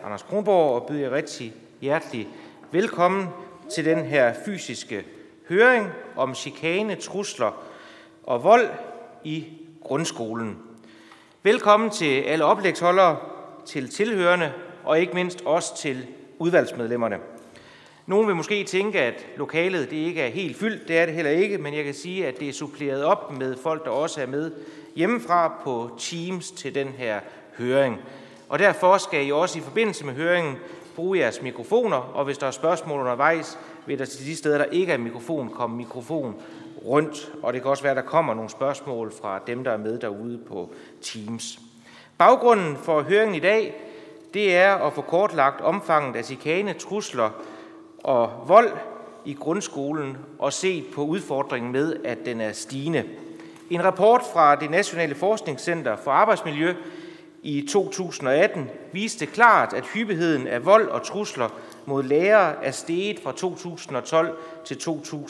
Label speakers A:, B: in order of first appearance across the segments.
A: Anders Kronborg og byder jer rigtig hjertelig velkommen til den her fysiske høring om chikane, trusler og vold i grundskolen. Velkommen til alle oplægsholdere, til tilhørende og ikke mindst også til udvalgsmedlemmerne. Nogen vil måske tænke, at lokalet det ikke er helt fyldt. Det er det heller ikke, men jeg kan sige, at det er suppleret op med folk, der også er med hjemmefra på Teams til den her høring. Og derfor skal I også i forbindelse med høringen bruge jeres mikrofoner, og hvis der er spørgsmål undervejs, vil der til de steder, der ikke er mikrofon, komme mikrofon rundt. Og det kan også være, at der kommer nogle spørgsmål fra dem, der er med derude på Teams. Baggrunden for høringen i dag, det er at få kortlagt omfanget af chikane, trusler og vold i grundskolen og set på udfordringen med, at den er stigende. En rapport fra det Nationale Forskningscenter for Arbejdsmiljø i 2018 viste klart, at hyppigheden af vold og trusler mod lærere er steget fra 2012 til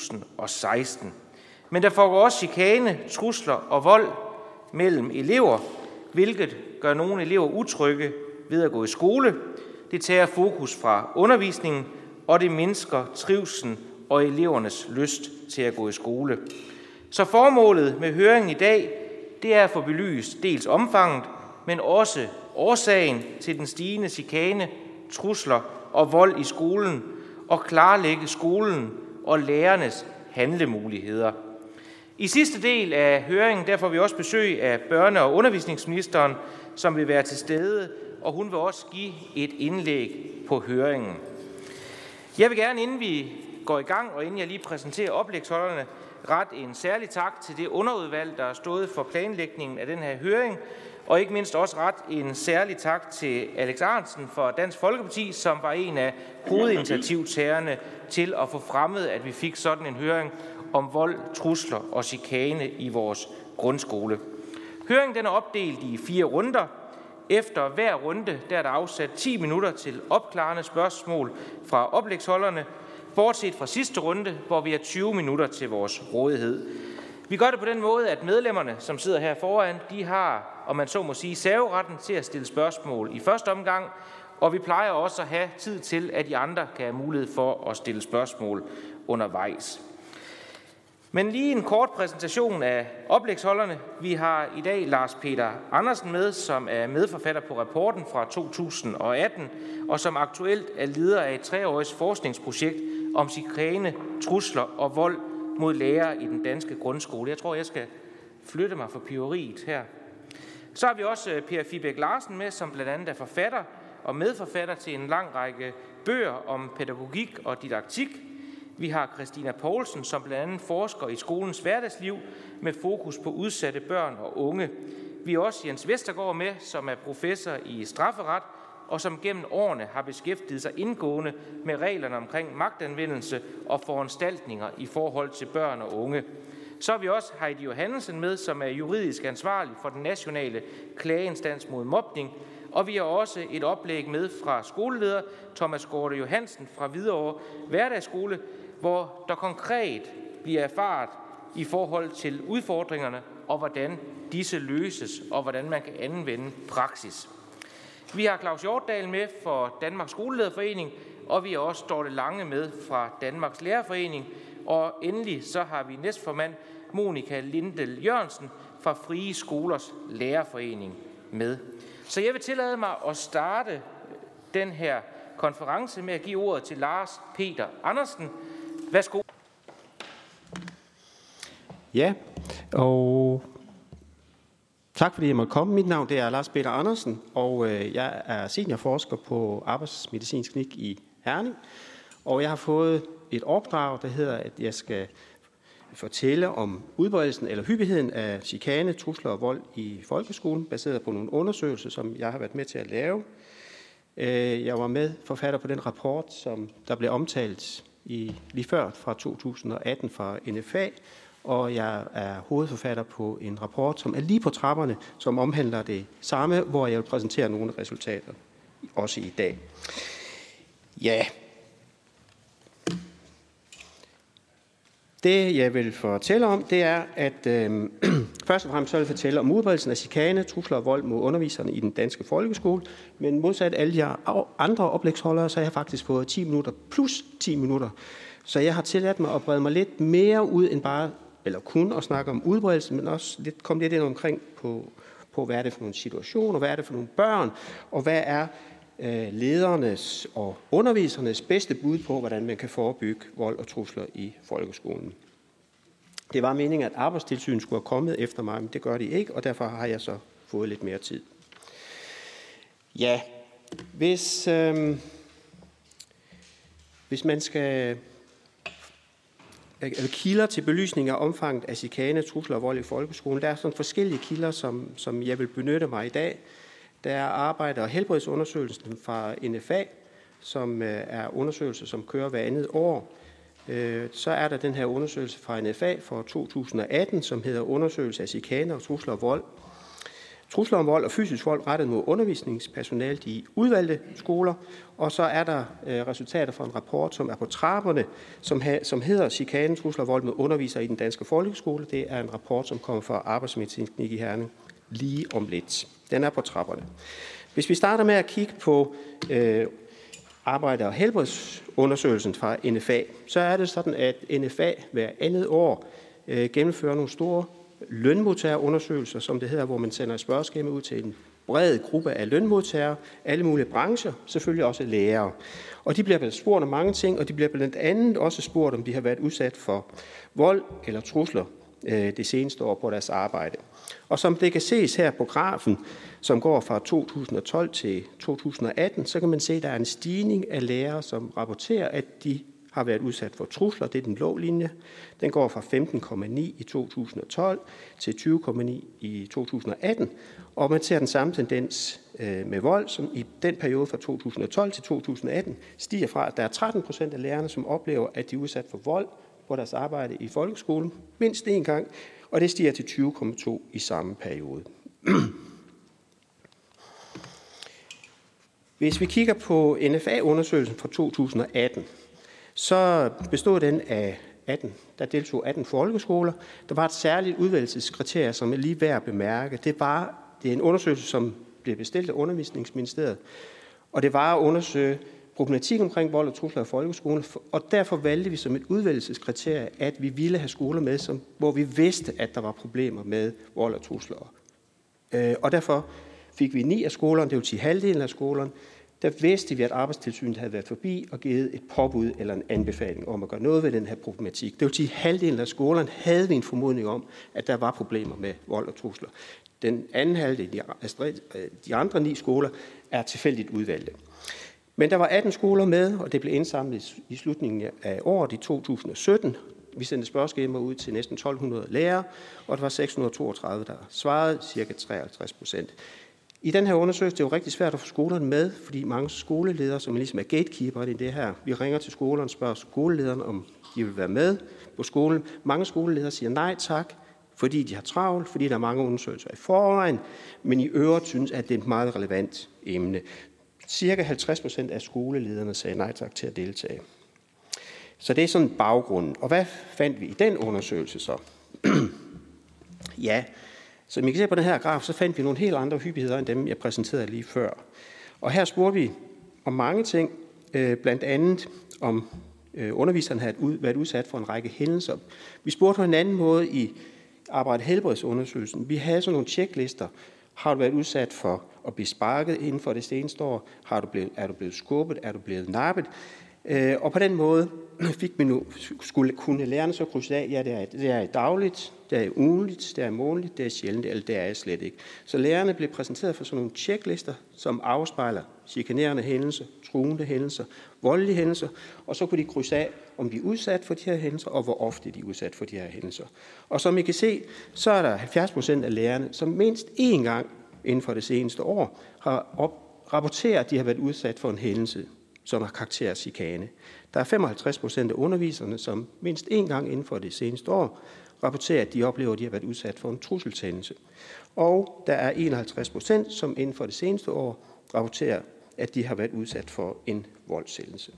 A: 2016. Men der foregår også chikane, trusler og vold mellem elever, hvilket gør nogle elever utrygge ved at gå i skole. Det tager fokus fra undervisningen, og det mindsker trivslen og elevernes lyst til at gå i skole. Så formålet med høringen i dag, det er at få belyst dels omfanget, men også årsagen til den stigende chikane, trusler og vold i skolen, og klarlægge skolen og lærernes handlemuligheder. I sidste del af høringen, der får vi også besøg af børne- og undervisningsministeren, som vil være til stede, og hun vil også give et indlæg på høringen. Jeg vil gerne, inden vi går i gang, og inden jeg lige præsenterer oplægsholderne, rette en særlig tak til det underudvalg, der har stået for planlægningen af den her høring, og ikke mindst også ret en særlig tak til Alex Ahrendtsen fra Dansk Folkeparti, som var en af hovedinitiativtagerne til at få fremmet, at vi fik sådan en høring om vold, trusler og chikane i vores grundskole. Høringen den er opdelt i 4 runder. Efter hver runde der er der afsat 10 minutter til opklarende spørgsmål fra oplægsholderne, bortset fra sidste runde, hvor vi har 20 minutter til vores rådighed. Vi gør det på den måde, at medlemmerne, som sidder her foran, de har, om man så må sige, serveretten til at stille spørgsmål i første omgang, og vi plejer også at have tid til, at de andre kan have mulighed for at stille spørgsmål undervejs. Men lige en kort præsentation af oplægsholderne. Vi har i dag Lars Peter Andersen med, som er medforfatter på rapporten fra 2018, og som aktuelt er leder af et 3-årigt forskningsprojekt om chikane, trusler og vold mod lærere i den danske grundskole. Jeg tror, jeg skal flytte mig for piveriet her. Så har vi også Per Fibæk Larsen med, som blandt andet er forfatter og medforfatter til en lang række bøger om pædagogik og didaktik. Vi har Christina Poulsen, som blandt andet forsker i skolens hverdagsliv med fokus på udsatte børn og unge. Vi har også Jens Vestergaard med, som er professor i strafferet, og som gennem årene har beskæftiget sig indgående med reglerne omkring magtanvendelse og foranstaltninger i forhold til børn og unge. Så har vi også Heidi Johannesen med, som er juridisk ansvarlig for den nationale klageinstans mod mobning. Og vi har også et oplæg med fra skoleleder Thomas Gorte Johansen fra Hvidovre Hverdagsskole, hvor der konkret bliver erfaret i forhold til udfordringerne og hvordan disse løses og hvordan man kan anvende praksis. Vi har Claus Hjortdal med fra Danmarks Skolelederforening, og vi har også Dorte Lange med fra Danmarks Lærerforening. Og endelig så har vi næstformand Monika Lindel Jørgensen fra Frie Skolers Lærerforening med. Så jeg vil tillade mig at starte den her konference med at give ordet til Lars Peter Andersen. Værsgo.
B: Ja, og tak fordi jeg måtte komme. Mit navn det er Lars Peter Andersen, og jeg er seniorforsker på Arbejdsmedicinsk Klinik i Herning. Og jeg har fået et opdrag, der hedder, at jeg skal fortælle om udbredelsen eller hyppigheden af chikane, trusler og vold i folkeskolen, baseret på nogle undersøgelser, som jeg har været med til at lave. Jeg var med forfatter på den rapport, som der blev omtalt lige før fra 2018 fra NFA, og jeg er hovedforfatter på en rapport, som er lige på trapperne, som omhandler det samme, hvor jeg vil præsentere nogle af resultater, også i dag. Ja. Det, jeg vil fortælle om, det er, at Først og fremmest så vil jeg fortælle om udbredelsen af chikane, trusler og vold mod underviserne i den danske folkeskole. Men modsat alle de andre oplægsholdere, så har jeg faktisk fået 10 minutter plus 10 minutter. Så jeg har tilladt mig at brede mig lidt mere ud end bare, eller kun at snakke om udbredelsen, men også komme lidt ind omkring på, hvad er det for nogle situationer, hvad er det for nogle børn, og hvad er ledernes og undervisernes bedste bud på, hvordan man kan forebygge vold og trusler i folkeskolen. Det var meningen, at Arbejdstilsynet skulle have kommet efter mig, men det gør de ikke, og derfor har jeg så fået lidt mere tid. Ja, hvis man skal kilder til belysning af omfanget af chikane, trusler og vold i folkeskolen, der er sådan forskellige kilder, som jeg vil benytte mig i dag. Der er arbejde- og helbredsundersøgelsen fra NFA, som er undersøgelser, som kører hver andet år. Så er der den her undersøgelse fra NFA for 2018, som hedder Undersøgelse af chikane og trusler og vold. Trusler om vold og fysisk vold rettet mod undervisningspersonale i udvalgte skoler. Og så er der resultater fra en rapport, som er på trapperne, som hedder Chikane, trusler og vold mod undervisere i den danske folkeskole. Det er en rapport, som kommer fra Arbejdsmedicinsk Klinik i Herning lige om lidt. Den er på trapperne. Hvis vi starter med at kigge på arbejde- og helbredsundersøgelsen fra NFA, så er det sådan, at NFA hver andet år gennemfører nogle store lønmodtagerundersøgelser, som det hedder, hvor man sender et spørgeskema ud til en bred gruppe af lønmodtagere, alle mulige brancher, selvfølgelig også lærere. Og de bliver spurgt om mange ting, og de bliver blandt andet også spurgt, om de har været udsat for vold eller trusler det seneste år på deres arbejde. Og som det kan ses her på grafen, som går fra 2012 til 2018, så kan man se, at der er en stigning af lærere, som rapporterer, at de har været udsat for trusler. Det er den blå linje. Den går fra 15,9 i 2012 til 20,9 i 2018. Og man ser den samme tendens med vold, som i den periode fra 2012 til 2018 stiger fra, at der er 13% af lærerne, som oplever, at de er udsat for vold på deres arbejde i folkeskolen mindst én gang, og det stiger til 20,2 i samme periode. Hvis vi kigger på NFA-undersøgelsen fra 2018, så bestod den af 18, der deltog 18 folkeskoler. Der var et særligt udvælgelseskriterie, som er lige værd at bemærke. Det er en undersøgelse, som blev bestilt af Undervisningsministeriet, og det var at undersøge problematik omkring vold og trusler i folkeskolen, og derfor valgte vi som et udvælgelseskriterie, at vi ville have skoler med, hvor vi vidste, at der var problemer med vold og trusler. Og derfor fik vi 9 af skolerne, det vil sige halvdelen af skolerne, der vidste vi, at Arbejdstilsynet havde været forbi og givet et påbud eller en anbefaling om at gøre noget ved den her problematik. Det vil sige, at halvdelen af skolerne havde vi en formodning om, at der var problemer med vold og trusler. Den anden halvdel, de andre 9 skoler, er tilfældigt udvalgte. Men der var 18 skoler med, og det blev indsamlet i slutningen af året i 2017. Vi sendte spørgeskemaer ud til næsten 1200 lærere, og der var 632, der svarede, cirka 53%. I den her undersøgelse det er jo rigtig svært at få skolerne med, fordi mange skoleledere, som ligesom er gatekeeper i det her, vi ringer til skolerne og spørger skolelederne, om de vil være med på skolen. Mange skoleledere siger nej tak, fordi de har travlt, fordi der er mange undersøgelser i forvejen, men i øvrigt synes, at det er et meget relevant emne. Cirka 50% af skolelederne sagde nej tak til at deltage. Så det er sådan baggrunden. Og hvad fandt vi i den undersøgelse så? Ja, som I kan se på den her graf, så fandt vi nogle helt andre hyppigheder end dem, jeg præsenterede lige før. Og her spurgte vi om mange ting, blandt andet om underviseren havde været udsat for en række hændelser. Vi spurgte på en anden måde i arbejde-helbredsundersøgelsen. Vi havde sådan nogle checklister. Har du været udsat for at blive sparket inden for det seneste år? Er du blevet skubbet? Er du blevet nappet? Og på den måde fik vi nu, kunne lærerne så krydse af, ja, det er dagligt, det er ugenligt, det er månedligt, det er sjældent, eller det er jeg slet ikke. Så lærerne blev præsenteret for sådan nogle checklister, som afspejler chikanerende hændelser, truende hændelser, voldelige hændelser, og så kunne de krydse af, om de er udsat for de her hændelser, og hvor ofte de er udsat for de her hændelser. Og som I kan se, så er der 70% af lærerne, som mindst én gang inden for det seneste år har rapporteret, at de har været udsat for en hændelse, som har karakter af chikane. Der er 55% af underviserne, som mindst én gang inden for det seneste år rapporterer, at de oplever, at de har været udsat for en trusselshændelse. Og der er 51%, som inden for det seneste år rapporterer, at de har været udsat for en voldshændelse.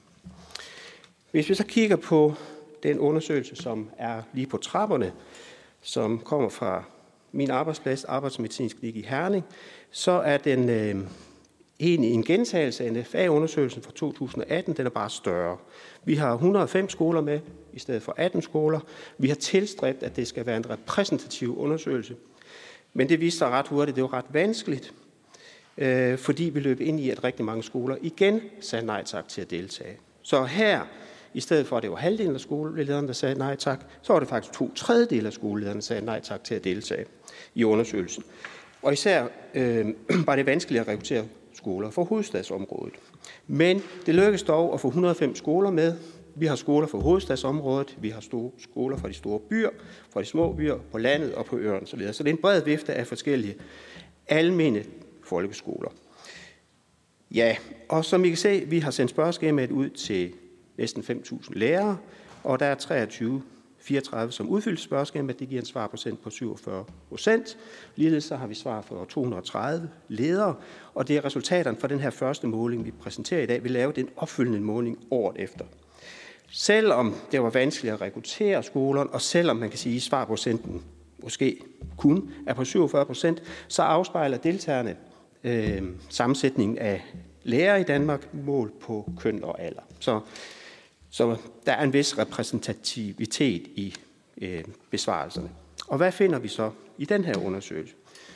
B: Hvis vi så kigger på den undersøgelse, som er lige på trapperne, som kommer fra min arbejdsplads, Arbejdsmedicinsk Klinik i Herning, så er den egentlig en gentagelse af NFA-undersøgelsen fra 2018. Den er bare større. Vi har 105 skoler med i stedet for 18 skoler. Vi har tilstræbt, at det skal være en repræsentativ undersøgelse. Men det viste sig ret hurtigt, det var ret vanskeligt, fordi vi løb ind i, at rigtig mange skoler igen sagde nej tak til at deltage. Så her, i stedet for at det var halvdelen af skolelederne, der sagde nej tak, så var det faktisk 2/3 af skolelederne, der sagde nej tak til at deltage i undersøgelsen. Og især var det vanskeligt at rekruttere skoler for hovedstadsområdet. Men det lykkedes dog at få 105 skoler med. Vi har skoler for hovedstadsområdet, vi har skoler fra de store byer, fra de små byer, på landet og på øerne osv. Så det er en bred vifte af forskellige almene folkeskoler. Ja, og som I kan se, vi har sendt spørgeskemaet ud til næsten 5.000 lærere, og der er 34 som udfyldt spørgeskemaet. Det giver en svarprocent på 47%. Ligeledes så har vi svar for 230 ledere, og det er resultaterne fra den her første måling, vi præsenterer i dag. Vi laver den opfølgende måling året efter. Selvom det var vanskeligt at rekruttere skolerne, og selvom man kan sige, at svarprocenten måske kun er på 47%, så afspejler deltagerne sammensætningen af lærere i Danmark målt på køn og alder. Så der er en vis repræsentativitet i besvarelserne. Og hvad finder vi så i den her undersøgelse?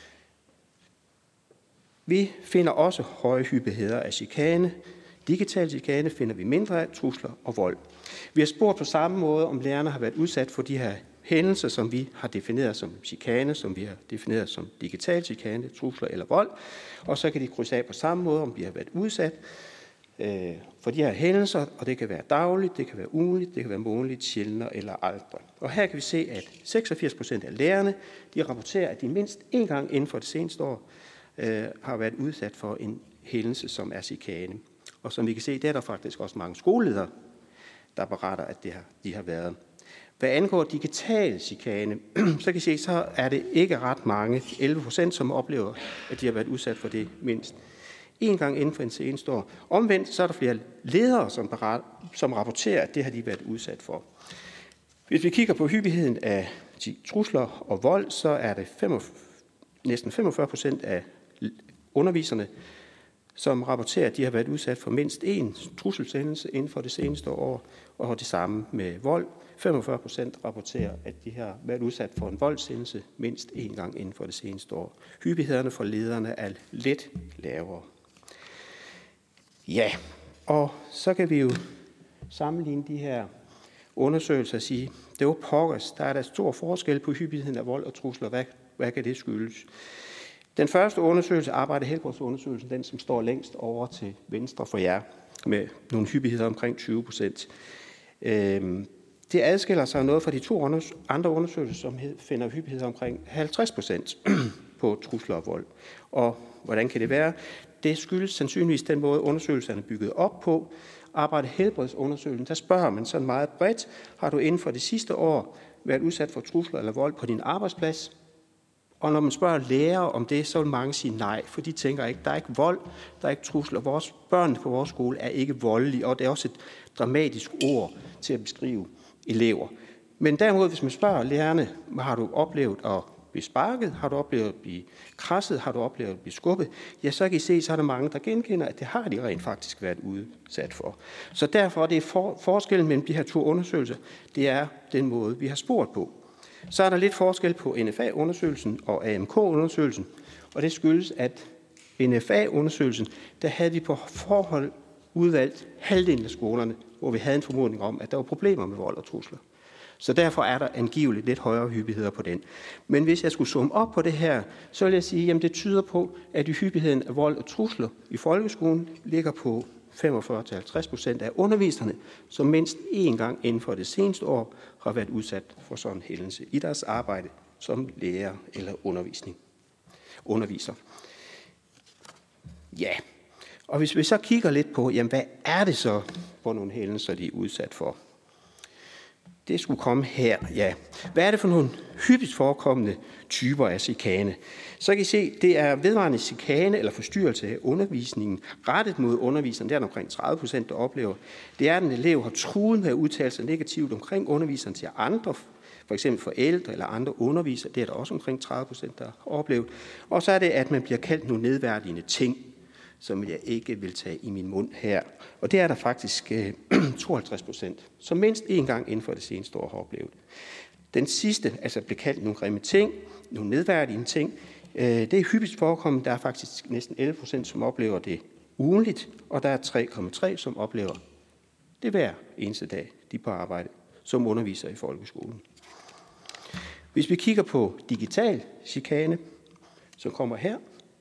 B: Vi finder også høje hyppigheder af chikane. Digital chikane finder vi mindre af, trusler og vold. Vi har spurgt på samme måde, om lærerne har været udsat for de her hændelser, som vi har defineret som chikane, som vi har defineret som digital chikane, trusler eller vold. Og så kan de krydse af på samme måde, om vi har været udsat for de her hændelser, og det kan være dagligt, det kan være ugenligt, det kan være månedligt, sjældent eller aldrig. Og her kan vi se, at 86% af lærerne, de rapporterer, at de mindst en gang inden for det seneste år har været udsat for en hændelse, som er chikane. Og som vi kan se, det er der faktisk også mange skoleledere, der beretter, at de har været. Hvad angår digital chikane, så kan I se, så er det ikke ret mange, 11%, som oplever, at de har været udsat for det mindst en gang inden for en seneste år. Omvendt så er der flere ledere, som rapporterer, at det har de været udsat for. Hvis vi kigger på hyppigheden af trusler og vold, så er det næsten 45% af underviserne, som rapporterer, at de har været udsat for mindst én trusselshændelse inden for det seneste år, og det samme med vold. 45% rapporterer, at de har været udsat for en voldshændelse mindst én gang inden for det seneste år. Hyppighederne for lederne er lidt lavere. Ja, og så kan vi jo sammenligne de her undersøgelser og sige, det var pokkers, der er der stor forskel på hyppigheden af vold og trusler. Hvad kan det skyldes? Den første undersøgelse, Arbejde-Helbredsundersøgelsen, den som står længst over til venstre for jer, med nogle hyppigheder omkring 20%. Det adskiller sig noget fra de to andre undersøgelser, som finder hyppigheder omkring 50% på trusler og vold. Og hvordan kan det være? Det skyldes sandsynligvis den måde, undersøgelserne er bygget op på. Arbejde-Helbredsundersøgelsen, der spørger man sådan meget bredt, har du inden for det sidste år været udsat for trusler eller vold på din arbejdsplads? Og når man spørger lærere om det, så vil mange sige nej, for de tænker ikke, der er ikke vold, der er ikke trusler. Vores børn på vores skole er ikke voldelige, og det er også et dramatisk ord til at beskrive elever. Men derimod, hvis man spørger lærerne, har du oplevet at blive sparket, har du oplevet at blive krasset, har du oplevet at blive skubbet, ja, så kan I se, så er der mange, der genkender, at det har de rent faktisk været udsat for. Så derfor er det forskellen mellem de her to undersøgelser, det er den måde, vi har spurgt på. Så er der lidt forskel på NFA-undersøgelsen og AMK-undersøgelsen, og det skyldes, at NFA-undersøgelsen, der havde vi på forhånd udvalgt halvdelen af skolerne, hvor vi havde en formodning om, at der var problemer med vold og trusler. Så derfor er der angiveligt lidt højere hyppigheder på den. Men hvis jeg skulle zoome op på det her, så vil jeg sige, at det tyder på, at hyppigheden af vold og trusler i folkeskolen ligger på 45-50% af underviserne, som mindst én gang inden for det seneste år har været udsat for sådan en hændelse i deres arbejde som lærer eller underviser. Ja, og hvis vi så kigger lidt på, jamen hvad er det så for nogle hændelser, de er udsat for? Det skulle komme her, ja. Hvad er det for nogle hyppigt forekommende typer af chikane? Så kan I se, det er vedvarende chikane eller forstyrrelse af undervisningen rettet mod underviseren. Det er der omkring 30%, der oplever. Det er, at en elev har truet med at udtale sig negativt omkring underviseren til andre for eksempel forældre eller andre undervisere. Det er der også omkring 30%, der har oplevet. Og så er det, at man bliver kaldt nogle nedværdigende ting, som jeg ikke vil tage i min mund her. Og det er der faktisk 52%, som mindst en gang inden for det seneste år har oplevet. Den sidste, altså blev kaldt nogle grimme ting, nogle nedværdigende ting, det er hyppigt forekommende. Der er faktisk næsten 11%, som oplever det ugenligt, og der er 3,3, som oplever det hver eneste dag, de er på arbejde, som underviser i folkeskolen. Hvis vi kigger på digital chikane, som kommer her,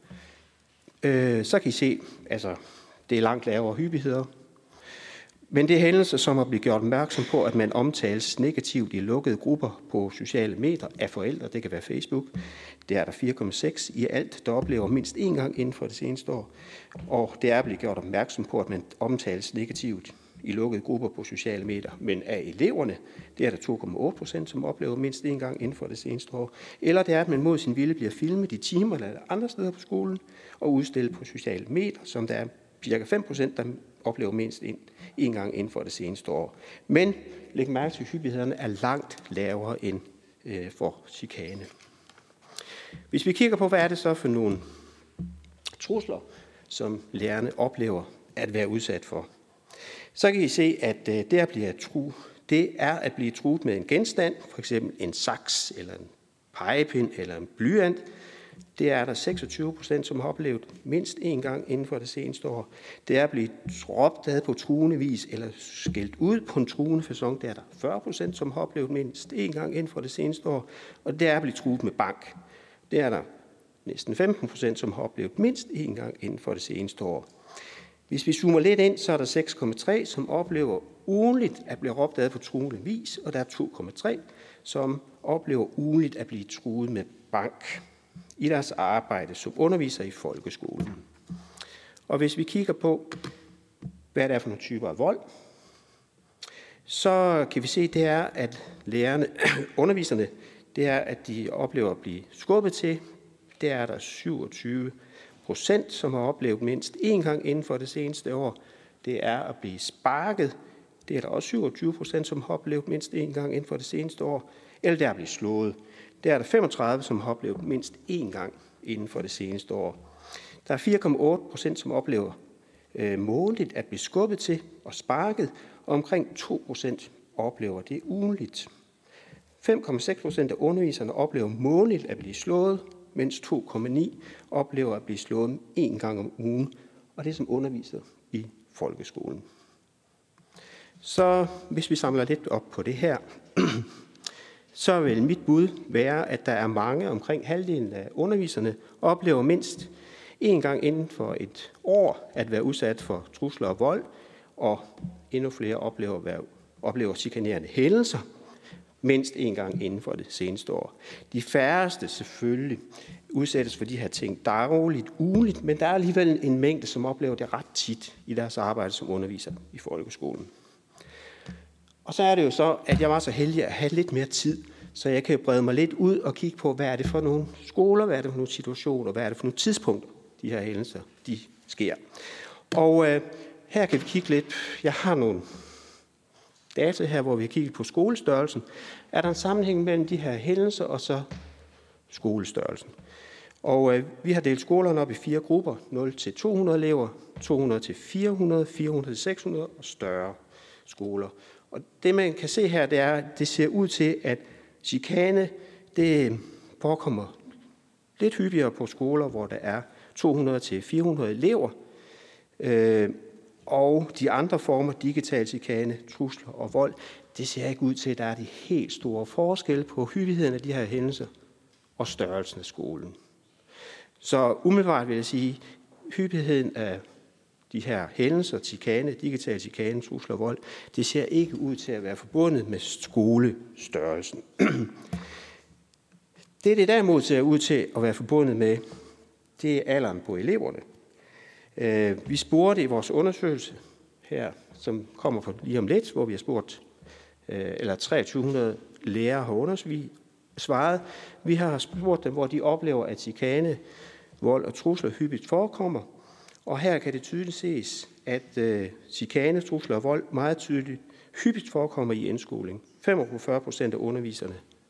B: så kan I se, altså det er langt lavere hyppigheder. Men det er hændelser, som har blivet gjort opmærksom på, at man omtales negativt i lukkede grupper på sociale medier af forældre. Det kan være Facebook. Det er der 4,6 i alt, der oplever mindst en gang inden for det seneste år. Og det er blevet gjort opmærksom på, at man omtales negativt i lukkede grupper på sociale medier. Men af eleverne, det er der 2,8%, som oplever mindst en gang inden for det seneste år. Eller det er, at man mod sin vilje bliver filmet i timer eller andre steder på skolen og udstillet på sociale medier, som der er ca. 5%, der oplever mindst en gang inden for det seneste år. Men læg mærke til, at hyppighederne er langt lavere end for chikane. Hvis vi kigger på, hvad er det så for nogle trusler, som lærerne oplever at være udsat for, så kan I se, at det er at blive truet med en genstand, f.eks. en saks, eller en pegepind, eller en blyant. Det er der 26%, som har oplevet mindst en gang inden for det seneste år. Det er at blive råbt ad på truende vis, eller skældt ud på en truende facon. Det er der 40%, som har oplevet mindst en gang inden for det seneste år. Og det er at blive truet med bank. Det er der næsten 15%, som har oplevet mindst en gang inden for det seneste år. Hvis vi zoomer lidt ind, så er der 6,3, som oplever ugenligt at blive råbt ad på truende vis, og der er 2,3, som oplever ugenligt at blive truet med bank i deres arbejde som underviser i folkeskolen. Og hvis vi kigger på, hvad det er for nogle typer af vold, så kan vi se, det er, at lærerne, underviserne, det er, at de oplever at blive skubbet til. Det er der 27%, som har oplevet mindst en gang inden for det seneste år. Det er at blive sparket. Det er der også 27%, som har oplevet mindst en gang inden for det seneste år. Eller det er at blive slået. Det er der 35, som har oplevet mindst én gang inden for det seneste år. Der er 4,8%, som oplever månedligt at blive skubbet til og sparket, og omkring 2% oplever det ugenligt. 5,6% af underviserne oplever månedligt at blive slået, mens 2,9 oplever at blive slået en gang om ugen, og det er som underviser i folkeskolen. Så hvis vi samler lidt op på det her, så vil mit bud være, at der er mange, omkring halvdelen af underviserne, oplever mindst en gang inden for et år at være udsat for trusler og vold, og endnu flere oplever chikanerende hændelser mindst en gang inden for det seneste år. De færreste selvfølgelig udsættes for de her ting dagligt, ugenligt, men der er alligevel en mængde, som oplever det ret tit i deres arbejde som underviser i folkeskolen. Og så er det jo så, at jeg var så heldig at have lidt mere tid, så jeg kan brede mig lidt ud og kigge på, hvad er det for nogle skoler, hvad er det for nogle situationer, hvad er det for nogle tidspunkter, de her hændelser, de sker. Og her kan vi kigge lidt. Jeg har nogle data her, hvor vi har kigget på skolestørrelsen. Er der en sammenhæng mellem de her hændelser og så skolestørrelsen? Og vi har delt skolerne op i 4 grupper, 0-200 elever, 200-400, 400-600 og større skoler. Og det man kan se her, det er, at det ser ud til, at chikane, det forekommer lidt hyppigere på skoler, hvor der er 200-400 elever. Og de andre former, digital chikane, trusler og vold, det ser ikke ud til, at der er de helt store forskelle på hyppigheden af de her hændelser og størrelsen af skolen. Så umiddelbart vil jeg sige, hyppigheden af de her hændelser, chikane, digital chikane, trusler og vold, det ser ikke ud til at være forbundet med skolestørrelsen. Det derimod ser ud til at være forbundet med, det er alderen på eleverne. Vi spurgte i vores undersøgelse her, som kommer fra lige om lidt, hvor vi har spurgt, eller 2300 lærere har svaret. Vi har spurgt dem, hvor de oplever, at chikane, vold og trusler hyppigt forekommer. Og her kan det tydeligt ses, at chikane, trusler og vold meget tydeligt hyppigt forekommer i indskoling. 45% af underviserne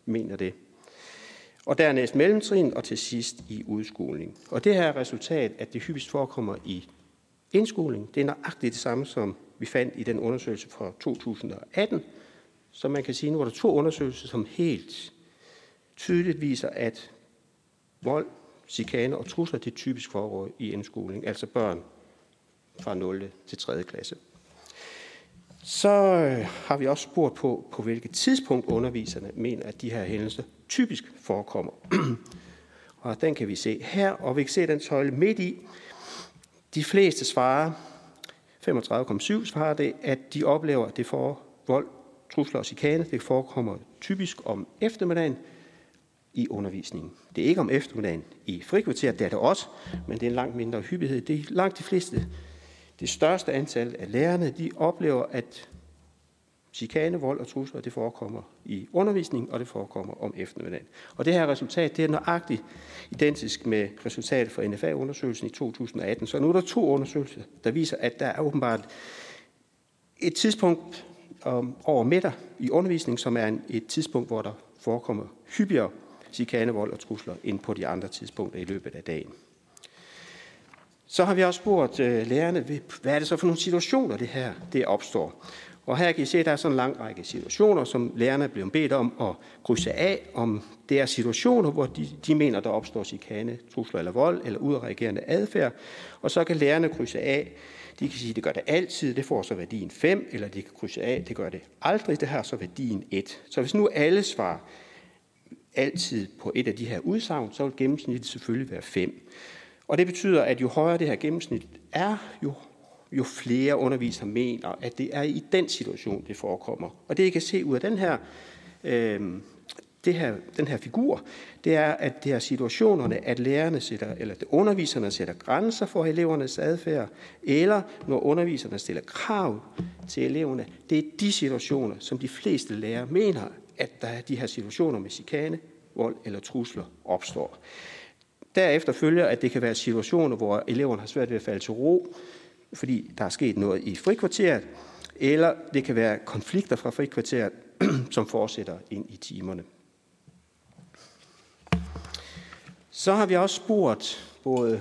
B: mener det. Og dernæst mellemtrin, og til sidst i udskoling. Og det her er resultat, at det hyppigst forekommer i indskoling. Det er nøjagtigt det samme, som vi fandt i den undersøgelse fra 2018. Så man kan sige, nu er der 2 undersøgelser, som helt tydeligt viser, at vold, chikane og trusler, det typisk foregår i indskoling, altså børn fra 0. til 3. klasse. Så har vi også spurgt på hvilket tidspunkt underviserne mener, at de her hændelser typisk forekommer. Og den kan vi se her, og vi kan se den søjle midt i. De fleste svarer, 35,7 svarer det, at de oplever, at det får vold, trusler og chikane. Det forekommer typisk om eftermiddagen i undervisningen. Det er ikke om eftermiddagen i frikvarteret, det er det også, men det er en langt mindre hyppighed. Det er langt de fleste, det største antal af lærerne, de oplever, at chikane, vold og trusler, det forekommer i undervisningen, og det forekommer om eftermiddagen. Og det her resultat, det er nøjagtigt identisk med resultatet fra NFA-undersøgelsen i 2018. Så nu er der 2 undersøgelser, der viser, at der er åbenbart et tidspunkt over middag i undervisningen, som er et tidspunkt, hvor der forekommer hyppigere chikane, vold og trusler end på de andre tidspunkter i løbet af dagen. Så har vi også spurgt lærerne, hvad er det så for nogle situationer, det opstår? Og her kan I se, at der er sådan en lang række situationer, som lærerne er blevet bedt om at krydse af, om det er situationer, hvor de mener, der opstår chikane, trusler eller vold, eller udreagerende adfærd. Og så kan lærerne krydse af. De kan sige, at det gør det altid, det får så værdien 5, eller de kan krydse af, det gør det aldrig, det har så værdien 1. Så hvis nu alle svarer altid på et af de her udsagn, så vil gennemsnittet selvfølgelig være 5. Og det betyder, at jo højere det her gennemsnit er, jo flere undervisere mener, at det er i den situation, det forekommer. Og det, I kan se ud af den her figur, det er, at det er situationerne, at lærerne eller underviserne sætter grænser for elevernes adfærd, eller når underviserne stiller krav til eleverne. Det er de situationer, som de fleste lærere mener, at der er de her situationer med chikane, vold eller trusler opstår. Derefter følger, at det kan være situationer, hvor eleverne har svært ved at falde til ro, fordi der er sket noget i frikvarteret, eller det kan være konflikter fra frikvarteret, som fortsætter ind i timerne. Så har vi også spurgt både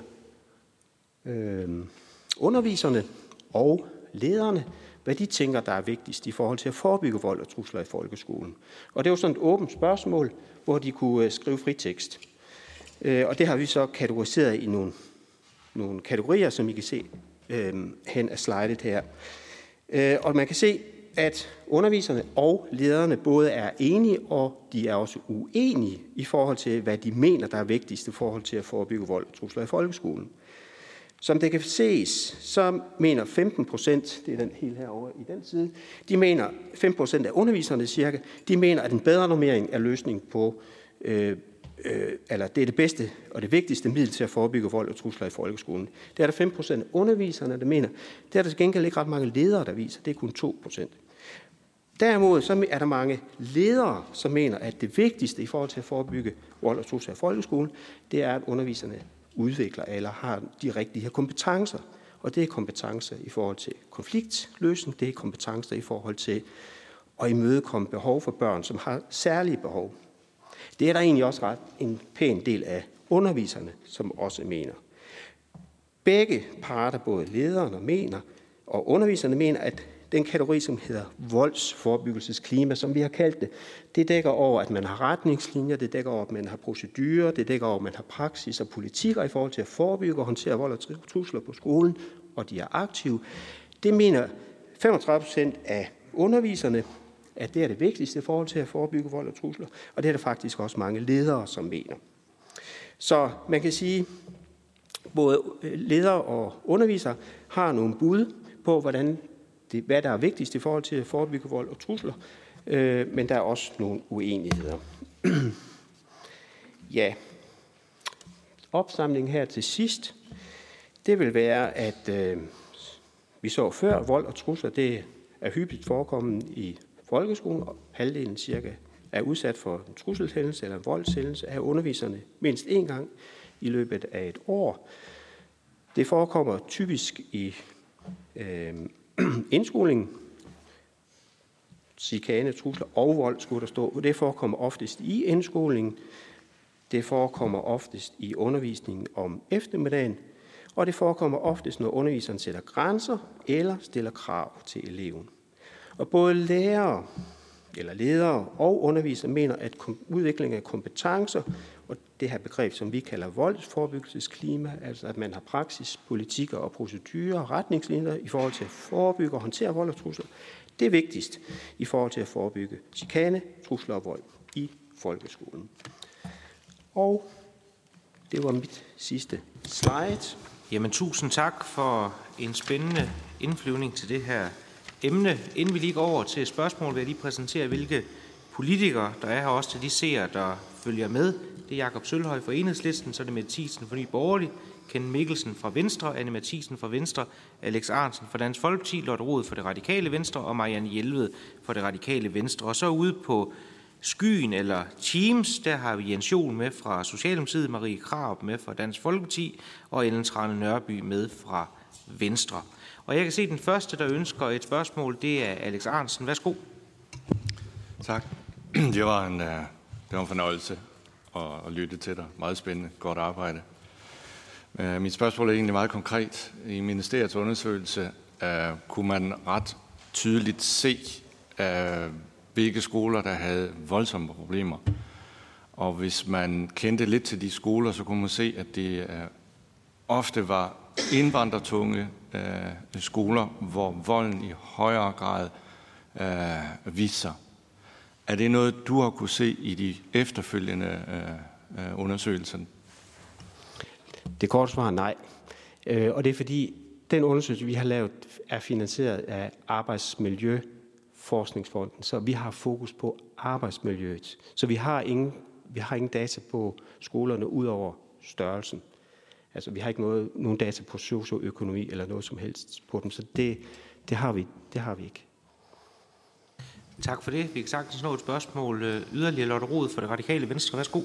B: underviserne og lederne, hvad de tænker, der er vigtigst i forhold til at forebygge vold og trusler i folkeskolen. Og det er jo sådan et åbent spørgsmål, hvor de kunne skrive fritekst. Og det har vi så kategoriseret i nogle kategorier, som I kan se hen af slidet her. Og man kan se, at underviserne og lederne både er enige, og de er også uenige i forhold til, hvad de mener, der er vigtigst i forhold til at forebygge vold og trusler i folkeskolen. Som det kan ses, så mener 15%, det er den helt herovre i den side, de mener 5% af underviserne cirka, de mener, at en bedre normering er løsning på eller det er det bedste og det vigtigste middel til at forebygge vold og trusler i folkeskolen. Det er der 5% af underviserne, der mener. Det er der til gengæld ikke ret mange ledere, der viser. Det er kun 2%. Derimod så er der mange ledere, som mener, at det vigtigste i forhold til at forebygge vold og trusler i folkeskolen, det er, at underviserne udvikler eller har de rigtige her kompetencer. Og det er kompetencer i forhold til konfliktløsning, det er kompetencer i forhold til at imødekomme behov for børn, som har særlige behov. Det er der egentlig også en pæn del af underviserne, som også mener. Begge parter, både lederne og underviserne, mener, at den kategori, som hedder voldsforebyggelsesklima, som vi har kaldt det, det dækker over, at man har retningslinjer, det dækker over, at man har procedurer, det dækker over, at man har praksis og politikker i forhold til at forebygge og håndtere vold og trusler på skolen, og de er aktive. Det mener 35% af underviserne, at det er det vigtigste i forhold til at forebygge vold og trusler, og det er der faktisk også mange ledere, som mener. Så man kan sige, både ledere og undervisere har nogle bud på, hvad der er vigtigst i forhold til at forebygge vold og trusler, men der er også nogle uenigheder. Ja, opsamlingen her til sidst, det vil være, at vi så før, vold og trusler, det er hyppigt forekommende i folkeskolen, og halvdelen cirka er udsat for en trusselshændelse eller en voldshændelse af underviserne mindst én gang i løbet af et år. Det forekommer typisk i indskolingen. chikane, trusler og vold, skulle der stå. Det forekommer oftest i indskolingen, det forekommer oftest i undervisningen om eftermiddagen, og det forekommer oftest, når underviseren sætter grænser eller stiller krav til eleven. Og både lærere eller ledere og undervisere mener, at udvikling af kompetencer og det her begreb, som vi kalder voldsforebyggelsesklima, altså at man har praksis, politikker og procedurer og retningslinjer i forhold til at forebygge og håndtere vold og trusler, det er vigtigst i forhold til at forebygge chikane, trusler og vold i folkeskolen. Og det var mit sidste slide.
A: Jamen, tusind tak for en spændende indflyvning til det her emne. Inden vi lige går over til spørgsmål, vil jeg lige præsentere, hvilke politikere der er her, også til de seere, der følger med. Det er Jakob Sølhøj fra Enhedslisten, så er det Mette Thiesen fra Nye Borgerlige, Ken Mikkelsen fra Venstre, Anne Matthiesen fra Venstre, Alex Ahrendtsen fra Dansk Folkeparti, Lotte Rod fra Det Radikale Venstre og Marianne Jelved fra Det Radikale Venstre. Og så ude på skyen eller Teams, der har vi Jens Joel med fra Socialdemokratiet, Marie Krarup med fra Dansk Folkeparti og Ellen Trane Nørby med fra Venstre. Og jeg kan se, at den første, der ønsker et spørgsmål, det er Alex Ahrendtsen. Værsgo.
C: Tak. Det var en fornøjelse at lytte til dig. Meget spændende. Godt arbejde. Mit spørgsmål er egentlig meget konkret. I ministeriets undersøgelse kunne man ret tydeligt se, hvilke skoler, der havde voldsomme problemer. Og hvis man kendte lidt til de skoler, så kunne man se, at det ofte var indvandrertunge skoler, hvor volden i højere grad viste sig. Er det noget, du har kunne se i de efterfølgende undersøgelser?
B: Det korte svar er nej. Og det er fordi, den undersøgelse, vi har lavet, er finansieret af Arbejdsmiljøforskningsfonden, så vi har fokus på arbejdsmiljøet. Så vi har ingen data på skolerne ud over størrelsen. Altså, vi har ikke nogen data på socioøkonomi eller noget som helst på dem, så det har vi ikke.
A: Tak for det. Vi kan sagtens nå et spørgsmål yderligere. Lotte Rod fra Det Radikale Venstre. Værsgo.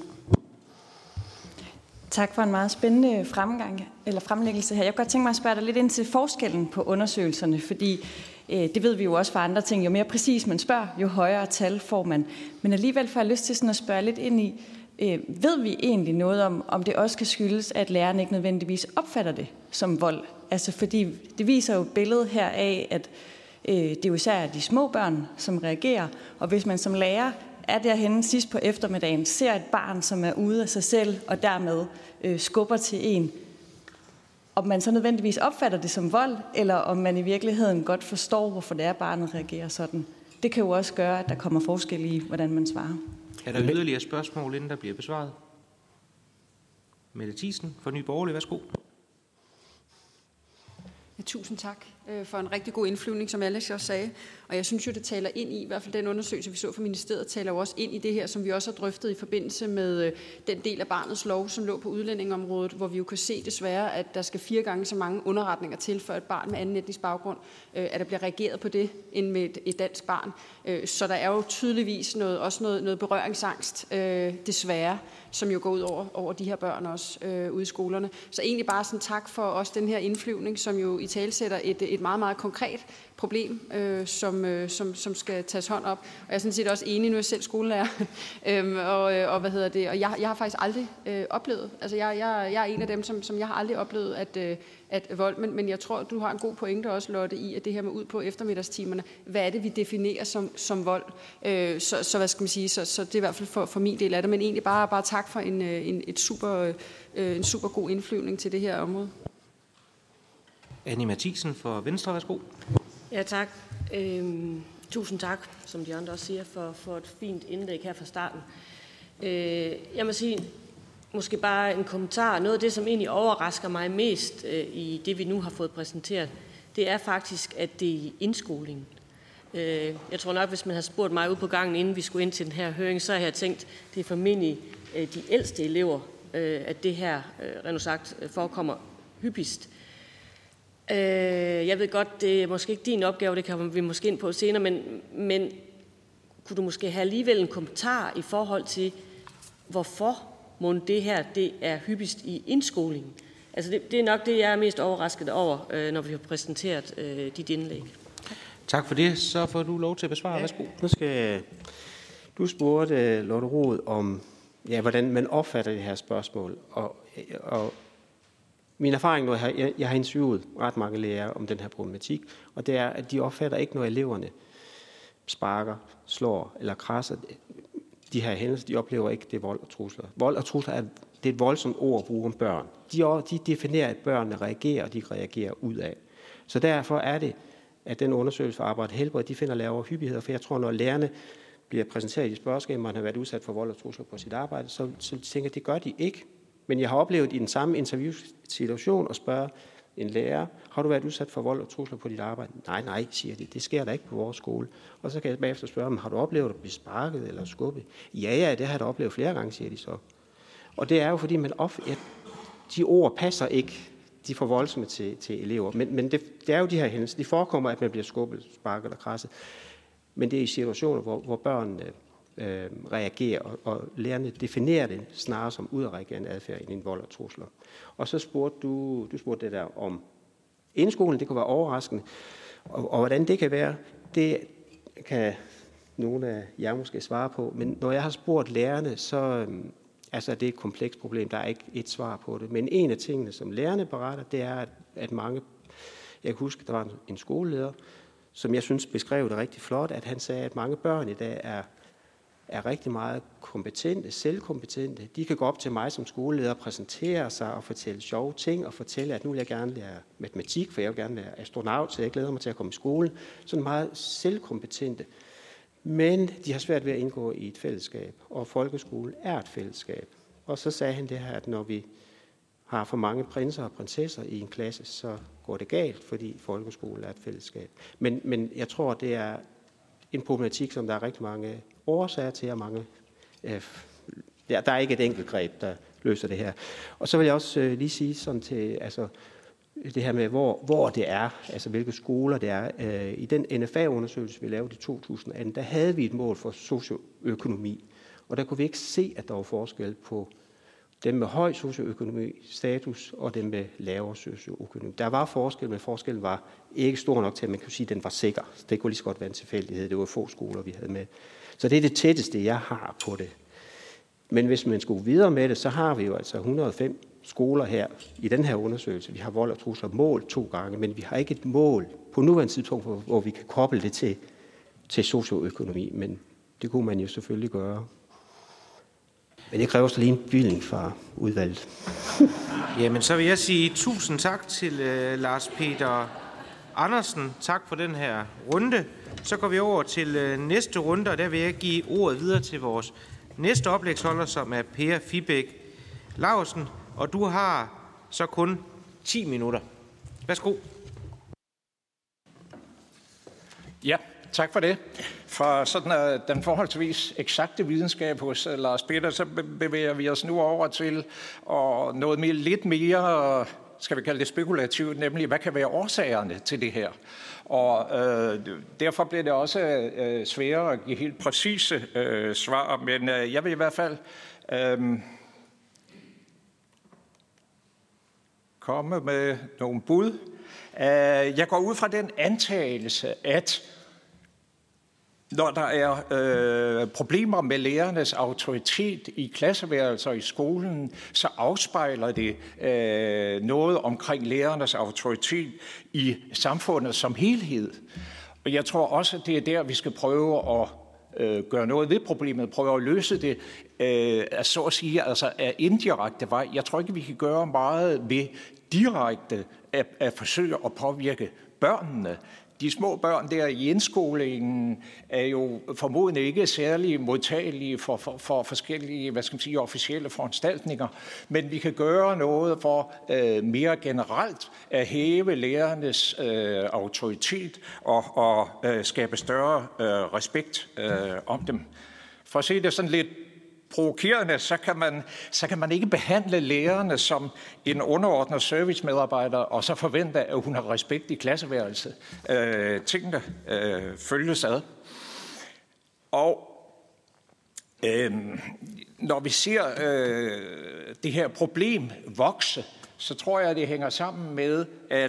D: Tak for en meget spændende fremlæggelse her. Jeg kunne godt tænke mig at spørge dig lidt ind til forskellen på undersøgelserne, fordi det ved vi jo også fra andre ting. Jo mere præcis man spørger, jo højere tal får man. Men alligevel får jeg lyst til sådan at spørge lidt ind i, ved vi egentlig noget om det også kan skyldes, at lærerne ikke nødvendigvis opfatter det som vold? Altså fordi det viser jo billedet her af, at det jo især er de små børn, som reagerer. Og hvis man som lærer er derhenne sidst på eftermiddagen, ser et barn, som er ude af sig selv, og dermed skubber til en, om man så nødvendigvis opfatter det som vold, eller om man i virkeligheden godt forstår, hvorfor det er, barnet reagerer sådan. Det kan jo også gøre, at der kommer forskel i, hvordan man svarer.
A: Er der yderligere spørgsmål, inden der bliver besvaret? Mette Thiesen fra Nye Borgerlige, værsgo.
E: Ja, tusind tak for en rigtig god indflyvning, som Alex også sagde. Og jeg synes jo, det taler ind i hvert fald den undersøgelse, vi så fra ministeriet, taler jo også ind i det her, som vi også har drøftet i forbindelse med den del af barnets lov, som lå på udlændingeområdet, hvor vi jo kan se desværre, at der skal 4 gange så mange underretninger til for et barn med anden etnisk baggrund, at der bliver reageret på det, end med et dansk barn. Så der er jo tydeligvis noget berøringsangst, desværre, som jo går ud over de her børn også ude i skolerne. Så egentlig bare sådan tak for også den her indflyvning, som jo i talsætter et meget, meget konkret problem, som skal tages hånd op. Og jeg er sådan set også enig, nu er jeg selv skolelærer, og jeg har faktisk aldrig oplevet, altså jeg er en af dem, som jeg har aldrig oplevet, at vold, men jeg tror, du har en god pointe også, Lotte, i, at det her med ud på eftermiddagstimerne, hvad er det, vi definerer som vold? Så hvad skal man sige, så det er i hvert fald for min del af det, men egentlig bare tak for en super god indflyvning til det her område.
A: Anne Matthiesen fra Venstre, værsgo.
F: Ja, tak. Tusind tak, som de andre også siger, for et fint indlæg her fra starten. Jeg må sige, måske bare en kommentar. Noget af det, som egentlig overrasker mig mest i det, vi nu har fået præsenteret, det er faktisk, at det er i indskolingen. Jeg tror nok, hvis man havde spurgt mig ude på gangen, inden vi skulle ind til den her høring, så havde jeg tænkt, det er formentlig de ældste elever, at det her, rent sagt, forekommer hyppigst. Jeg ved godt, det er måske ikke din opgave, det kan vi måske ind på senere, men kunne du måske have alligevel en kommentar i forhold til, hvorfor det her det er hyppigst i indskolingen? Altså det er nok det, jeg er mest overrasket over, når vi har præsenteret dit indlæg.
A: Tak for det. Så får du lov til at besvare. Værsgo.
B: Nu skal du spurgte Lotte Rod om, hvordan man opfatter det her spørgsmål. Og min erfaring nu, jeg har interviewet ret mange lærere om den her problematik, og det er, at de opfatter ikke, når eleverne sparker, slår eller krasser. De her hændelser, de oplever ikke, det er vold og trusler. Vold og trusler det er et voldsomt ord at bruge om børn. De definerer, at børnene reagerer, og de reagerer ud af. Så derfor er det, at den undersøgelse for Arbejde Helbred, de finder lavere hyppigheder, for jeg tror, når lærerne bliver præsenteret i spørgeskemaet, man har været udsat for vold og trusler på sit arbejde, så tænker jeg, det gør de ikke. Men jeg har oplevet i den samme interviewsituation at spørge en lærer, har du været udsat for vold og trusler på dit arbejde? Nej, siger de. Det sker der ikke på vores skole. Og så kan jeg bagefter spørge dem, har du oplevet at blive sparket eller skubbet? Ja, det har jeg da oplevet flere gange, siger de så. Og det er jo fordi, de ord passer ikke, de er for voldsomme til elever. Men det er jo de her hændelser. De forekommer, at man bliver skubbet, sparket eller krasset. Men det er i situationer, hvor børnene reagerer, og lærerne definerer det snarere som udadreagerende adfærd end en vold og trusler. Og så spurgte du spurgte det der om indskolen, det kunne være overraskende, og hvordan det kan være, det kan nogle af jer måske svare på, men når jeg har spurgt lærerne, så det er et komplekst problem, der er ikke et svar på det, men en af tingene, som lærerne beretter, det er, at mange, jeg kan huske, der var en skoleleder, som jeg synes beskrev det rigtig flot, at han sagde, at mange børn i dag er rigtig meget kompetente, selvkompetente. De kan gå op til mig som skoleleder og præsentere sig og fortælle sjove ting og fortælle, at nu vil jeg gerne lære matematik, for jeg vil gerne være astronaut, så jeg glæder mig til at komme i skole. Sådan meget selvkompetente. Men de har svært ved at indgå i et fællesskab, og folkeskole er et fællesskab. Og så sagde han det her, at når vi har for mange prinser og prinsesser i en klasse, så går det galt, fordi folkeskole er et fællesskab. Men jeg tror, det er en problematik, som der er rigtig mange årsager til, og mange, der er ikke et enkelt greb, der løser det her. Og så vil jeg også lige sige sådan til, det her med, hvor det er, hvilke skoler det er. I den NFA-undersøgelse, vi lavede i 2018, der havde vi et mål for socioøkonomi, og der kunne vi ikke se, at der var forskel på dem med høj socioøkonomi status og dem med lavere socioøkonomi. Der var forskel, men forskellen var ikke stor nok til, at man kunne sige, at den var sikker. Det kunne lige så godt være en tilfældighed. Det var få skoler, vi havde med. Så det er det tætteste, jeg har på det. Men hvis man skulle videre med det, så har vi jo 105 skoler her i den her undersøgelse. Vi har vold og trusler mål 2 gange, men vi har ikke et mål på nuværende tidspunkt, hvor vi kan koble det til socioøkonomi. Men det kunne man jo selvfølgelig gøre. Men det kræver så lige en bevilling fra udvalget.
A: Jamen, så vil jeg sige tusind tak til Lars Peter Andersen. Tak for den her runde. Så går vi over til næste runde, og der vil jeg give ordet videre til vores næste oplægsholder, som er Per Fibæk Laursen. Og du har så kun 10 minutter. Værsgo.
G: Ja, tak for det. For sådan den forholdsvis eksakte videnskab hos Lars Peter, så bevæger vi os nu over til noget lidt mere, skal vi kalde det spekulativt, nemlig hvad kan være årsagerne til det her. Og derfor bliver det også sværere at give helt præcise svar, men jeg vil i hvert fald komme med nogle bud. Jeg går ud fra den antagelse, at når der er problemer med lærernes autoritet i klasseværelser i skolen, så afspejler det noget omkring lærernes autoritet i samfundet som helhed. Og jeg tror også, det er der, vi skal prøve at gøre noget ved problemet, prøve at løse det, så at sige, af indirekte vej. Jeg tror ikke, vi kan gøre meget ved direkte at forsøge at påvirke børnene. De små børn der i indskolingen er jo formodentlig ikke særlig modtagelige for forskellige, officielle foranstaltninger, men vi kan gøre noget for mere generelt at hæve lærernes autoritet og skabe større respekt om dem. For at se det sådan lidt provokerende, så kan man ikke behandle lærerne som en underordnet servicemedarbejder, og så forvente, at hun har respekt i klasseværelset. Tingene følges ad. Og når vi ser det her problem vokse, så tror jeg, at det hænger sammen med,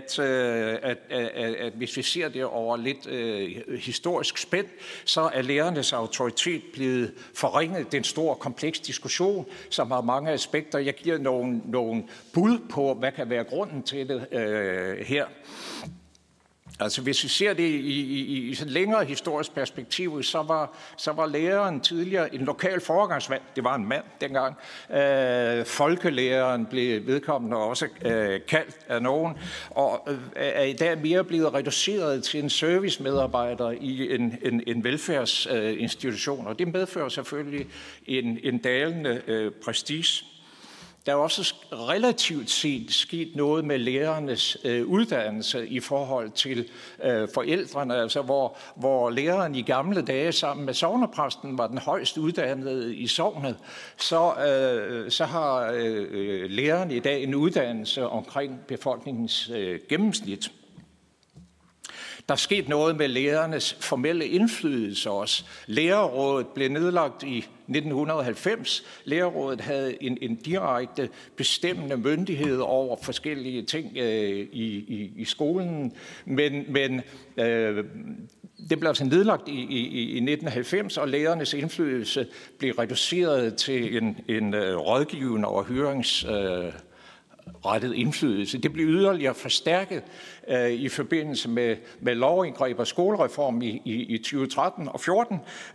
G: at hvis vi ser det over lidt historisk spænd, så er lærernes autoritet blevet forringet. Det er en stor, kompleks diskussion, som har mange aspekter. Jeg giver nogle bud på, hvad kan være grunden til det her. Altså hvis vi ser det i sådan længere historisk perspektiv, så var læreren tidligere en lokal foregangsmand. Det var en mand dengang. Folkelæreren blev vedkommende også kaldt af nogen, og er i dag mere blevet reduceret til en servicemedarbejder i en velfærdsinstitution, og det medfører selvfølgelig en dalende prestige. Der er også relativt set sket noget med lærernes uddannelse i forhold til forældrene, altså hvor læreren i gamle dage sammen med sognepræsten var den højst uddannede i sognet, så har læreren i dag en uddannelse omkring befolkningens gennemsnit. Der er sket noget med lærernes formelle indflydelse også. Lærerrådet blev nedlagt i 1990. Lærerrådet havde en direkte bestemmende myndighed over forskellige ting i skolen, men det blev altså nedlagt i 1990, og lærernes indflydelse blev reduceret til en rådgivende og høringsrettet indflydelse. Det blev yderligere forstærket i forbindelse med lovindgreb og skolereform i 2013 og 14,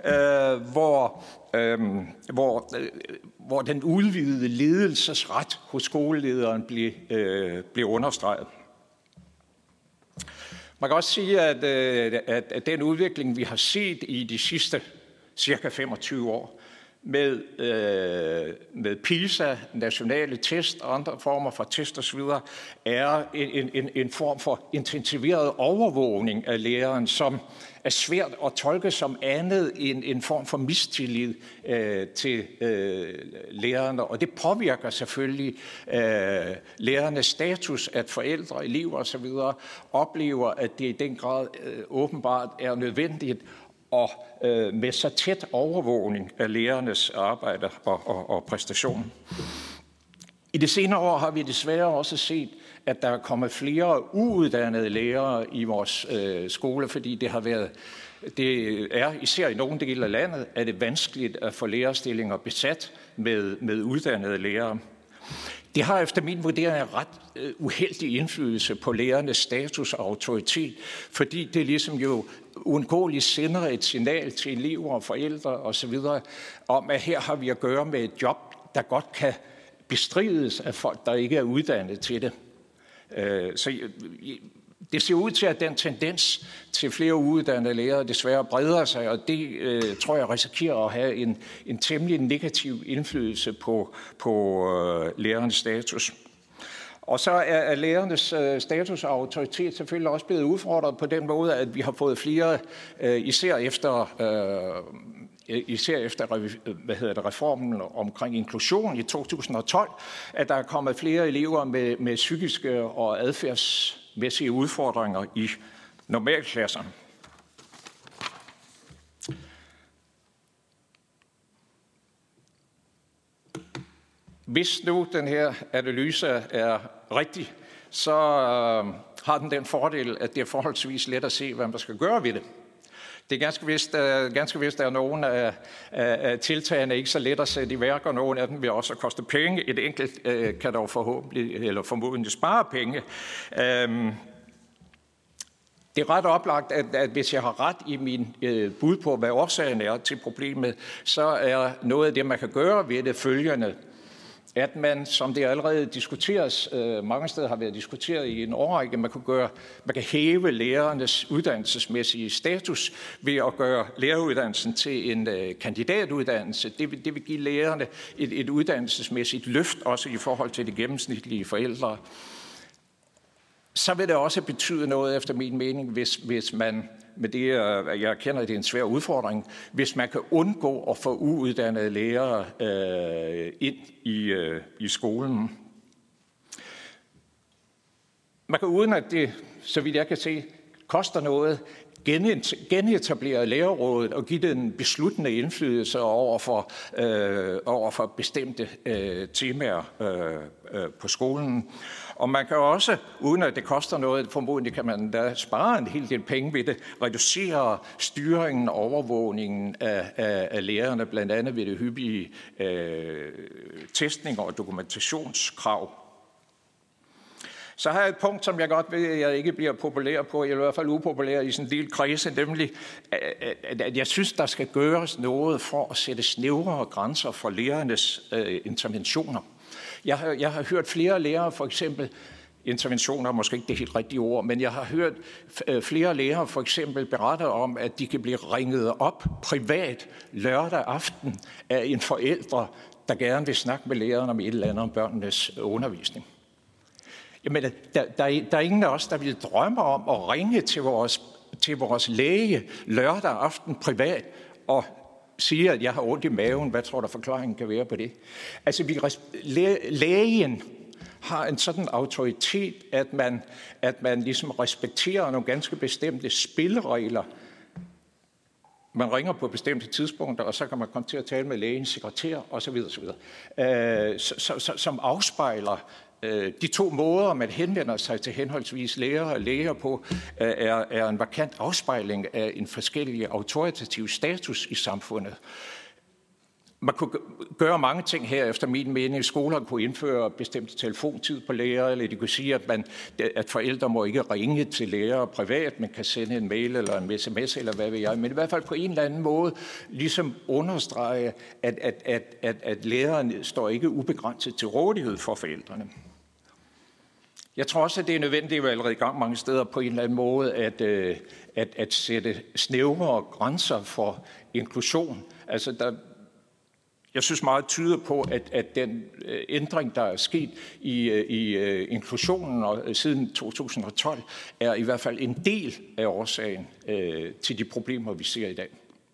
G: hvor den udvidede ledelsesret hos skolelederen blev understreget. Man kan også sige, at den udvikling, vi har set i de sidste cirka 25 år, med PISA, nationale test og andre former for test osv., er en form for intensiveret overvågning af læreren, som er svært at tolke som andet end en form for mistillid til lærerne. Og det påvirker selvfølgelig lærernes status, at forældre, elever osv. oplever, at det i den grad åbenbart er nødvendigt og med så tæt overvågning af lærernes arbejde og præstation. I de senere år har vi desværre også set, at der er kommet flere uuddannede lærere i vores skole, fordi det er især i nogle dele af landet, er det vanskeligt at få lærerstillinger besat med uddannede lærere. Det har efter min vurdering en ret uheldig indflydelse på lærernes status og autoritet, fordi det ligesom jo uundgåeligt sender et signal til elever og forældre osv. om, at her har vi at gøre med et job, der godt kan bestrides af folk, der ikke er uddannet til det. Så det ser ud til, at den tendens til flere uuddannede lærere desværre breder sig, og det tror jeg risikerer at have en temmelig negativ indflydelse på lærernes status. Og så er lærernes status og autoritet selvfølgelig også blevet udfordret på den måde, at vi har fået flere, især efter reformen omkring inklusion i 2012, at der er kommet flere elever med psykiske og adfærdsmæssige udfordringer i normalklasserne. Hvis nu den her analyse er rigtig, så har den fordel, at det er forholdsvis let at se, hvad man skal gøre ved det. Det er ganske vist, der er nogle af tiltagene ikke så let at sætte i værk, og nogle af dem vil også koste penge. Et enkelt kan dog formodentlig spare penge. Det er ret oplagt, at hvis jeg har ret i min bud på, hvad årsagen er til problemet, så er noget af det, man kan gøre ved det følgende: at man, som det allerede diskuteres, mange steder har været diskuteret i en årrække, man kan hæve lærernes uddannelsesmæssige status ved at gøre læreruddannelsen til en kandidatuddannelse. Det vil give lærerne et uddannelsesmæssigt løft, også i forhold til de gennemsnitlige forældre. Så vil det også betyde noget, efter min mening, hvis man, med det jeg kender, det er en svær udfordring, hvis man kan undgå at få uuddannede lærere ind i skolen. Man kan uden at det, så vidt jeg kan se, koster noget, genetablere lærerrådet og give den besluttende indflydelse over for bestemte temaer på skolen. Og man kan også, uden at det koster noget, formodentlig kan man da spare en hel del penge ved det, reducere styringen og overvågningen af lærerne, blandt andet ved det hyppige testning og dokumentationskrav. Så har jeg et punkt, som jeg godt ved, at jeg ikke bliver populær på, eller i hvert fald upopulær i sådan en del kredse, nemlig at jeg synes, der skal gøres noget for at sætte snævrere grænser for lærernes interventioner. Jeg har hørt flere lærere, for eksempel, interventioner er måske ikke det helt rigtige ord, men jeg har hørt flere lærere for eksempel berette om, at de kan blive ringet op privat lørdag aften af en forælder, der gerne vil snakke med læreren om et eller andet om børnenes undervisning. Jamen, der er ingen af os, der vil drømme om at ringe til vores læge lørdag aften privat og sige, at jeg har ondt i maven. Hvad tror du forklaringen kan være på det? Altså, lægen har en sådan autoritet, at man ligesom respekterer nogle ganske bestemte spilleregler. Man ringer på bestemte tidspunkter, og så kan man komme til at tale med lægens sekretær osv. Som afspejler de to måder, man henvender sig til henholdsvis læger og læger på, er en markant afspejling af en forskellig autoritativ status i samfundet. Man kunne gøre mange ting her, efter min mening. Skoler kunne indføre bestemt telefontid på lærer, eller de kunne sige, at forældre må ikke ringe til lærere privat, men kan sende en mail eller en sms, eller hvad ved jeg. Men i hvert fald på en eller anden måde ligesom understrege, at læreren står ikke ubegrænset til rådighed for forældrene. Jeg tror også, at det er nødvendigt, at allerede i gang mange steder på en eller anden måde, at sætte snævrere grænser for inklusion. Altså, jeg synes meget tyder på, at den ændring, der er sket i inklusionen siden 2012, er i hvert fald en del af årsagen til de problemer, vi ser i dag.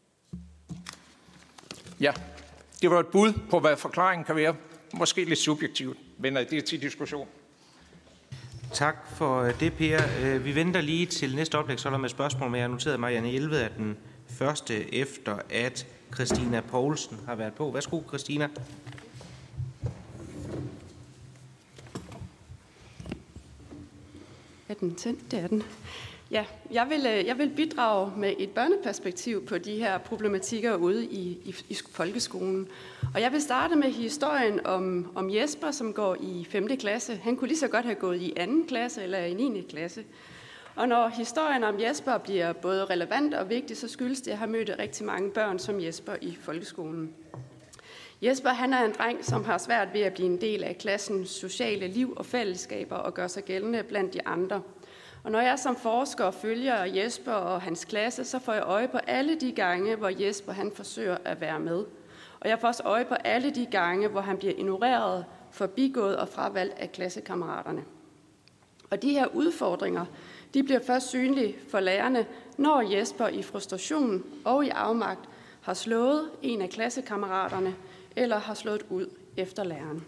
G: Ja, det var et bud på, hvad forklaringen kan være. Måske lidt subjektivt, men det er til diskussion.
A: Tak for det, Per. Vi venter lige til næste oplæg, så er der med spørgsmål, men jeg har noteret, at Marianne Jelved er den første, efter at Christina Poulsen har været på. Værsgo, Christina.
H: Er den tændt? Det er den. Ja, jeg vil bidrage med et børneperspektiv på de her problematikker ude i folkeskolen. Og jeg vil starte med historien om Jesper, som går i 5. klasse. Han kunne lige så godt have gået i 2. klasse eller i 9. klasse. Og når historien om Jesper bliver både relevant og vigtig, så skyldes det, at jeg har mødt rigtig mange børn som Jesper i folkeskolen. Jesper, han er en dreng, som har svært ved at blive en del af klassens sociale liv og fællesskaber og gøre sig gældende blandt de andre. Og når jeg som forsker følger Jesper og hans klasse, så får jeg øje på alle de gange, hvor Jesper han forsøger at være med. Og jeg får også øje på alle de gange, hvor han bliver ignoreret, forbigået og fravalgt af klassekammeraterne. Og de her udfordringer, de bliver først synlige for lærerne, når Jesper i frustration og i afmagt har slået en af klassekammeraterne eller har slået ud efter læreren.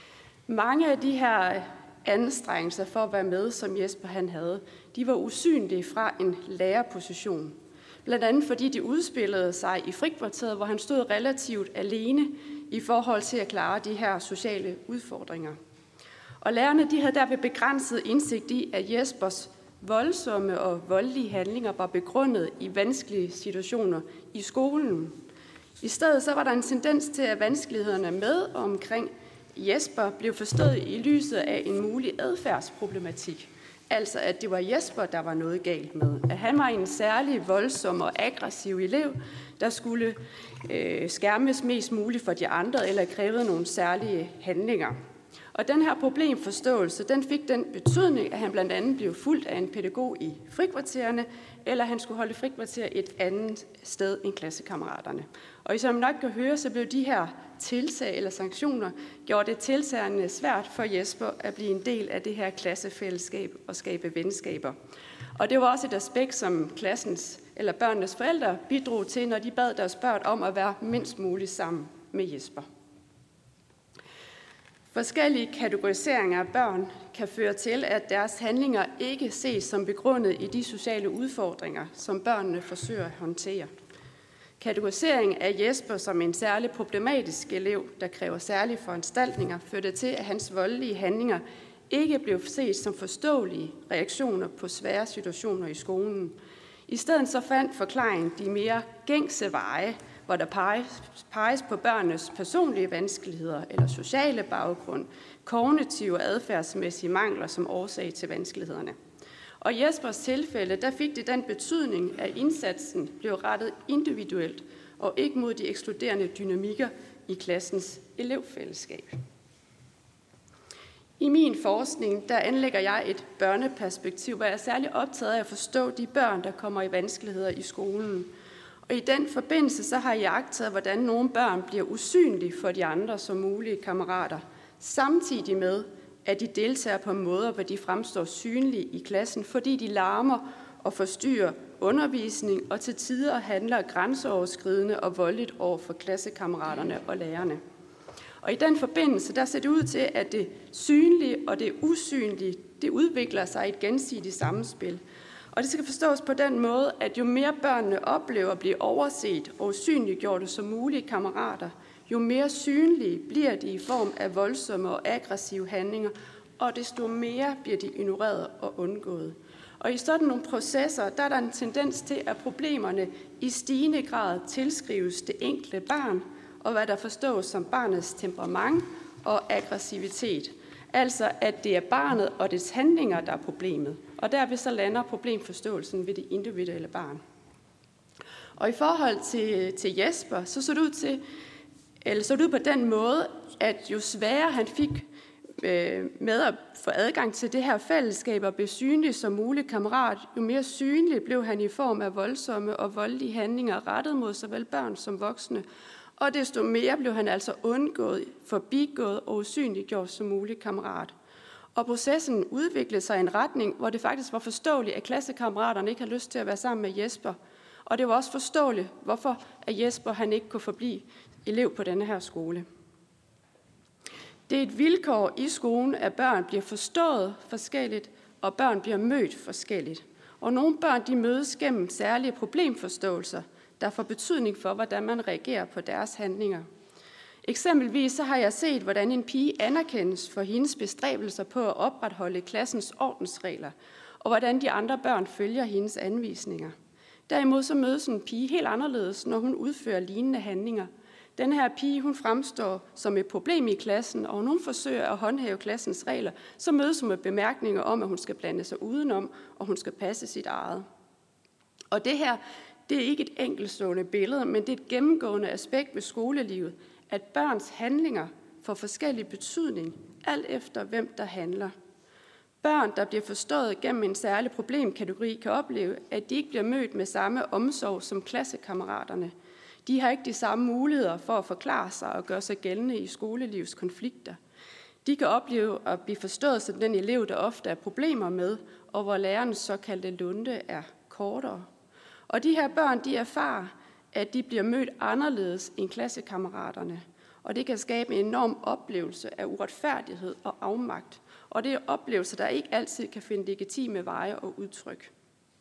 H: Mange af de her anstrengelser for at være med, som Jesper han havde, de var usynlige fra en lærerposition. Blandt andet fordi de udspillede sig i frikvarteret, hvor han stod relativt alene i forhold til at klare de her sociale udfordringer. Og lærerne de havde derved begrænset indsigt i, at Jespers voldsomme og voldelige handlinger var begrundet i vanskelige situationer i skolen. I stedet så var der en tendens til, at vanskelighederne med og omkring Jesper blev forstået i lyset af en mulig adfærdsproblematik. Altså at det var Jesper, der var noget galt med. At han var en særlig voldsom og aggressiv elev, der skulle skærmes mest muligt for de andre eller krævede nogle særlige handlinger. Og den her problemforståelse, den fik den betydning, at han blandt andet blev fulgt af en pædagog i frikvartererne, eller han skulle holde frikvarter et andet sted end klassekammeraterne. Og som nok kan høre, så blev de her tiltag eller sanktioner gjort det tiltagende svært for Jesper at blive en del af det her klassefællesskab og skabe venskaber. Og det var også et aspekt, som klassens eller børnenes forældre bidrog til, når de bad deres børn om at være mindst muligt sammen med Jesper. Forskellige kategoriseringer af børn kan føre til, at deres handlinger ikke ses som begrundet i de sociale udfordringer, som børnene forsøger at håndtere. Kategorisering af Jesper som en særlig problematisk elev, der kræver særlige foranstaltninger, førte til, at hans voldelige handlinger ikke blev set som forståelige reaktioner på svære situationer i skolen. I stedet så fandt forklaringen de mere gængse veje, hvor der peges på børnenes personlige vanskeligheder eller sociale baggrund, kognitive og adfærdsmæssige mangler som årsag til vanskelighederne. Og i Jespers tilfælde, der fik det den betydning, at indsatsen blev rettet individuelt og ikke mod de ekskluderende dynamikker i klassens elevfællesskab. I min forskning, der anlægger jeg et børneperspektiv, hvor jeg er særlig optaget af at forstå de børn, der kommer i vanskeligheder i skolen. Og i den forbindelse så har jeg iagttaget, hvordan nogle børn bliver usynlige for de andre som mulige kammerater, samtidig med, at de deltager på måder, hvor de fremstår synlige i klassen, fordi de larmer og forstyrrer undervisning og til tider handler grænseoverskridende og voldeligt over for klassekammeraterne og lærerne. Og i den forbindelse, der ser det ud til, at det synlige og det usynlige, det udvikler sig i et gensidigt samspil. Og det skal forstås på den måde, at jo mere børnene oplever at blive overset og usynliggjorte som mulige kammerater, jo mere synlige bliver de i form af voldsomme og aggressive handlinger, og desto mere bliver de ignoreret og undgået. Og i sådan nogle processer, der er der en tendens til, at problemerne i stigende grad tilskrives det enkelte barn, og hvad der forstås som barnets temperament og aggressivitet. Altså, at det er barnet og dets handlinger, der er problemet. Og derved så lander problemforståelsen ved det individuelle barn. Og i forhold til Jesper, så så det ud på den måde, at jo sværere han fik med at få adgang til det her fællesskab og blive synlig som mulig kammerat, jo mere synlig blev han i form af voldsomme og voldelige handlinger rettet mod såvel børn som voksne. Og desto mere blev han altså undgået, forbigået og usynliggjort som mulig kammerat. Og processen udviklede sig i en retning, hvor det faktisk var forståeligt, at klassekammeraterne ikke havde lyst til at være sammen med Jesper. Og det var også forståeligt, hvorfor at Jesper han ikke kunne forblive elev på denne her skole. Det er et vilkår i skolen, at børn bliver forstået forskelligt, og børn bliver mødt forskelligt. Og nogle børn de mødes gennem særlige problemforståelser, der får betydning for, hvordan man reagerer på deres handlinger. Eksempelvis så har jeg set, hvordan en pige anerkendes for hendes bestræbelser på at opretholde klassens ordensregler, og hvordan de andre børn følger hendes anvisninger. Derimod så mødes en pige helt anderledes, når hun udfører lignende handlinger. Den her pige, hun fremstår som et problem i klassen, og når hun forsøger at håndhæve klassens regler, så mødes hun med bemærkninger om, at hun skal blande sig udenom, og hun skal passe sit eget. Og det her, det er ikke et enkeltstående billede, men det er et gennemgående aspekt ved skolelivet, at børns handlinger får forskellig betydning, alt efter hvem der handler. Børn, der bliver forstået gennem en særlig problemkategori, kan opleve, at de ikke bliver mødt med samme omsorg som klassekammeraterne. De har ikke de samme muligheder for at forklare sig og gøre sig gældende i skolelivets konflikter. De kan opleve at blive forstået som den elev, der ofte er problemer med, og hvor lærernes såkaldte lunte er kortere. Og de her børn, de erfarer, at de bliver mødt anderledes end klassekammeraterne. Og det kan skabe en enorm oplevelse af uretfærdighed og afmagt. Og det er oplevelser, der ikke altid kan finde legitime veje og udtryk.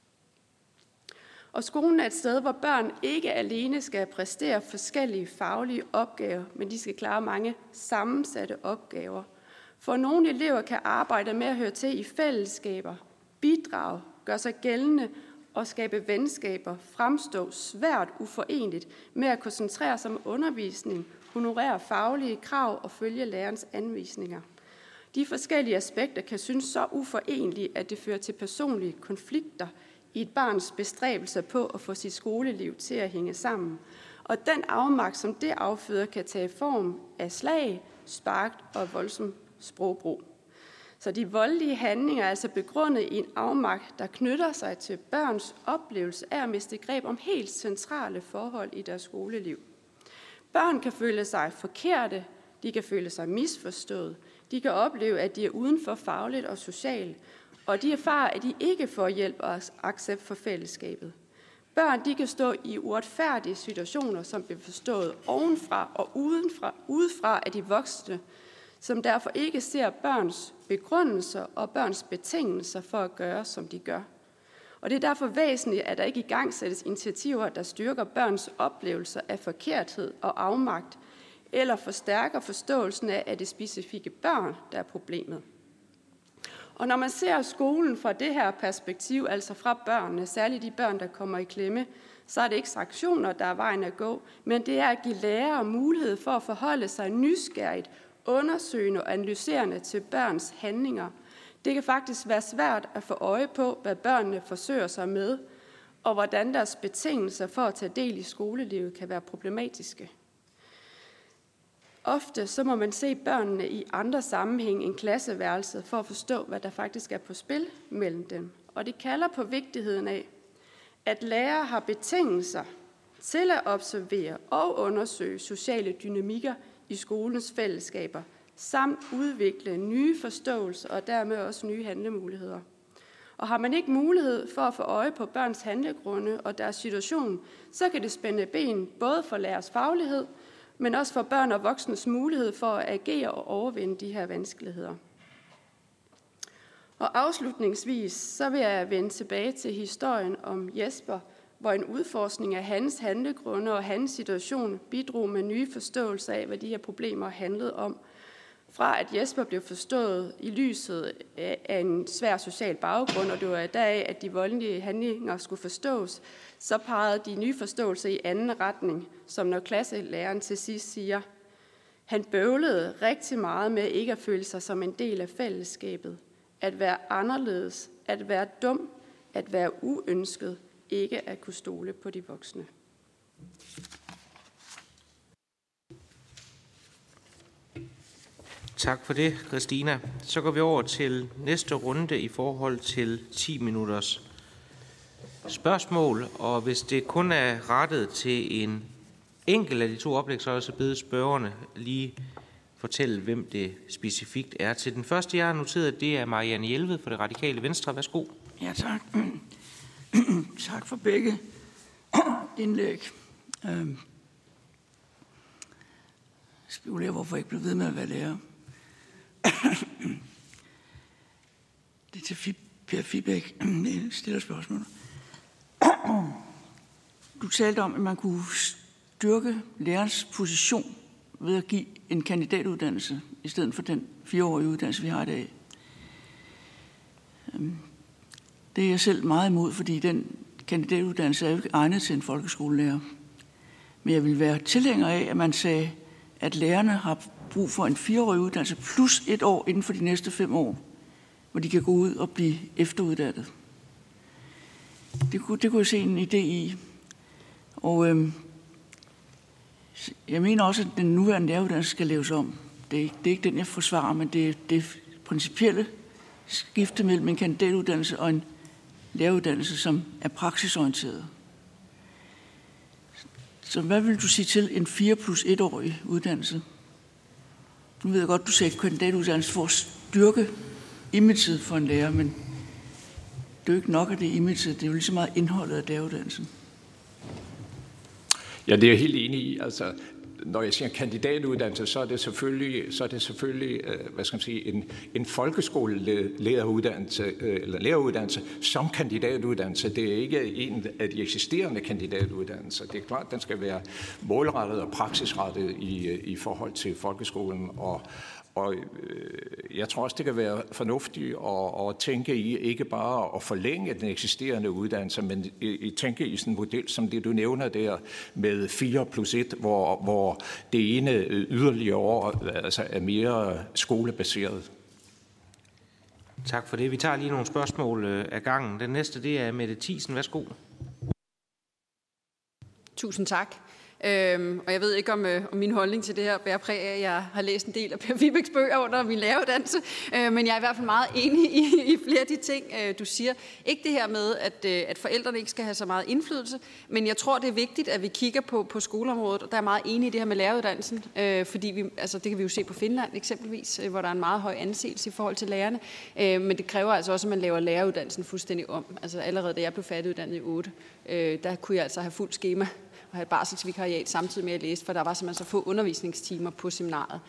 H: Og skolen er et sted, hvor børn ikke alene skal præstere forskellige faglige opgaver, men de skal klare mange sammensatte opgaver. For nogle elever kan arbejde med at høre til i fællesskaber, bidrage, gøre sig gældende og skabe venskaber, fremstå svært uforenligt med at koncentrere sig om undervisning, honorere faglige krav og følge lærerens anvisninger. De forskellige aspekter kan synes så uforenlige, at det fører til personlige konflikter i et barns bestræbelser på at få sit skoleliv til at hænge sammen. Og den afmagt, som det afføder, kan tage form af slag, spark og voldsom sprogbrug. Så de voldelige handlinger er altså begrundet i en afmagt, der knytter sig til børns oplevelse af at miste greb om helt centrale forhold i deres skoleliv. Børn kan føle sig forkerte, de kan føle sig misforstået, de kan opleve, at de er udenfor fagligt og socialt, og de erfarer, at de ikke får hjælp og accept for fællesskabet. Børn de kan stå i uretfærdige situationer, som bliver forstået ovenfra og udefra af de voksne, som derfor ikke ser børns begrundelser og børns betingelser for at gøre, som de gør. Og det er derfor væsentligt, at der ikke igangsættes initiativer, der styrker børns oplevelser af forkerthed og afmagt, eller forstærker forståelsen af, at det specifikke børn, der er problemet. Og når man ser skolen fra det her perspektiv, altså fra børnene, særligt de børn, der kommer i klemme, så er det ikke sanktioner, der er vejen at gå, men det er at give lærere mulighed for at forholde sig nysgerrigt, undersøgende og analyserende til børns handlinger. Det kan faktisk være svært at få øje på, hvad børnene forsøger sig med, og hvordan deres betingelser for at tage del i skolelivet kan være problematiske. Ofte så må man se børnene i andre sammenhæng end klasseværelset for at forstå, hvad der faktisk er på spil mellem dem. Og det kalder på vigtigheden af, at lærere har betingelser til at observere og undersøge sociale dynamikker i skolens fællesskaber, samt udvikle nye forståelser og dermed også nye handlemuligheder. Og har man ikke mulighed for at få øje på børns handlegrunde og deres situation, så kan det spænde ben både for lærers faglighed, men også for børn og voksnes mulighed for at agere og overvinde de her vanskeligheder. Og afslutningsvis så vil jeg vende tilbage til historien om Jesper, hvor en udforskning af hans handlegrunde og hans situation bidrog med nye forståelser af, hvad de her problemer handlede om. Fra at Jesper blev forstået i lyset af en svær social baggrund, og det var deraf, at de voldelige handlinger skulle forstås, så pegede de nye forståelser i anden retning, som når klasselæreren til sidst siger, han bøvlede rigtig meget med ikke at føle sig som en del af fællesskabet, at være anderledes, at være dum, at være uønsket, ikke at kunne stole på de voksne.
A: Tak for det, Christina. Så går vi over til næste runde i forhold til 10 minutters spørgsmål. Og hvis det kun er rettet til en enkelt af de to oplæg, så er jeg så bedt spørgerne lige fortælle, hvem det specifikt er til. Den første, jeg har noteret, det er Marianne Jelved for Det Radikale Venstre. Værsgo.
I: Ja, tak. Tak for begge indlæg. Spekulerer, hvorfor jeg ikke blev ved med at være lærer. Det er til Per Fibæk, jeg stiller spørgsmål. Du talte om, at man kunne styrke lærerens position ved at give en kandidatuddannelse, i stedet for den 4-årige uddannelse, vi har i dag. Det er jeg selv meget imod, fordi den kandidatuddannelse er jo ikke egnet til en folkeskolelærer. Men jeg vil være tilhænger af, at man sagde, at lærerne har brug for en 4-årig uddannelse plus 1 år inden for de næste 5 år, hvor de kan gå ud og blive efteruddannet. Det kunne jeg se en idé i. Og jeg mener også, at den nuværende læreruddannelse skal laves om. Det er ikke den, jeg forsvarer, men det er det principielle skifte mellem en kandidatuddannelse og en læreruddannelse, som er praksisorienteret. Så hvad vil du sige til en 4 plus 1-årig uddannelse? Nu ved jeg godt, du sagde kandidatuddannelse for at styrke imaget for en lærer, men det er jo ikke nok af det imaget, det er jo lige så meget indholdet af læreruddannelsen.
G: Ja, det er jeg helt enig i. Altså, når jeg siger kandidatuddannelse, så er det selvfølgelig hvad skal man sige, en folkeskolelæreruddannelse eller læreruddannelse som kandidatuddannelse. Det er ikke en af de eksisterende kandidatuddannelser. Det er klart, den skal være målrettet og praksisrettet i forhold til folkeskolen. Og jeg tror også, det kan være fornuftigt at tænke i ikke bare at forlænge den eksisterende uddannelse, men tænke i sådan en model, som det du nævner der, med 4 plus 1, hvor det ene yderligere år altså er mere skolebaseret.
A: Tak for det. Vi tager lige nogle spørgsmål af gangen. Den næste, det er Mette Thiesen. Værsgo.
E: Tusind tak. Og jeg ved ikke, om min holdning til det her bærer præg af, at jeg har læst en del af Per Fibæks bøger under min læreruddannelse, men jeg er i hvert fald meget enig i flere af de ting, du siger. Ikke det her med, at forældrene ikke skal have så meget indflydelse, men jeg tror, det er vigtigt, at vi kigger på skoleområdet, og der er meget enig i det her med læreruddannelsen, fordi det kan vi jo se på Finland eksempelvis, hvor der er en meget høj anseelse i forhold til lærerne, men det kræver altså også, at man laver læreruddannelsen fuldstændig om. Altså allerede da jeg blev færdiguddannet i 8, der kunne jeg altså have fuldt skema have et barselsvikariat samtidig med at læse, for der var simpelthen så få undervisningstimer på seminariet.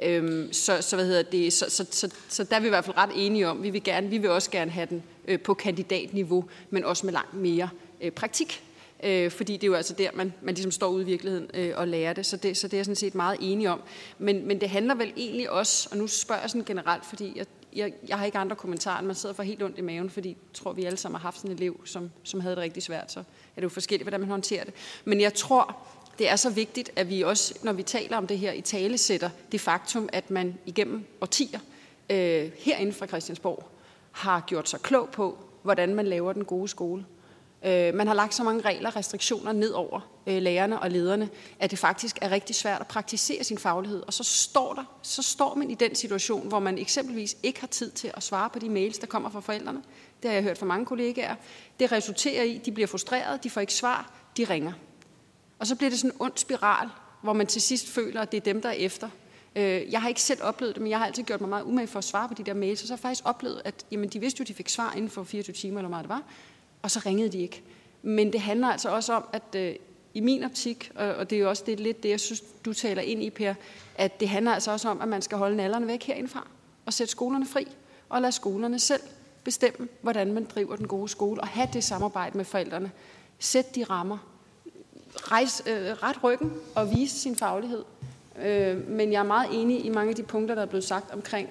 E: Så der er vi i hvert fald ret enige om, vi vil også gerne have den på kandidatniveau, men også med langt mere praktik. Fordi det er jo altså der, man ligesom står ude i virkeligheden og lærer det. Så det er jeg sådan set meget enig om. Men det handler vel egentlig også, og nu spørger jeg sådan generelt, fordi jeg har ikke andre kommentarer, end man sidder for helt ondt i maven, fordi jeg tror, vi alle sammen har haft sådan en elev, som havde det rigtig svært, så er det jo forskelligt, hvordan man håndterer det. Men jeg tror, det er så vigtigt, at vi også, når vi taler om det her, i tale sætter det faktum, at man igennem årtier herinde fra Christiansborg har gjort sig klog på, hvordan man laver den gode skole. Man har lagt så mange regler og restriktioner ned over lærerne og lederne, at det faktisk er rigtig svært at praktisere sin faglighed. Og så står man i den situation, hvor man eksempelvis ikke har tid til at svare på de mails, der kommer fra forældrene. Det har jeg hørt fra mange kollegaer. Det resulterer i, at de bliver frustrerede, de får ikke svar, de ringer. Og så bliver det sådan en ond spiral, hvor man til sidst føler, at det er dem, der er efter. Jeg har ikke selv oplevet det, men jeg har altid gjort mig meget umage for at svare på de der mails, og så har jeg faktisk oplevet, at jamen, de vidste jo, at de fik svar inden for 24 timer, eller hvor meget det var. Og så ringede de ikke. Men det handler altså også om, at i min optik, og det er jo også lidt det, jeg synes, du taler ind i, Per, at det handler altså også om, at man skal holde nallerne væk herindefra, og sætte skolerne fri, og lade skolerne selv bestemme, hvordan man driver den gode skole, og have det samarbejde med forældrene. Sæt de rammer. Ret ryggen og vise sin faglighed. Men jeg er meget enig i mange af de punkter, der er blevet sagt omkring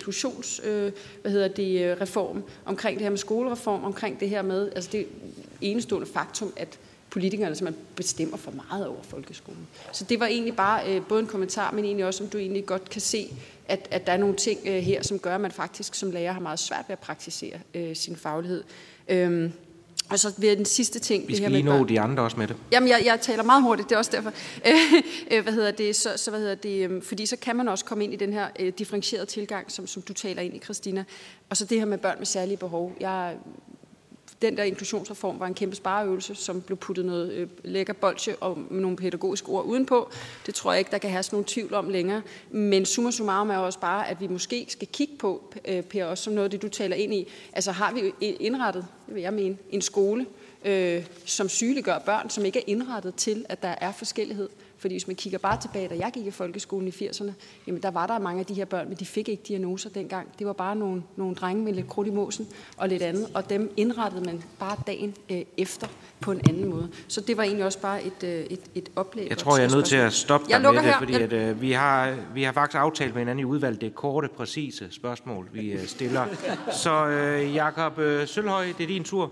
E: reform, omkring det her med skolereform, omkring det her med, altså det enestående faktum, at politikerne simpelthen bestemmer for meget over folkeskolen. Så det var egentlig bare både en kommentar, men egentlig også, om du egentlig godt kan se, at der er nogle ting her, som gør, at man faktisk som lærer har meget svært ved at praktisere sin faglighed. Og så ved den sidste ting...
A: Vi skal lige nå de andre også med det.
E: Jamen, jeg taler meget hurtigt, det er også derfor. Fordi så kan man også komme ind i den her differentierede tilgang, som du taler ind i, Christina. Og så det her med børn med særlige behov. Den der inklusionsreform var en kæmpe spareøvelse, som blev puttet noget lækker bolsje og nogle pædagogiske ord udenpå. Det tror jeg ikke, der kan have sådan nogen tvivl om længere. Men summa summarum er også bare, at vi måske skal kigge på, Per, også som noget af det, du taler ind i. Altså har vi indrettet, det vil jeg mene, en skole, som sygeliggør børn, som ikke er indrettet til, at der er forskellighed. Fordi hvis man kigger bare tilbage, da jeg gik i folkeskolen i 80'erne, jamen der var der mange af de her børn, men de fik ikke diagnoser dengang. Det var bare nogle drenge med lidt krudt i mosen og lidt andet, og dem indrettede man bare dagen efter på en anden måde. Så det var egentlig også bare et oplæg.
A: Jeg tror, jeg er nødt til at stoppe dig med det, fordi at, vi har faktisk aftalt med hinanden i udvalget, det korte, præcise spørgsmål, vi stiller. Så Jakob Sølhøj, det er din tur.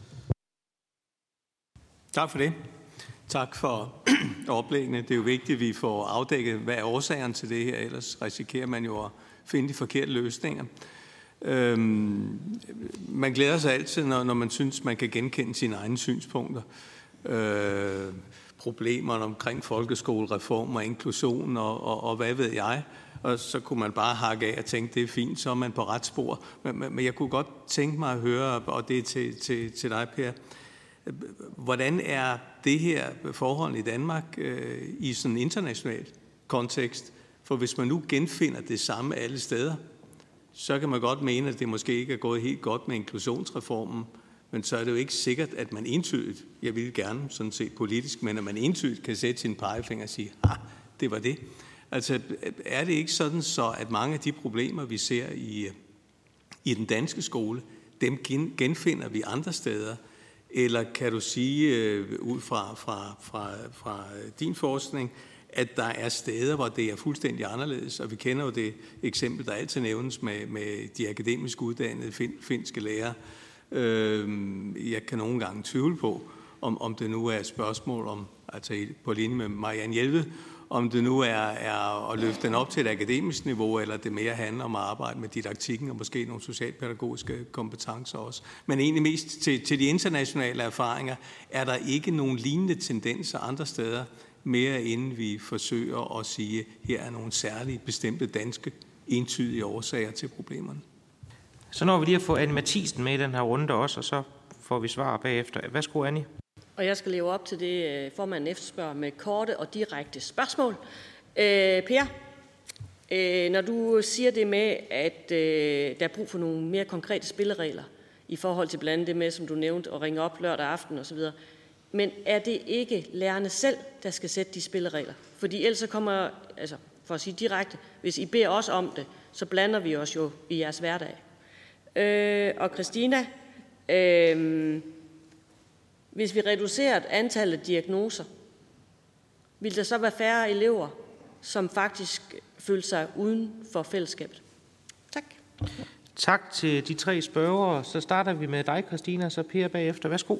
J: Tak for det. Tak for oplæggene. Det er jo vigtigt, at vi får afdækket, hvad er årsagerne til det her, ellers risikerer man jo at finde de forkerte løsninger. Man glæder sig altid, når man synes, man kan genkende sine egne synspunkter. Problemerne omkring folkeskolereform og inklusion og hvad ved jeg. Og så kunne man bare hakke af og tænke, det er fint, så er man på ret spor. Men jeg kunne godt tænke mig at høre, og det er til dig, Per, hvordan er det her forhold i Danmark i sådan en international kontekst? For hvis man nu genfinder det samme alle steder, så kan man godt mene, at det måske ikke er gået helt godt med inklusionsreformen, men så er det jo ikke sikkert, at man entydigt, jeg vil gerne sådan set politisk, men at man entydigt kan sætte sin pegefinger og sige, det var det. Altså er det ikke sådan så, at mange af de problemer, vi ser i den danske skole, dem genfinder vi andre steder? Eller kan du sige, ud fra din forskning, at der er steder, hvor det er fuldstændig anderledes? Og vi kender jo det eksempel, der altid nævnes med de akademisk uddannede finske lærere. Jeg kan nogle gange tvivle på, om det nu er et spørgsmål om, altså på linje med Marianne Jelved, om det nu er at løfte den op til et akademisk niveau, eller det mere handler om at arbejde med didaktikken og måske nogle socialpædagogiske kompetencer også. Men egentlig mest til de internationale erfaringer, er der ikke nogen lignende tendenser andre steder, mere inden vi forsøger at sige, her er nogle særlige bestemte danske entydige årsager til problemerne.
A: Så når vi lige at få Annie Mathisen med i den her runde også, og så får vi svar bagefter. Værsgo, Annie.
F: Og jeg skal leve op til det, formanden efterspørger med korte og direkte spørgsmål. Per, når du siger det med, at der er brug for nogle mere konkrete spilleregler i forhold til blandt andet det med, som du nævnte, at ringe op lørdag aften osv., Men er det ikke lærerne selv, der skal sætte de spilleregler? Fordi ellers så kommer, altså for at sige direkte, hvis I beder os om det, så blander vi os jo i jeres hverdag. Og Christina, hvis vi reducerer antallet af diagnoser, vil der så være færre elever, som faktisk føler sig uden for fællesskabet? Tak.
A: Tak til de 3 spørgere. Så starter vi med dig, Christina, så Per bagefter. Værsgo.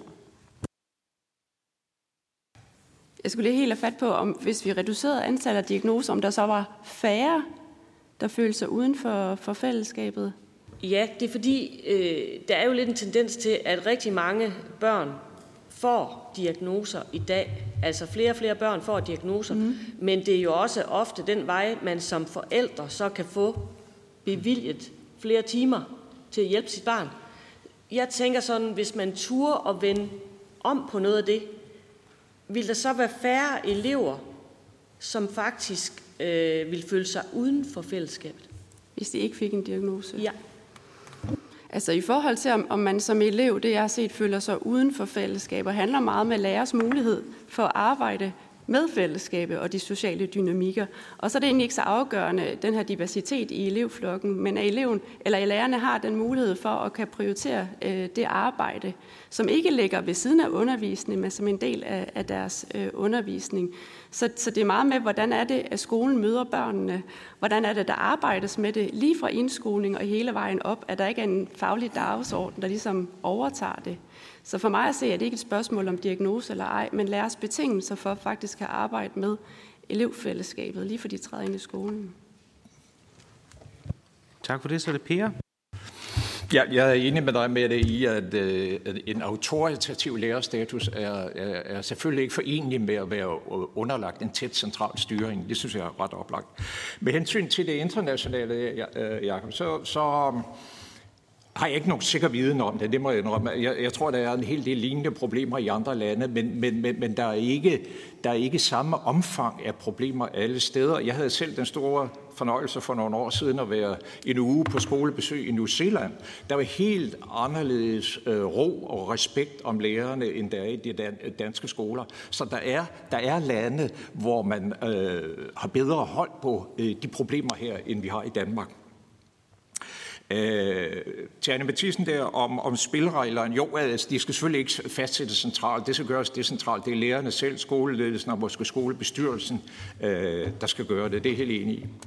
H: Jeg skulle lige helt have fat på, om hvis vi reducerede antallet af diagnoser, om der så var færre, der følte sig uden for fællesskabet.
F: Ja, det er fordi, der er jo lidt en tendens til, at rigtig mange børn får diagnoser i dag. Altså flere og flere børn får diagnoser. Men det er jo også ofte den vej, man som forældre så kan få bevilget flere timer til at hjælpe sit barn. Jeg tænker sådan, hvis man turde at vende om på noget af det, vil der så være færre elever, som faktisk vil føle sig uden for fællesskabet?
H: Hvis de ikke fik en diagnose?
F: Ja.
H: Altså i forhold til, om man som elev, det jeg har set, føler sig uden for fællesskaber, handler meget med lærers mulighed for at arbejde med fællesskabet og de sociale dynamikker. Og så er det egentlig ikke så afgørende, den her diversitet i elevflokken, men at eleven eller lærerne har den mulighed for at kan prioritere det arbejde, som ikke ligger ved siden af undervisning, men som en del af deres undervisning. Så det er meget med, hvordan er det, at skolen møder børnene, hvordan er det, der arbejdes med det, lige fra indskoling og hele vejen op, at der ikke er en faglig dagsorden, der ligesom overtager det. Så for mig at se, er det ikke et spørgsmål om diagnose eller ej, men lærers betingelser for faktisk at arbejde med elevfællesskabet, lige for de træder ind i skolen.
A: Tak for det, så er det Per.
G: Ja, jeg er enig med dig med det i, at en autoritativ lærerstatus er selvfølgelig ikke forenlig med at være underlagt en tæt central styring. Det synes jeg er ret oplagt. Med hensyn til det internationale, Jacob, så har jeg ikke nogen sikker viden om det. Det må jeg indrømme. Jeg tror, der er en hel del lignende problemer i andre lande, men der er ikke samme omfang af problemer alle steder. Jeg havde selv den store fornøjelse for nogle år siden at være en uge på skolebesøg i New Zealand. Der var helt anderledes ro og respekt om lærerne, end der er i de danske skoler. Så der er lande, hvor man har bedre hold på de problemer her, end vi har i Danmark. Til Anne Mathisen der om spilreglerne. Jo, altså, de skal selvfølgelig ikke fastsættes centralt. Det skal gøres decentralt. Det er lærerne selv, skoleledelsen og måske skolebestyrelsen, der skal gøre det. Det er helt enig i.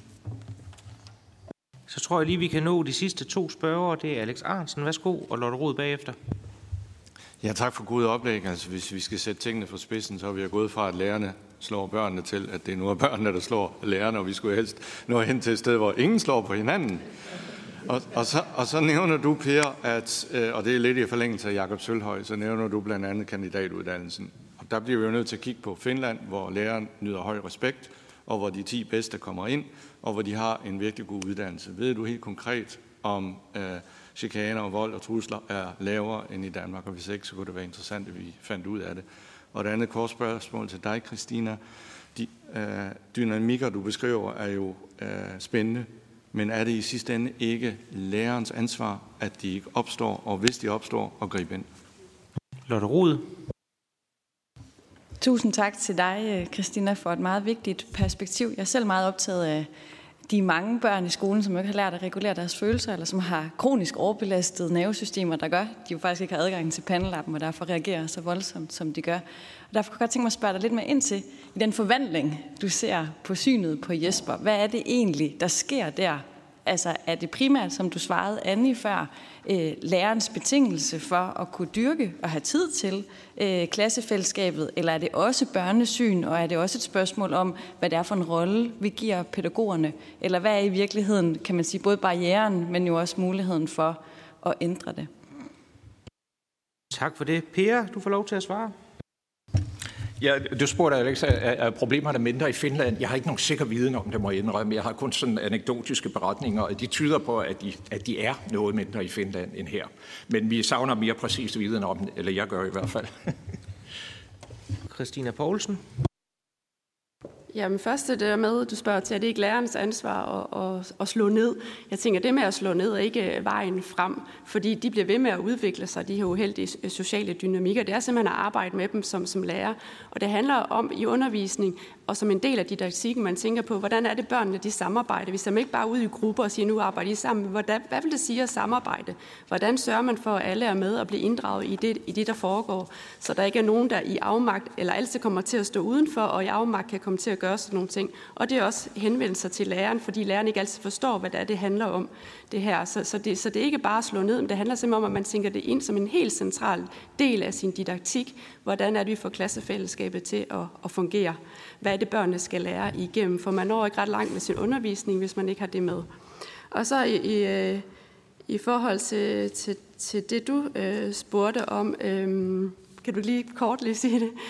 A: Så tror jeg lige, vi kan nå de sidste 2 spørgere. Det er Alex Ahrendtsen, værsgo, og Lotte Rod bagefter.
C: Ja, tak for gode oplæg. Altså, hvis vi skal sætte tingene for spidsen, så er vi gået fra, at lærerne slår børnene til, at det er nu børnene, der slår lærerne, og vi skulle helst nå hen til et sted, hvor ingen slår på hinanden. Og så nævner du, Per, at, og det er lidt i forlængelse af Jakob Sølhøj, så nævner du blandt andet kandidatuddannelsen. Og der bliver vi jo nødt til at kigge på Finland, hvor læreren nyder høj respekt, og hvor de 10 bedste kommer ind, og hvor de har en virkelig god uddannelse. Ved du helt konkret, om chikaner og vold og trusler er lavere end i Danmark? Og hvis ikke, så kunne det være interessant, at vi fandt ud af det. Og det andet kort spørgsmål til dig, Christina. De dynamikker, du beskriver, er jo spændende. Men er det i sidste ende ikke lærerens ansvar, at de ikke opstår, og hvis de opstår, at gribe ind?
A: Lotte Rod.
D: Tusind tak til dig, Christina, for et meget vigtigt perspektiv. Jeg er selv meget optaget af de mange børn i skolen, som ikke har lært at regulere deres følelser, eller som har kronisk overbelastede nervesystemer, der gør, at de jo faktisk ikke har adgang til pandelappen, og derfor reagerer så voldsomt, som de gør. Og derfor kan jeg godt tænke mig at spørge dig lidt mere ind til, i den forvandling, du ser på synet på Jesper. Hvad er det egentlig, der sker der? Altså er det primært, som du svarede Annie før, lærerens betingelse for at kunne dyrke og have tid til klassefællesskabet, eller er det også børnesyn, og er det også et spørgsmål om, hvad det er for en rolle, vi giver pædagogerne, eller hvad er i virkeligheden, kan man sige, både barrieren, men jo også muligheden for at ændre det?
A: Tak for det. Per, du får lov til at svare.
G: Ja, du spurgte, Alex, er problemerne mindre i Finland? Jeg har ikke nogen sikker viden om det, må jeg indrømme. Jeg har kun sådan anekdotiske beretninger, og de tyder på, at de er noget mindre i Finland end her. Men vi savner mere præcis viden om det, eller jeg gør i hvert fald.
A: Christina Poulsen.
H: Jamen først det der med, du spørger til, at det ikke lærernes ansvar at slå ned. Jeg tænker, det med at slå ned er ikke vejen frem, fordi de bliver ved med at udvikle sig, de her uheldige sociale dynamikker. Det er simpelthen at arbejde med dem som lærer. Og det handler om i undervisning, og som en del af didaktikken, man tænker på, hvordan er det børnene, de samarbejder. Hvis de ikke bare ude i grupper og siger, nu arbejder I sammen, hvad vil det sige at samarbejde? Hvordan sørger man for, at alle er med og bliver inddraget i det, der foregår, så der ikke er nogen, der i afmagt eller altid kommer til at stå udenfor, og i afmagt kan komme til at gøre sådan nogle ting. Og det er også henvendelser til læreren, fordi læreren ikke altid forstår, hvad det handler om det her. Så det er ikke bare at slå ned, men det handler simpelthen om, at man tænker det ind som en helt central del af sin didaktik. Hvordan er det, vi får klassefællesskabet til at fungere? Hvad er det, børnene skal lære igennem? For man når ikke ret langt med sin undervisning, hvis man ikke har det med. Og så i forhold til det, du spurgte om, kan du lige kort sige det?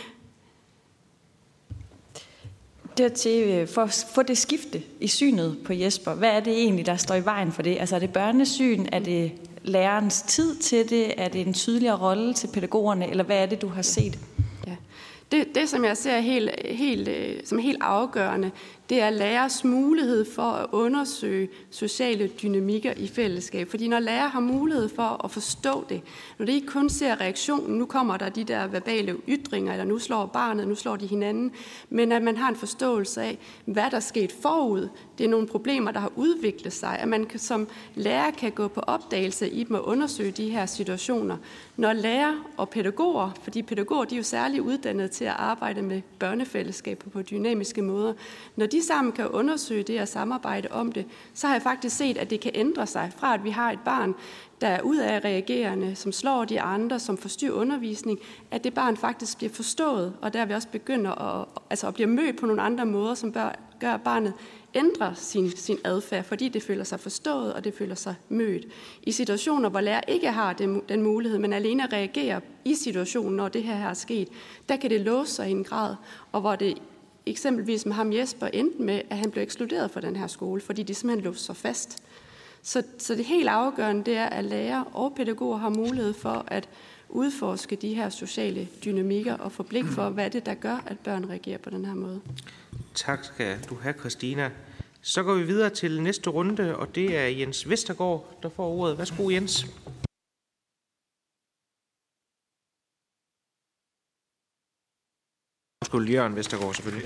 D: For at få det skifte i synet på Jesper, hvad er det egentlig, der står i vejen for det? Altså er det børnesyn? Er det lærerens tid til det? Er det en tydeligere rolle til pædagogerne? Eller hvad er det, du har set?
H: Ja. Det som jeg ser som helt afgørende, det er lærers mulighed for at undersøge sociale dynamikker i fællesskab. Fordi når lærer har mulighed for at forstå det, når det ikke kun ser reaktionen, nu kommer der de der verbale ytringer, eller nu slår barnet, nu slår de hinanden, men at man har en forståelse af, hvad der skete forud. Det er nogle problemer, der har udviklet sig, at man som lærer kan gå på opdagelse i dem og undersøge de her situationer. Når lærer og pædagoger, fordi pædagoger de er jo særligt uddannet til at arbejde med børnefællesskaber på dynamiske måder, når de sammen kan undersøge det og samarbejde om det, så har jeg faktisk set, at det kan ændre sig fra, at vi har et barn, der er udadreagerende, som slår de andre, som forstyrrer undervisning, at det barn faktisk bliver forstået, og der vi også begynder at blive mødt på nogle andre måder, som gør, at barnet ændrer sin adfærd, fordi det føler sig forstået, og det føler sig mødt. I situationer, hvor lærer ikke har den mulighed, men alene reagerer i situationen, når det her er sket, der kan det låse sig i en grad, og hvor det eksempelvis med ham Jesper endte med, at han blev ekskluderet fra den her skole, fordi de simpelthen låste sig fast. Så det helt afgørende, det er, at lærere og pædagoger har mulighed for at udforske de her sociale dynamikker og få blik for, hvad det der gør, at børn reagerer på den her måde.
A: Tak skal du have, Christina. Så går vi videre til næste runde, og det er Jens Vestergaard, der får ordet. Værsgo, Jens. Undskyld, Jørgen Vestergaard selvfølgelig.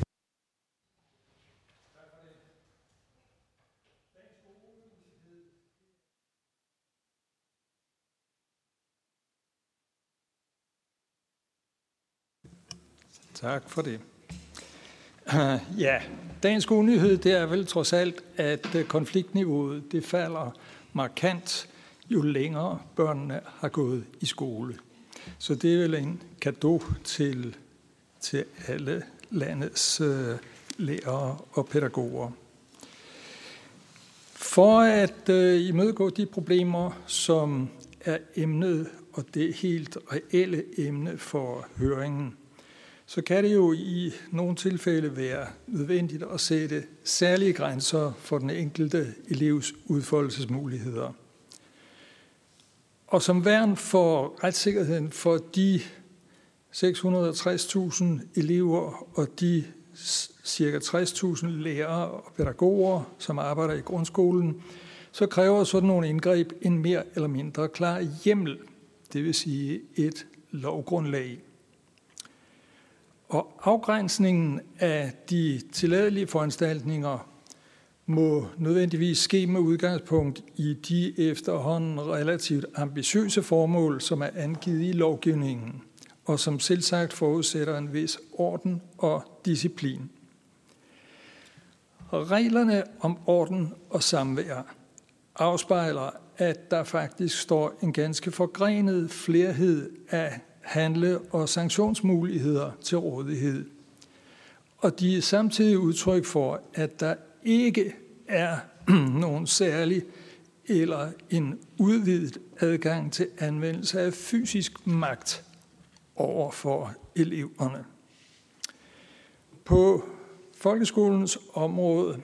K: Tak for det. Ja, dagens gode nyhed, det er vel trods alt, at konfliktniveauet det falder markant, jo længere børnene har gået i skole. Så det er vel en cadeau til alle landets lærere og pædagoger. For at imødegå de problemer, som er emnet, og det helt reelle emne for høringen, så kan det jo i nogle tilfælde være nødvendigt at sætte særlige grænser for den enkelte elevs udfoldelsesmuligheder. Og som værn for retssikkerheden for de 660.000 elever og de ca. 60.000 lærere og pædagoger, som arbejder i grundskolen, så kræver sådan nogle indgreb en mere eller mindre klar hjemmel, det vil sige et lovgrundlag. Og afgrænsningen af de tilladelige foranstaltninger må nødvendigvis ske med udgangspunkt i de efterhånden relativt ambitiøse formål, som er angivet i lovgivningen, og som selvsagt forudsætter en vis orden og disciplin. Reglerne om orden og samvær afspejler, at der faktisk står en ganske forgrenet flerhed af handle- og sanktionsmuligheder til rådighed. Og de er samtidig udtryk for, at der ikke er nogen særlig eller en udvidet adgang til anvendelse af fysisk magt over for eleverne. På folkeskolens område,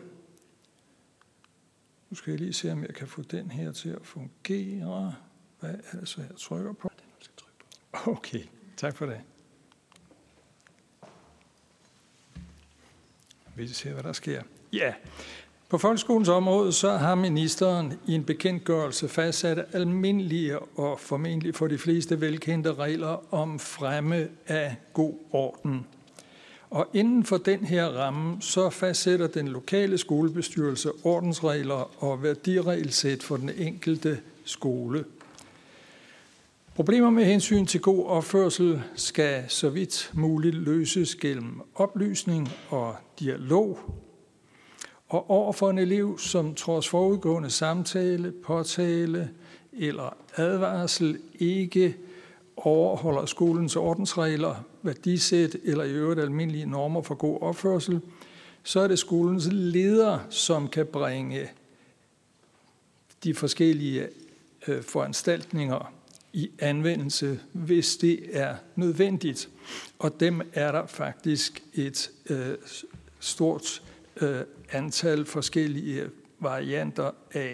K: nu skal jeg lige se, om jeg kan få den her til at fungere. Hvad er det så, jeg trykker på? Okay, tak for det. vi se, hvad der sker. Ja, på folkeskolens område, så har ministeren i en bekendtgørelse fastsat almindelige og formentlig for de fleste velkendte regler om fremme af god orden. Og inden for den her ramme, så fastsætter den lokale skolebestyrelse ordensregler og værdiregelsæt for den enkelte skole. Problemer med hensyn til god opførsel skal så vidt muligt løses gennem oplysning og dialog. Og overfor en elev, som trods forudgående samtale, påtale eller advarsel ikke overholder skolens ordensregler, værdisæt eller i øvrigt almindelige normer for god opførsel, så er det skolens leder, som kan bringe de forskellige foranstaltninger i anvendelse, hvis det er nødvendigt. Og dem er der faktisk et stort antal forskellige varianter af.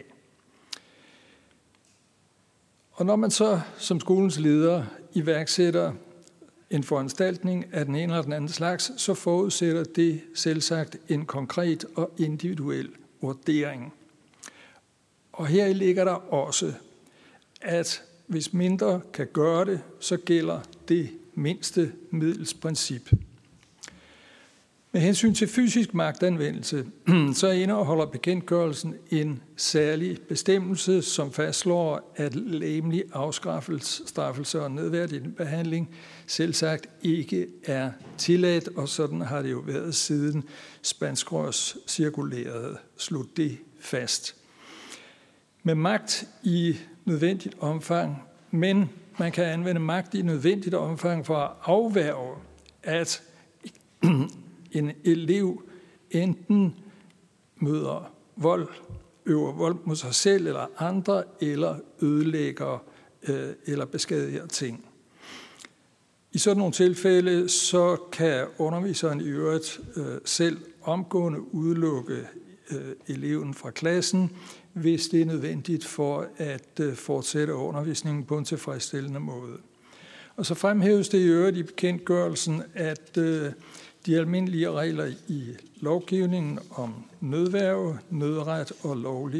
K: Og når man så som skolens leder iværksætter en foranstaltning af den ene eller den anden slags, så forudsætter det selvsagt en konkret og individuel vurdering. Og her ligger der også, at hvis mindre kan gøre det, så gælder det mindste middelsprincip. Med hensyn til fysisk magtanvendelse, så indeholder bekendtgørelsen en særlig bestemmelse, som fastslår, at legemlig afstraffelse og nedværdigende behandling selvsagt ikke er tilladt, og sådan har det jo været siden spanskrørs cirkulerede slog det fast. Med magt i nødvendigt omfang, men man kan anvende magt i nødvendigt omfang for at afværge, at en elev enten møder vold, øver vold mod sig selv eller andre, eller ødelægger eller beskadiger ting. I sådan nogle tilfælde, så kan underviseren i øvrigt selv omgående udelukke eleven fra klassen, hvis det er nødvendigt for at fortsætte undervisningen på en tilfredsstillende måde. Og så fremhæves det i øvrigt i bekendtgørelsen, at de almindelige regler i lovgivningen om nødværge, nødret og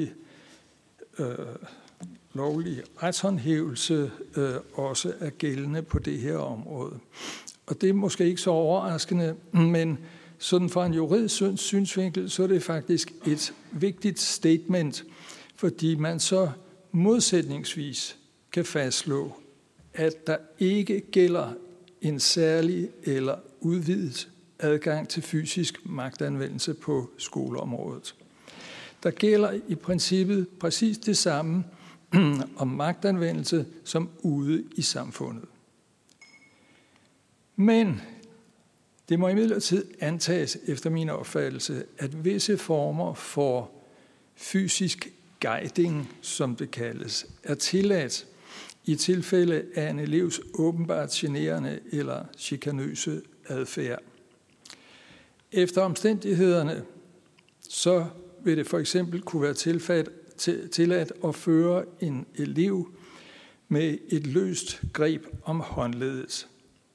K: lovlig retshåndhævelse også er gældende på det her område. Og det er måske ikke så overraskende, men sådan fra en juridisk synsvinkel, så er det faktisk et vigtigt statement, fordi man så modsætningsvis kan fastslå, at der ikke gælder en særlig eller udvidet adgang til fysisk magtanvendelse på skoleområdet. Der gælder i princippet præcis det samme om magtanvendelse som ude i samfundet. Men det må imidlertid antages efter min opfattelse, at visse former for fysisk guiding, som det kaldes, er tilladt i tilfælde af en elevs åbenbart generende eller chikanøse adfærd. Efter omstændighederne, så vil det for eksempel kunne være tilladt at føre en elev med et løst greb om håndleddet.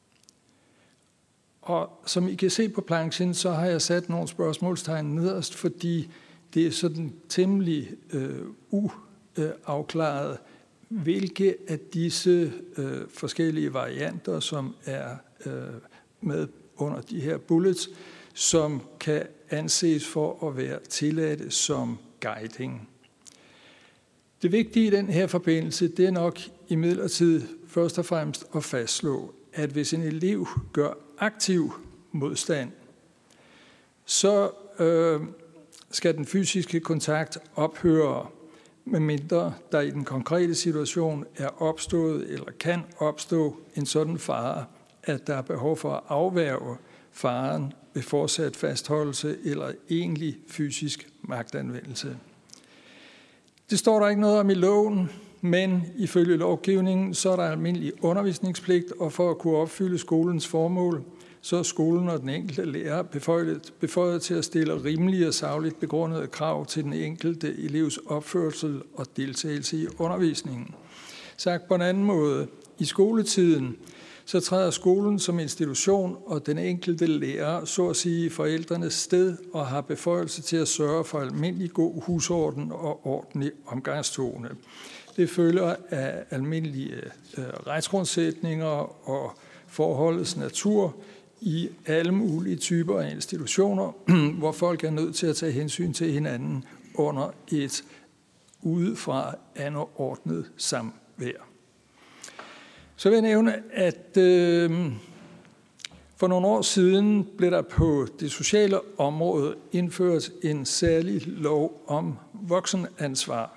K: Og som I kan se på planchen, så har jeg sat nogle spørgsmålstegn nederst, fordi det er sådan temmelig uafklaret, hvilke af disse forskellige varianter, som er med under de her bullets, som kan anses for at være tilladte som guiding. Det vigtige i den her forbindelse, det er nok imidlertid først og fremmest at fastslå, at hvis en elev gør aktiv modstand, så skal den fysiske kontakt ophøre, medmindre der i den konkrete situation er opstået eller kan opstå en sådan fare, at der er behov for at afværge faren ved fortsat fastholdelse eller egentlig fysisk magtanvendelse. Det står der ikke noget om i loven, men ifølge lovgivningen så er der almindelig undervisningspligt, og for at kunne opfylde skolens formål, så er skolen og den enkelte lærer beføjet til at stille rimelige og sagligt begrundede krav til den enkelte elevs opførsel og deltagelse i undervisningen. Sagt på en anden måde, i skoletiden, så træder skolen som institution og den enkelte lærer, så at sige, i forældrenes sted og har beføjelse til at sørge for almindelig god husorden og ordentlig omgangstone. Det følger af almindelige retsgrundsætninger og forholdets natur i alle mulige typer af institutioner, hvor folk er nødt til at tage hensyn til hinanden under et udefra anordnet samvær. Så vil jeg nævne, at for nogle år siden blev der på det sociale område indført en særlig lov om voksenansvar.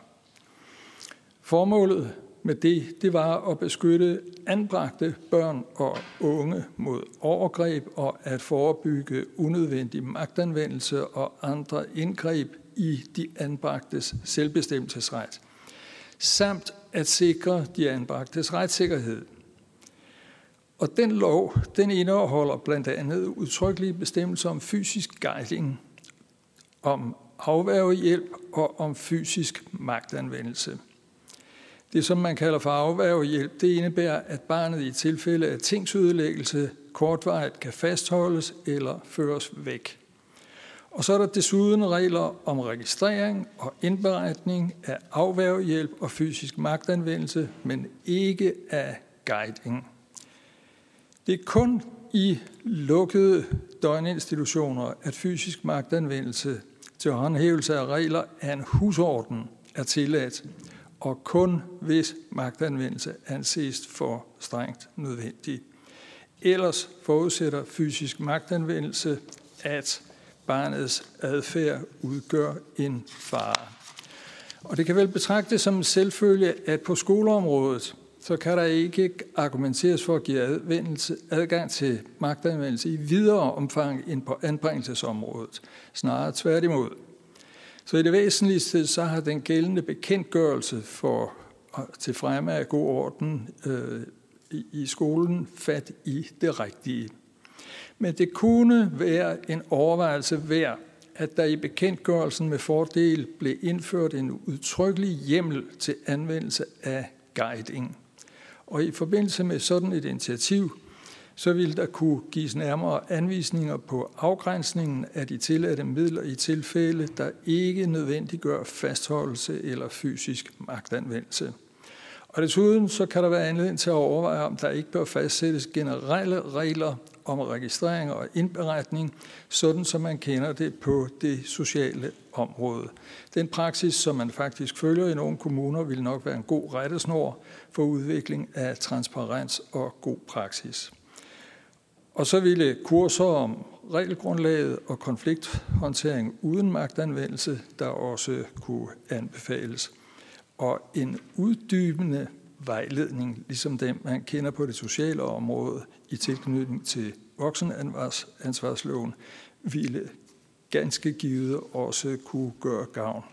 K: Formålet med det var at beskytte anbragte børn og unge mod overgreb og at forebygge unødvendig magtanvendelse og andre indgreb i de anbragtes selvbestemmelsesret, samt at sikre de anbragtes retssikkerhed. Og den lov, den indeholder blandt andet udtrykkelige bestemmelser om fysisk guiding, om afværgehjælp og om fysisk magtanvendelse. Det, som man kalder for afværgehjælp, det indebærer, at barnet i tilfælde af tingsødelæggelse kortvarigt kan fastholdes eller føres væk. Og så er der desuden regler om registrering og indberetning af afværgehjælp og fysisk magtanvendelse, men ikke af guiding. Det er kun i lukkede døgninstitutioner, at fysisk magtanvendelse til håndhævelse af regler af en husorden er tilladt, og kun hvis magtanvendelse anses for strengt nødvendig. Ellers forudsætter fysisk magtanvendelse, at barnets adfærd udgør en fare. Og det kan vel betragtes som en selvfølge, at på skoleområdet, så kan der ikke argumenteres for at give adgang til magtanvendelse i videre omfang end på anbringelsesområdet. Snarere tværtimod. Så i det væsentligste, så har den gældende bekendtgørelse til fremme af god orden i skolen fat i det rigtige. Men det kunne være en overvejelse værd, at der i bekendtgørelsen med fordel blev indført en udtrykkelig hjemmel til anvendelse af guiding. Og i forbindelse med sådan et initiativ, så vil der kunne gives nærmere anvisninger på afgrænsningen af de tilladte midler i tilfælde, der ikke nødvendiggør fastholdelse eller fysisk magtanvendelse. Og desuden så kan der være anledning til at overveje, om der ikke bør fastsættes generelle regler om registrering og indberetning, sådan som man kender det på det sociale område. Den praksis, som man faktisk følger i nogle kommuner, vil nok være en god rettesnor for udvikling af transparens og god praksis. Og så ville kurser om regelgrundlaget og konflikthåndtering uden magtanvendelse, der også kunne anbefales. Og en uddybende vejledning, ligesom den, man kender på det sociale område i tilknytning til voksenansvarsloven, ville ganske givet også kunne gøre gavn.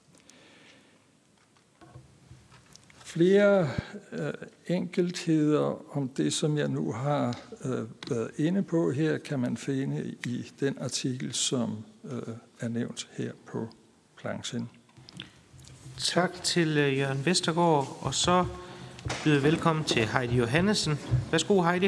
K: Flere enkeltheder om det, som jeg nu har været inde på her, kan man finde i den artikel, som er nævnt her på planchen.
A: Tak til Jørgen Vestergaard, og så byder vi velkommen til Heidi Johannesen. Værsgo, Heidi.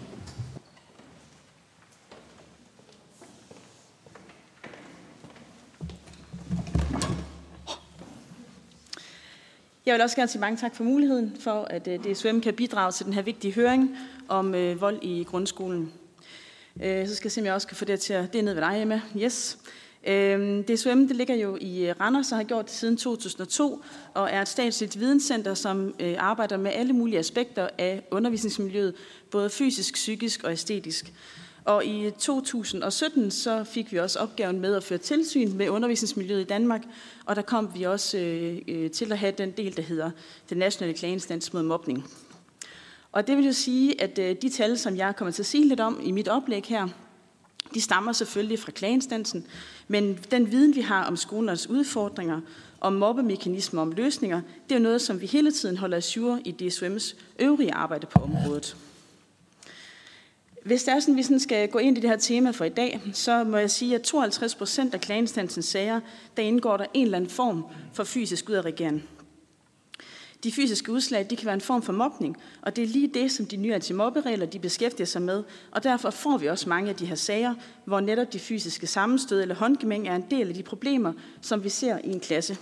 L: Jeg vil også gerne sige mange tak for muligheden for, at DSUM kan bidrage til den her vigtige høring om vold i grundskolen. Så skal jeg se, om jeg også kan få det til at... Det er nede ved dig, Emma. Yes. DSUM, det ligger jo i Randers og har gjort det siden 2002, og er et statsligt videnscenter, som arbejder med alle mulige aspekter af undervisningsmiljøet, både fysisk, psykisk og æstetisk. Og i 2017 så fik vi også opgaven med at føre tilsyn med undervisningsmiljøet i Danmark, og der kom vi også til at have den del, der hedder den nationale klageinstans mod mobning. Og det vil jo sige, at de tal, som jeg kommer til at sige lidt om i mit oplæg her, de stammer selvfølgelig fra klageinstansen, men den viden, vi har om skolernes udfordringer, om mobbemekanismer, om løsninger, det er jo noget, som vi hele tiden holder ajour i DSUM's øvrige arbejde på området. Hvis det er sådan, vi skal gå ind i det her tema for i dag, så må jeg sige, at 52% af klageinstansens sager, der indgår der en eller anden form for fysisk udadreageren. De fysiske udslag de kan være en form for mobning, og det er lige det, som de nye antimobberegler de beskæftiger sig med, og derfor får vi også mange af de her sager, hvor netop de fysiske sammenstød eller håndgemæng er en del af de problemer, som vi ser i en klasse.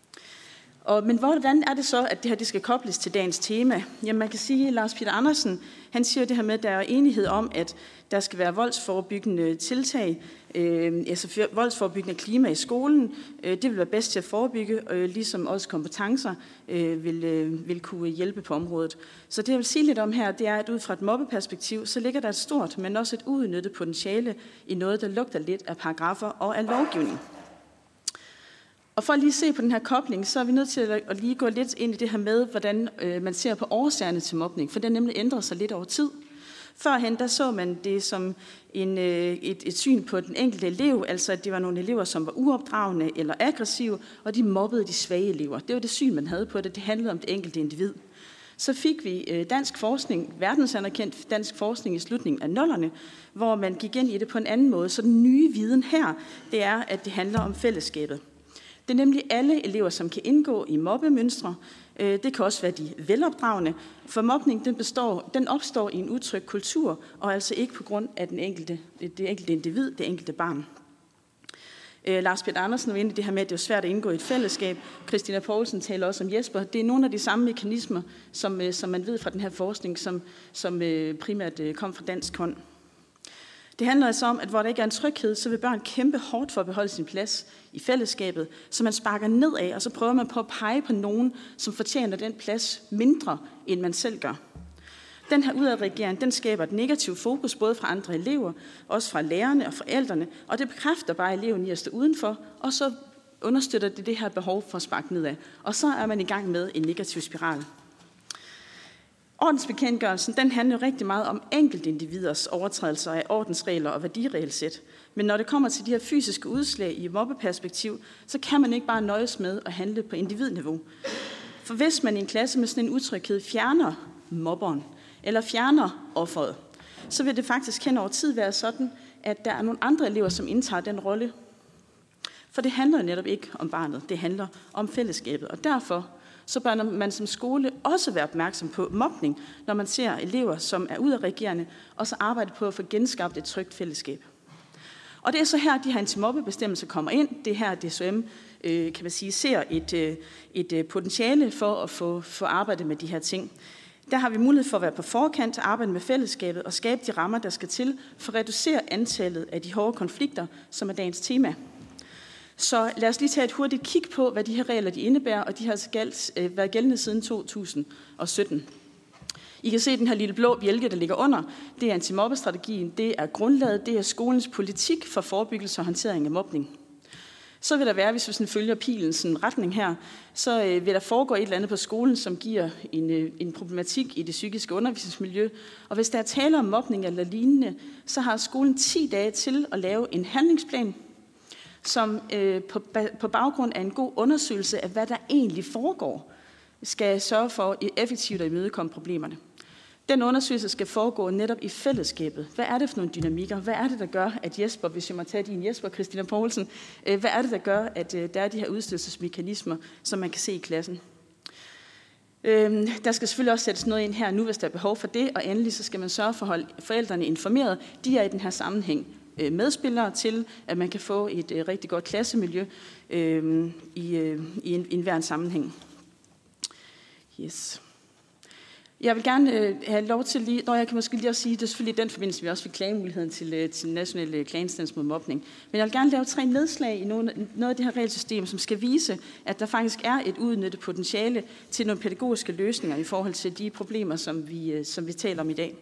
L: Men hvordan er det så, at det her det skal kobles til dagens tema? Jamen man kan sige, at Lars Peter Andersen, han siger det her med, at der er enighed om, at der skal være voldsforebyggende tiltag, altså voldsforebyggende klima i skolen. Det vil være bedst til at forebygge, ligesom også kompetencer vil kunne hjælpe på området. Så det jeg vil sige lidt om her, det er, at ud fra et mobbeperspektiv, så ligger der et stort, men også et uudnyttet potentiale i noget, der lugter lidt af paragrafer og af lovgivning. Og for at lige se på den her kobling, så er vi nødt til at lige gå lidt ind i det her med, hvordan man ser på årsagerne til mobning, for den nemlig ændrer sig lidt over tid. Førhen der så man det som et syn på den enkelte elev, altså at det var nogle elever, som var uopdragende eller aggressive, og de mobbede de svage elever. Det var det syn, man havde på det. Det handlede om det enkelte individ. Så fik vi dansk forskning, verdensanerkendt dansk forskning i slutningen af 00'erne, hvor man gik ind i det på en anden måde. Så den nye viden her, det er, at det handler om fællesskabet. Det er nemlig alle elever, som kan indgå i mobbemønstre. Det kan også være de velopdragende. For mobning den opstår i en utryg kultur, og altså ikke på grund af det enkelte individ, det enkelte barn. Lars Peter Andersen var inde i det her med, at det er svært at indgå i et fællesskab. Christina Poulsen taler også om Jesper. Det er nogle af de samme mekanismer, som man ved fra den her forskning, som primært kom fra dansk hånd. Det handler altså om, at hvor der ikke er en tryghed, så vil børn kæmpe hårdt for at beholde sin plads i fællesskabet, så man sparker nedad, og så prøver man på at pege på nogen, som fortjener den plads mindre, end man selv gør. Den her udadreagering, den skaber et negativt fokus, både fra andre elever, også fra lærerne og forældrene, og det bekræfter bare eleven i at stå udenfor, og så understøtter det her behov for at sparke nedad. Og så er man i gang med en negativ spiral. Ordensbekendtgørelsen den handler rigtig meget om enkeltindividers overtrædelser af ordensregler og værdiregelsæt. Men når det kommer til de her fysiske udslag i mobbeperspektiv, så kan man ikke bare nøjes med at handle på individniveau. For hvis man i en klasse med sådan en utryghed fjerner mobberen eller fjerner offeret, så vil det faktisk hen over tid være sådan, at der er nogle andre elever, som indtager den rolle. For det handler netop ikke om barnet, det handler om fællesskabet. Og derfor så bør man som skole også være opmærksom på mobning, når man ser elever, som er udadreagerende, og så arbejde på at få genskabt et trygt fællesskab. Og det er så her, de her antimobbebestemmelser kommer ind. Det er her, at DSM kan man sige, ser et potentiale for at få arbejdet med de her ting. Der har vi mulighed for at være på forkant, arbejde med fællesskabet og skabe de rammer, der skal til for at reducere antallet af de hårde konflikter, som er dagens tema. Så lad os lige tage et hurtigt kig på, hvad de her regler de indebærer, og de har altså været gældende siden 2017. I kan se den her lille blå bjælke, der ligger under. Det er antimobbestrategien, det er grundlaget, det er skolens politik for forebyggelse og håndtering af mobning. Så vil der være, hvis vi sådan følger pilens retning her, så vil der foregå et eller andet på skolen, som giver en problematik i det psykiske undervisningsmiljø. Og hvis der er tale om mobning eller lignende, så har skolen 10 dage til at lave en handlingsplan, som på baggrund af en god undersøgelse af, hvad der egentlig foregår, skal sørge for effektivt at imødekomme problemerne. Den undersøgelse skal foregå netop i fællesskabet. Hvad er det for nogle dynamikker? Hvad er det, der gør, at Jesper, hvis jeg må tage din Jesper, Christina Poulsen, hvad er det, der gør, at der er de her udstødelsesmekanismer, som man kan se i klassen? Der skal selvfølgelig også sættes noget ind her nu, hvis der er behov for det, og endelig så skal man sørge for at holde forældrene informeret. De er i den her sammenhæng medspillere til, at man kan få et rigtig godt klassemiljø i enhver sammenhæng. Yes. Jeg vil gerne have lov til lige, jeg kan måske lige også sige, det er selvfølgelig i den forbindelse, vi også fik klagemuligheden til nationale klageinstans mod mobning. Men jeg vil gerne lave 3 nedslag i noget af det her regelsystem, som skal vise, at der faktisk er et udnyttet potentiale til nogle pædagogiske løsninger i forhold til de problemer, som vi taler om i dag.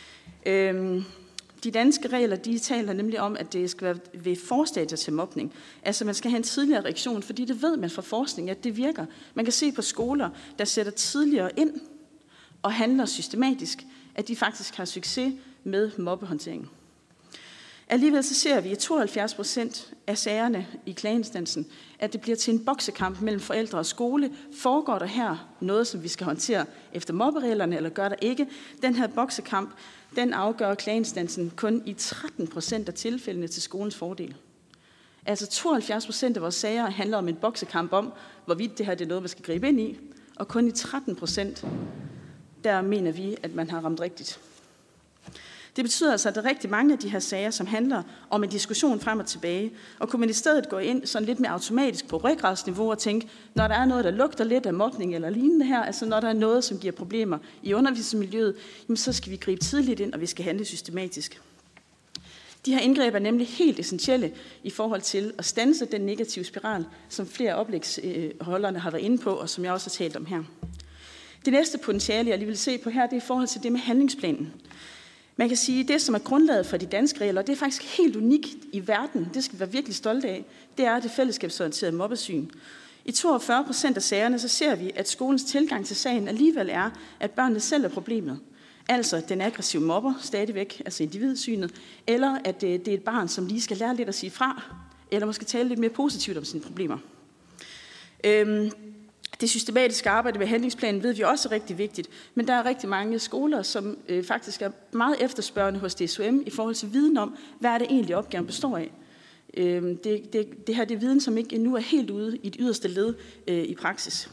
L: De danske regler, de taler nemlig om, at det skal være ved forstadier til mobning. Altså man skal have en tidligere reaktion, fordi det ved man fra forskning, at det virker. Man kan se på skoler, der sætter tidligere ind og handler systematisk, at de faktisk har succes med mobbehåndteringen. Alligevel så ser vi i 72% af sagerne i klageinstansen, at det bliver til en boksekamp mellem forældre og skole. Foregår der her noget, som vi skal håndtere efter mobbereglerne, eller gør der ikke? Den her boksekamp, den afgør klageinstansen kun i 13% af tilfældene til skolens fordel. Altså 72% af vores sager handler om en boksekamp om, hvorvidt det her det er noget, man skal gribe ind i. og kun i 13%, der mener vi, at man har ramt rigtigt. Det betyder altså, at der er rigtig mange af de her sager, som handler om en diskussion frem og tilbage, og kunne man i stedet gå ind sådan lidt mere automatisk på ryggradsniveau og tænke, når der er noget, der lugter lidt af mobning eller lignende her, altså når der er noget, som giver problemer i undervisningsmiljøet, jamen så skal vi gribe tidligt ind, og vi skal handle systematisk. De her indgreb er nemlig helt essentielle i forhold til at standse den negative spiral, som flere oplægsholderne har været inde på, og som jeg også har talt om her. Det næste potentiale, jeg lige vil se på her, det er i forhold til det med handlingsplanen. Man kan sige, at det, som er grundlaget for de danske regler, det er faktisk helt unikt i verden, det skal vi være virkelig stolte af, det er det fællesskabsorienterede mobbesyn. I 42% af sagerne, så ser vi, at skolens tilgang til sagen alligevel er, at børnene selv er problemet. Altså den aggressive mobber stadigvæk, altså individsynet, eller at det er et barn, som lige skal lære lidt at sige fra, eller måske tale lidt mere positivt om sine problemer. Det systematiske arbejde med handlingsplanen ved vi også er rigtig vigtigt, men der er rigtig mange skoler, som faktisk er meget efterspørgende hos DSUM i forhold til viden om, hvad er det egentlig opgaven består af. Det her det er viden, som ikke endnu er helt ude i det yderste led i praksis.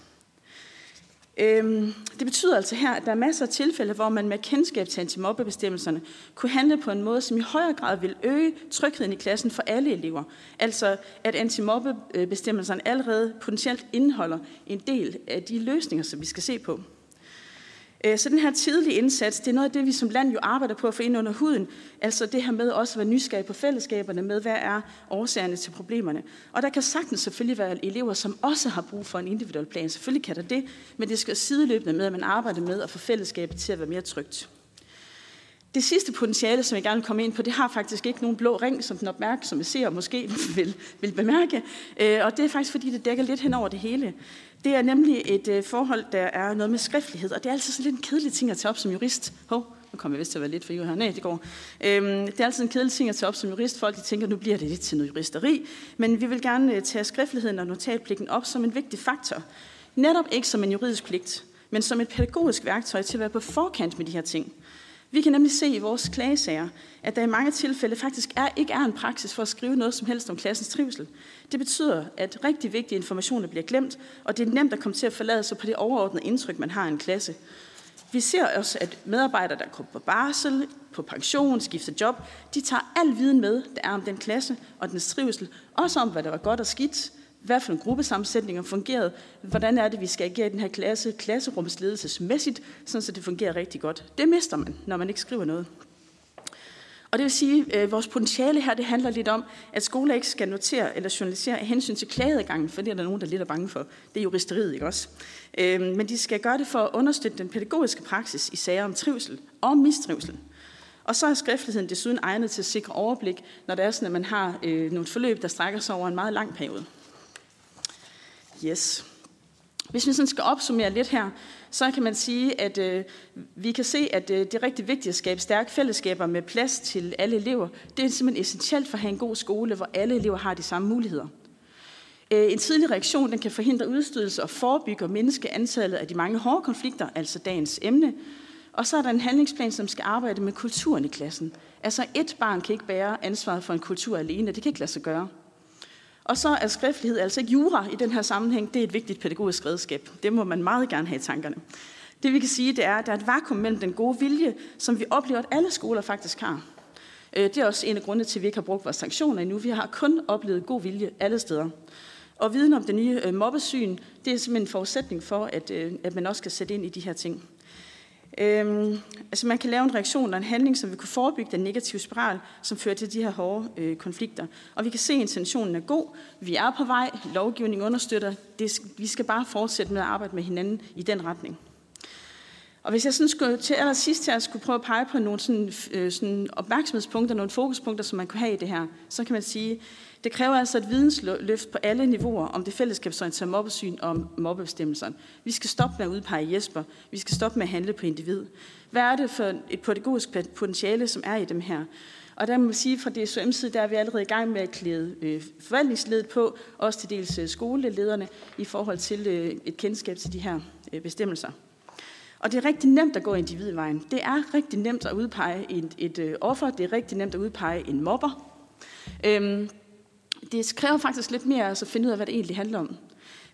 L: Det betyder altså her, at der er masser af tilfælde, hvor man med kendskab til antimobbebestemmelserne kunne handle på en måde, som i højere grad vil øge trygheden i klassen for alle elever. Altså at antimobbebestemmelserne allerede potentielt indeholder en del af de løsninger, som vi skal se på. Så den her tidlige indsats, det er noget af det, vi som land jo arbejder på at få ind under huden. Altså det her med også at være nysgerrig på fællesskaberne med, hvad er årsagerne til problemerne. Og der kan sagtens selvfølgelig være elever, som også har brug for en individuel plan. Selvfølgelig kan der det, men det skal sideløbende med, at man arbejder med at få fællesskabet til at være mere trygt. Det sidste potentiale, som jeg gerne vil komme ind på, det har faktisk ikke nogen blå ring, som den opmærksomme seer måske vil bemærke. Og det er faktisk, fordi det dækker lidt hen over det hele. Det er nemlig et forhold, der er noget med skriftlighed, og det er altid sådan lidt en kedelig ting at tage op som jurist. Nu kommer jeg vist til at være lidt for her. Nej, det går. Det er altid en kedelig ting at tage op som jurist. Folk de tænker, nu bliver det lidt til noget juristeri. Men vi vil gerne tage skriftligheden og notatpligten op som en vigtig faktor. Netop ikke som en juridisk pligt, men som et pædagogisk værktøj til at være på forkant med de her ting. Vi kan nemlig se i vores klagesager, at der i mange tilfælde faktisk ikke er en praksis for at skrive noget som helst om klassens trivsel. Det betyder, at rigtig vigtige informationer bliver glemt, og det er nemt at komme til at forlade sig på det overordnede indtryk, man har i en klasse. Vi ser også, at medarbejdere, der går på barsel, på pension, skifter job, de tager al viden med, der er om den klasse og dens trivsel, også om, hvad der var godt og skidt, hvad for en gruppesammensætninger fungerede, hvordan er det, vi skal agere i den her klasse, klasserumsledelsesmæssigt, sådan så det fungerer rigtig godt. Det mister man, når man ikke skriver noget. Og det vil sige, at vores potentiale her, det handler lidt om, at skoler ikke skal notere eller journalisere af hensyn til klageadgangen, for det er der nogen, der er lidt bange for. Det er juristeriet, ikke også? Men de skal gøre det for at understøtte den pædagogiske praksis i sager om trivsel og mistrivsel. Og så er skriftligheden desuden egnet til at sikre overblik, når det er sådan, at man har nogle forløb, der strækker sig over en meget lang periode. Yes. Hvis vi sådan skal opsummere lidt her, så kan man sige, at vi kan se, at det er rigtig vigtigt at skabe stærke fællesskaber med plads til alle elever. Det er simpelthen essentielt for at have en god skole, hvor alle elever har de samme muligheder. En tidlig reaktion den kan forhindre udstødelse og forebygge og mindske antallet af de mange hårde konflikter, altså dagens emne. Og så er der en handlingsplan, som skal arbejde med kulturen i klassen. Altså et barn kan ikke bære ansvaret for en kultur alene, det kan ikke lade sig gøre. Og så er skriftlighed, altså ikke jura i den her sammenhæng, det er et vigtigt pædagogisk redskab. Det må man meget gerne have i tankerne. Det vi kan sige, det er, at der er et vakuum mellem den gode vilje, som vi oplever, at alle skoler faktisk har. Det er også en af grundene til, at vi ikke har brugt vores sanktioner endnu. Vi har kun oplevet god vilje alle steder. Og viden om det nye mobbesyn, det er simpelthen en forudsætning for, at man også kan sætte ind i de her ting. Altså man kan lave en reaktion og en handling, som vil kunne forebygge den negative spiral, som fører til de her hårde konflikter. Og vi kan se, at intentionen er god. Vi er på vej. Lovgivning understøtter. Vi skal bare fortsætte med at arbejde med hinanden i den retning. Og hvis jeg sådan skulle til allersidst her skulle prøve at pege på nogle sådan opmærksomhedspunkter, nogle fokuspunkter, som man kunne have i det her, så kan man sige, det kræver altså et vidensløft på alle niveauer om det fællesskabsorienterede mobbesyn og om mobbebestemmelserne. Vi skal stoppe med at udpege Jesper. Vi skal stoppe med at handle på individ. Hvad er det for et pædagogisk potentiale, som er i dem her? Og der må man sige, fra DSUM's side, der er vi allerede i gang med at klæde forvaltningsledet på, også til dels skolelederne, i forhold til et kendskab til de her bestemmelser. Og det er rigtig nemt at gå individvejen. Det er rigtig nemt at udpege et offer. Det er rigtig nemt at udpege en mobber. Det kræver faktisk lidt mere at finde ud af, hvad det egentlig handler om.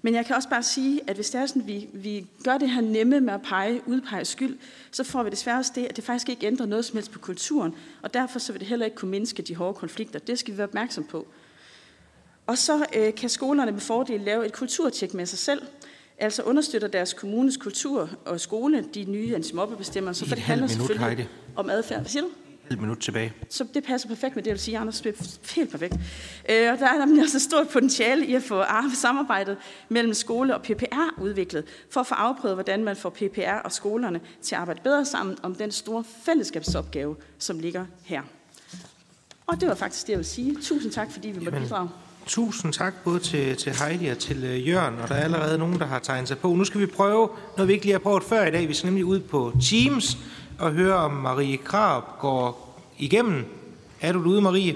L: Men jeg kan også bare sige, at hvis det er sådan, vi gør det her nemme med at udpege skyld, så får vi desværre også det, at det faktisk ikke ændrer noget som helst på kulturen, og derfor så vil det heller ikke kunne mindske de hårde konflikter. Det skal vi være opmærksom på. Og så kan skolerne med fordel lave et kulturtjek med sig selv, altså understøtter deres kommunes kultur og skole de nye antimobbebestemmelser, for det handler selvfølgelig om adfærd. Hvad siger du?
A: Et minut tilbage.
L: Så det passer perfekt med det, jeg vil sige, Anders. Det er helt perfekt. Og der er nemlig også et stort potentiale i at få samarbejdet mellem skole og PPR udviklet, for at få afprøvet, hvordan man får PPR og skolerne til at arbejde bedre sammen om den store fællesskabsopgave, som ligger her. Og det var faktisk det, jeg vil sige. Tusind tak, fordi vi måtte bidrage.
A: Tusind tak både til Heidi og til Jørgen, og der er allerede nogen, der har tegnet sig på. Nu skal vi prøve noget, vi ikke lige har prøvet før i dag. Vi skal nemlig ud på Teams og høre, om Marie Krarup går igennem. Er du ude, Marie?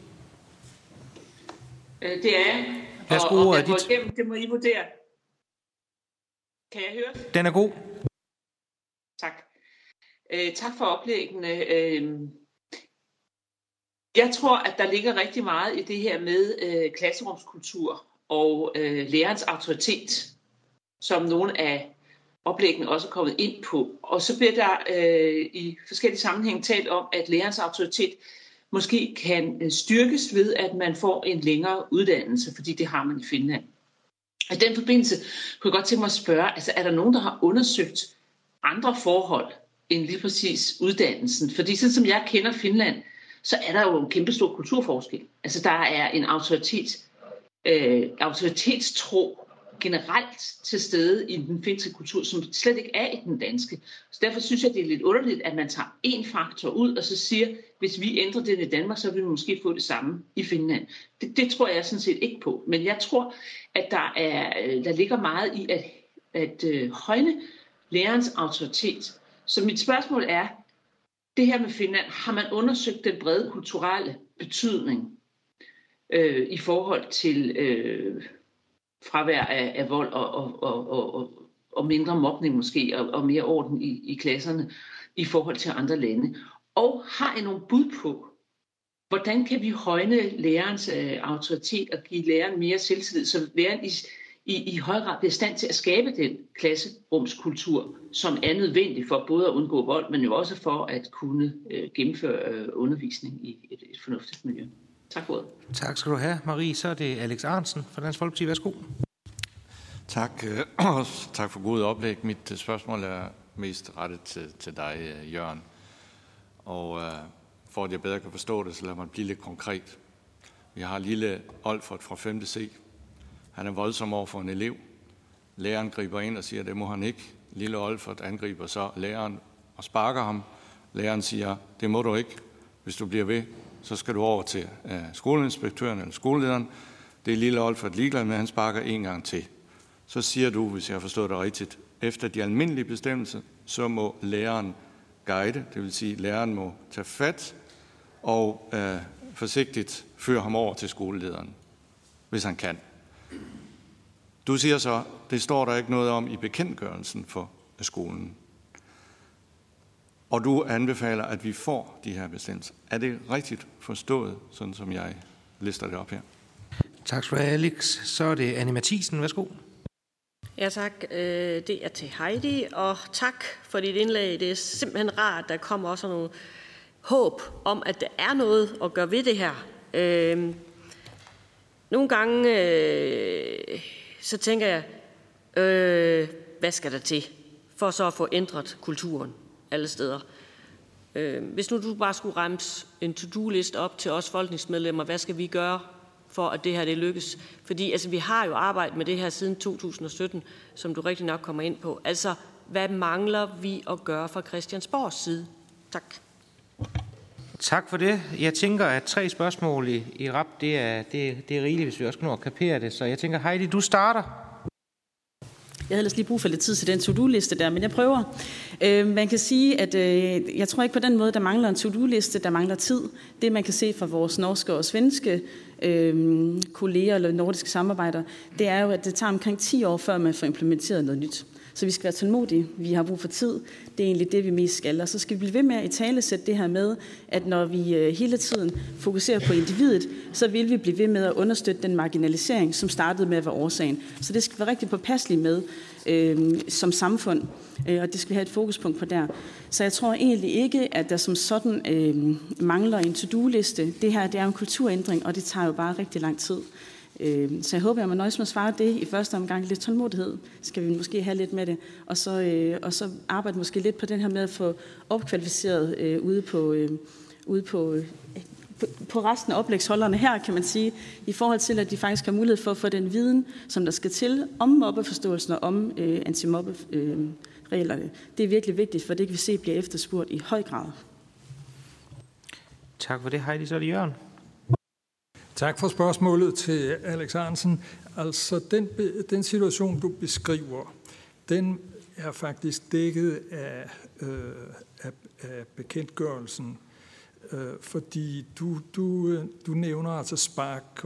M: Det er jeg.
A: Værsgo,
M: og jeg går igennem, det må I vurdere. Kan jeg høre?
A: Den er god.
M: Tak. Tak for oplæggene. Jeg tror, at der ligger rigtig meget i det her med klasserumskultur og lærerens autoritet, som nogle af oplæggene også er kommet ind på. Og så bliver der i forskellige sammenhænge talt om, at lærerens autoritet måske kan styrkes ved, at man får en længere uddannelse, fordi det har man i Finland. Og i den forbindelse kunne jeg godt tænke mig at spørge, altså er der nogen, der har undersøgt andre forhold end lige præcis uddannelsen? Fordi sådan som jeg kender Finland, så er der jo en kæmpestor kulturforskel. Altså der er en autoritetstro generelt til stede i den finske kultur, som slet ikke er i den danske. Så derfor synes jeg, det er lidt underligt, at man tager en faktor ud, og så siger, hvis vi ændrer det i Danmark, så vil vi måske få det samme i Finland. Det tror jeg sådan set ikke på. Men jeg tror, at der ligger meget i at højne lærerens autoritet. Så mit spørgsmål er, det her med Finland, har man undersøgt den brede kulturelle betydning i forhold til fravær af vold og mindre mobning måske, og mere orden i klasserne i forhold til andre lande? Og har I nogle bud på, hvordan kan vi højne lærerens autoritet og give læreren mere selvtillid, så læreren i høj grad bliver i stand til at skabe den klasserumskultur, som er nødvendig for både at undgå vold, men jo også for at kunne gennemføre undervisning i et fornuftigt miljø. Tak for ordet. Tak skal du have, Marie. Så er det Alex Ahrendtsen fra Dansk Folkeparti. Værsgo.
C: Tak. Tak for god oplæg. Mit spørgsmål er mest rettet til dig, Jørgen. Og for at jeg bedre kan forstå det, så lad mig blive lidt konkret. Vi har lille Olfert fra 5. C. Han er voldsom over for en elev. Læreren griber ind og siger, at det må han ikke. Lille Olfert angriber så læreren og sparker ham. Læreren siger, det må du ikke. Hvis du bliver ved, så skal du over til skoleinspektøren eller skolelederen. Det er lille Olfert ligeglad med, han sparker en gang til. Så siger du, hvis jeg har forstået det rigtigt, efter de almindelige bestemmelser, så må læreren guide. Det vil sige, at læreren må tage fat og forsigtigt føre ham over til skolelederen, hvis han kan. Du siger så, det står der ikke noget om i bekendtgørelsen for skolen. Og du anbefaler, at vi får de her bestemmelser. Er det rigtigt forstået, sådan som jeg lister det op her?
A: Tak skal du have, Alex. Så er det Anne Mathisen. Værsgo.
F: Ja, tak. Det er til Heidi, og tak for dit indlæg. Det er simpelthen rart, at der kommer også noget håb om, at der er noget at gøre ved det her. Nogle gange så tænker jeg, hvad skal der til for så at få ændret kulturen alle steder? Hvis nu du bare skulle remse en to-do-liste op til os folketingsmedlemmer, hvad skal vi gøre for, at det her det lykkes? Fordi altså, vi har jo arbejdet med det her siden 2017, som du rigtig nok kommer ind på. Altså, hvad mangler vi at gøre fra Christiansborgs side? Tak.
A: Tak for det. Jeg tænker, at 3 spørgsmål i rap, det er rigeligt, hvis vi også kan nå at kapere det. Så jeg tænker, Heidi, du starter.
L: Jeg havde ellers lige brug for lidt tid til den to-do-liste der, men jeg prøver. Man kan sige, at jeg tror ikke på den måde, der mangler en to-do-liste, der mangler tid. Det, man kan se fra vores norske og svenske kolleger eller nordiske samarbejder, det er jo, at det tager omkring 10 år, før man får implementeret noget nyt. Så vi skal være tålmodige. Vi har brug for tid. Det er egentlig det, vi mest skal. Og så skal vi blive ved med at italesætte det her med, at når vi hele tiden fokuserer på individet, så vil vi blive ved med at understøtte den marginalisering, som startede med at være årsagen. Så det skal vi være rigtig påpasselige med som samfund, og det skal vi have et fokuspunkt på der. Så jeg tror egentlig ikke, at der som sådan mangler en to-do-liste. Det her, det er en kulturændring, og det tager jo bare rigtig lang tid. Så jeg håber, at man nøjes med at svare det i første omgang. Lidt tålmodighed skal vi måske have lidt med det, og så arbejde måske lidt på den her med at få opkvalificeret ude på resten af oplægsholderne her, kan man sige, i forhold til, at de faktisk har mulighed for at få den viden, som der skal til om mobbeforståelsen og om antimobbereglerne. Det er virkelig vigtigt, for det kan vi se bliver efterspurgt i høj grad.
A: Tak for det, Heidi. Så er det Jørgen.
K: Tak for spørgsmålet til Alex Ahrendtsen. Altså, den situation, du beskriver, den er faktisk dækket af bekendtgørelsen, fordi du nævner altså spark,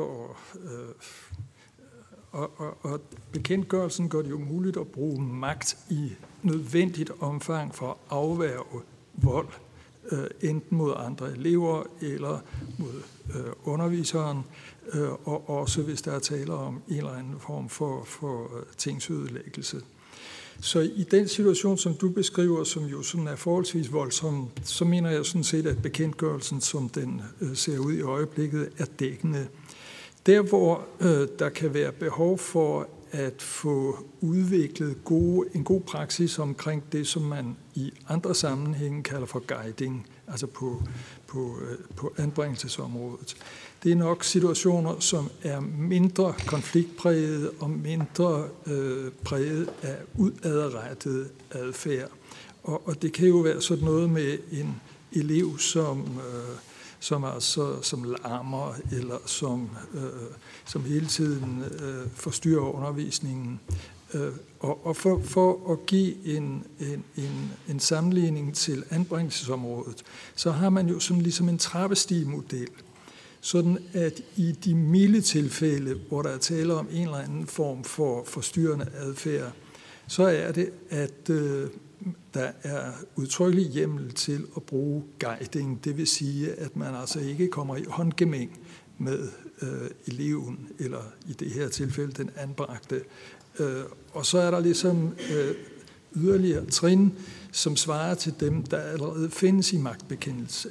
K: og bekendtgørelsen gør det jo muligt at bruge magt i nødvendigt omfang for at afværge vold, enten mod andre elever eller mod underviseren, og også hvis der er tale om en eller anden form for tingsødelæggelse. Så i den situation, som du beskriver, som jo sådan er forholdsvis voldsom, så mener jeg sådan set, at bekendtgørelsen, som den ser ud i øjeblikket, er dækkende. Der, hvor der kan være behov for at få udviklet en god praksis omkring det, som man i andre sammenhænge kalder for guiding, altså på anbringelsesområdet. Det er nok situationer, som er mindre konfliktpræget og mindre præget af udadrettet adfærd. Og det kan jo være sådan noget med en elev, som larmer, eller som hele tiden forstyrrer undervisningen. Og for at give en sammenligning til anbringelsesområdet, så har man jo sådan ligesom en trappestigemodel, sådan at i de milde tilfælde, hvor der er tale om en eller anden form for forstyrrende adfærd, så er det, at der er udtrykkelig hjemmel til at bruge guiding. Det vil sige, at man altså ikke kommer i håndgemæng med eleven, eller i det her tilfælde den anbragte. Og så er der ligesom yderligere trin, som svarer til dem, der allerede findes i magtbekendelse,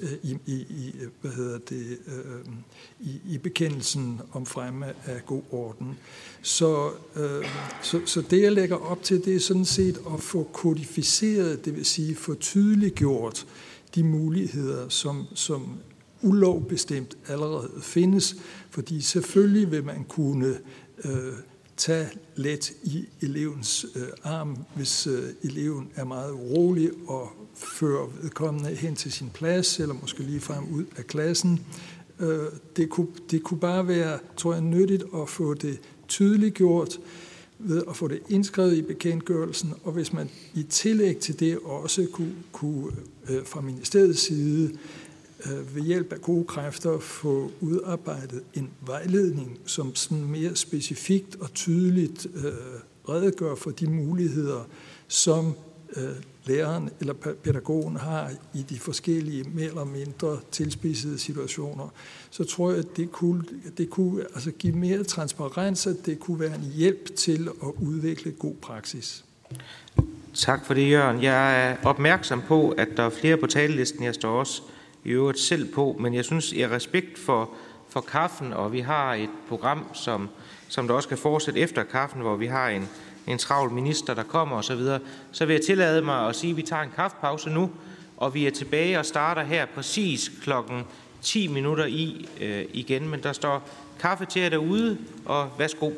K: i bekendelsen om fremme af god orden. Så det, jeg lægger op til, det er sådan set at få kodificeret, det vil sige få tydeliggjort de muligheder, som ulovbestemt allerede findes, fordi selvfølgelig vil man kunne tage let i elevens arm, hvis eleven er meget urolig og fører vedkommende hen til sin plads, eller måske lige frem ud af klassen. Det kunne bare være, tror jeg, nyttigt at få det tydeliggjort ved at få det indskrevet i bekendtgørelsen, og hvis man i tillæg til det også kunne fra ministeriets side ved hjælp af gode kræfter få udarbejdet en vejledning, som sådan mere specifikt og tydeligt redegør for de muligheder, som læreren eller pædagogen har i de forskellige mere eller mindre tilspidsede situationer, så tror jeg, at det kunne altså give mere transparens, at det kunne være en hjælp til at udvikle god praksis.
A: Tak for det, Jørgen. Jeg er opmærksom på, at der er flere på talelisten. Jeg står også i øvrigt selv på, men jeg synes, i respekt for kaffen, og vi har et program, som der også skal fortsætte efter kaffen, hvor vi har en travl minister, der kommer osv., så vil jeg tillade mig at sige, at vi tager en kaffepause nu, og vi er tilbage og starter her præcis klokken 10 minutter igen, men der står kaffe til jer derude, og værsgo.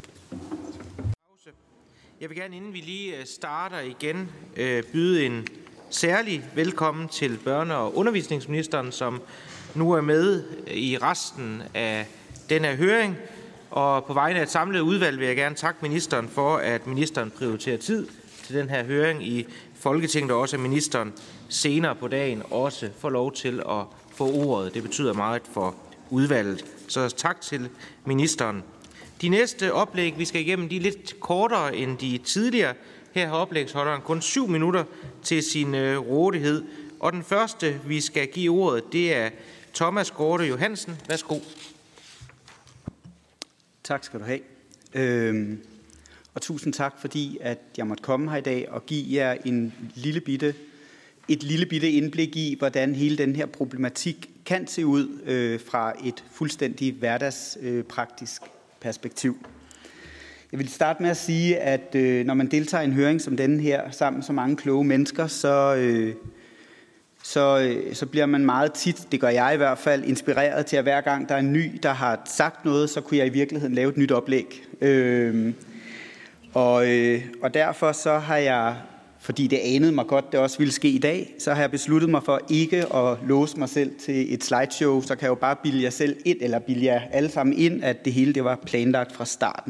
A: Jeg vil gerne, inden vi lige starter igen, byde en særlig velkommen til børne- og undervisningsministeren, som nu er med i resten af den her høring. Og på vegne af et samlet udvalg vil jeg gerne takke ministeren for, at ministeren prioriterer tid til den her høring i Folketinget, og også at ministeren senere på dagen også får lov til at få ordet. Det betyder meget for udvalget. Så tak til ministeren. De næste oplæg, vi skal igennem, de er lidt kortere end de tidligere. Her har oplægsholderen kun 7 minutter til sin rådighed. Og den første, vi skal give ordet, det er Thomas Gorte Johansen. Værsgo.
N: Tak skal du have. Og tusind tak, fordi at jeg måtte komme her i dag og give jer et lille bitte indblik i, hvordan hele den her problematik kan se ud fra et fuldstændig hverdagspraktisk perspektiv. Jeg vil starte med at sige, at når man deltager i en høring som denne her, sammen med så mange kloge mennesker, så bliver man meget tit, det gør jeg i hvert fald, inspireret til, at hver gang der er en ny, der har sagt noget, så kunne jeg i virkeligheden lave et nyt oplæg. Og derfor så har jeg, fordi det anede mig godt, det også ville ske i dag, så har jeg besluttet mig for ikke at låse mig selv til et slideshow, så kan jeg jo bare bilde jer selv ind, eller bilde jer alle sammen ind, at det hele det var planlagt fra starten.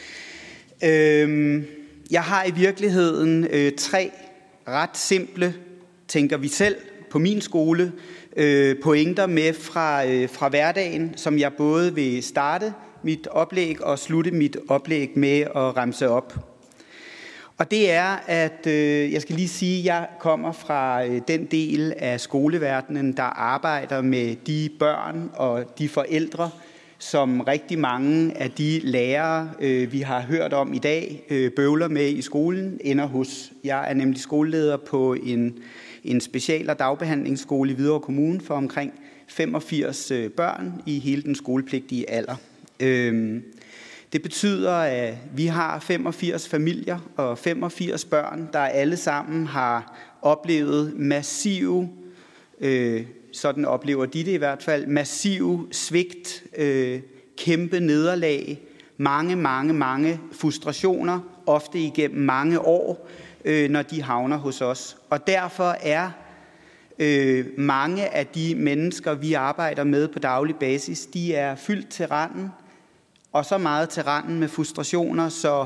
N: Jeg har i virkeligheden 3 ret simple, tænker vi selv, på min skole, pointer med fra hverdagen, som jeg både vil starte mit oplæg og slutte mit oplæg med at remse op. Og det er, at jeg skal lige sige, at jeg kommer fra den del af skoleverdenen, der arbejder med de børn og de forældre, som rigtig mange af de lærere, vi har hørt om i dag, bøvler med i skolen, ender hos. Jeg er nemlig skoleleder på en special- og dagbehandlingsskole i Hvidovre Kommune for omkring 85 børn i hele den skolepligtige alder. Det betyder, at vi har 85 familier og 85 børn, der alle sammen har oplevet massive, sådan oplever de det i hvert fald, massive svigt, kæmpe nederlag, mange frustrationer, ofte igennem mange år, når de havner hos os. Og derfor er mange af de mennesker, vi arbejder med på daglig basis, de er fyldt til randen, og så meget til randen med frustrationer, så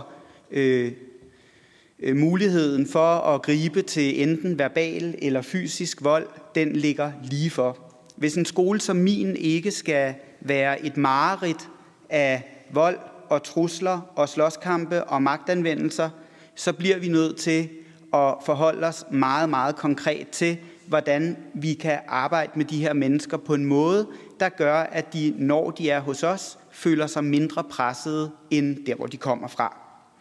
N: muligheden for at gribe til enten verbal eller fysisk vold, den ligger lige for. Hvis en skole som min ikke skal være et mareridt af vold og trusler og slåskampe og magtanvendelser, så bliver vi nødt til at forholde os meget, meget konkret til, hvordan vi kan arbejde med de her mennesker på en måde, der gør, at de, når de er hos os, føler sig mindre pressede end der, hvor de kommer fra.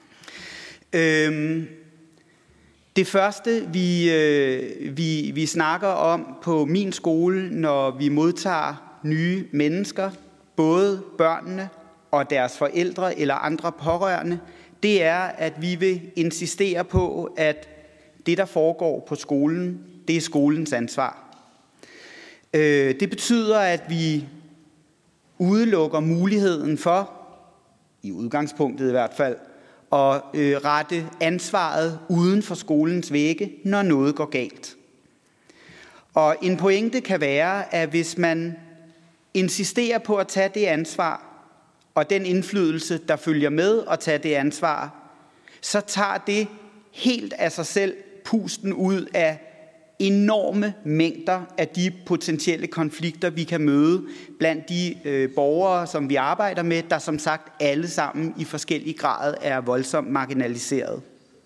N: Det første, vi snakker om på min skole, når vi modtager nye mennesker, både børnene og deres forældre eller andre pårørende, det er, at vi vil insistere på, at det, der foregår på skolen, det er skolens ansvar. Det betyder, at vi udelukker muligheden for, i udgangspunktet i hvert fald, at rette ansvaret uden for skolens vægge, når noget går galt. Og en pointe kan være, at hvis man insisterer på at tage det ansvar, og den indflydelse, der følger med at tage det ansvar, så tager det helt af sig selv pusten ud af enorme mængder af de potentielle konflikter, vi kan møde blandt de borgere, som vi arbejder med, der som sagt alle sammen i forskellig grad er voldsomt marginaliseret.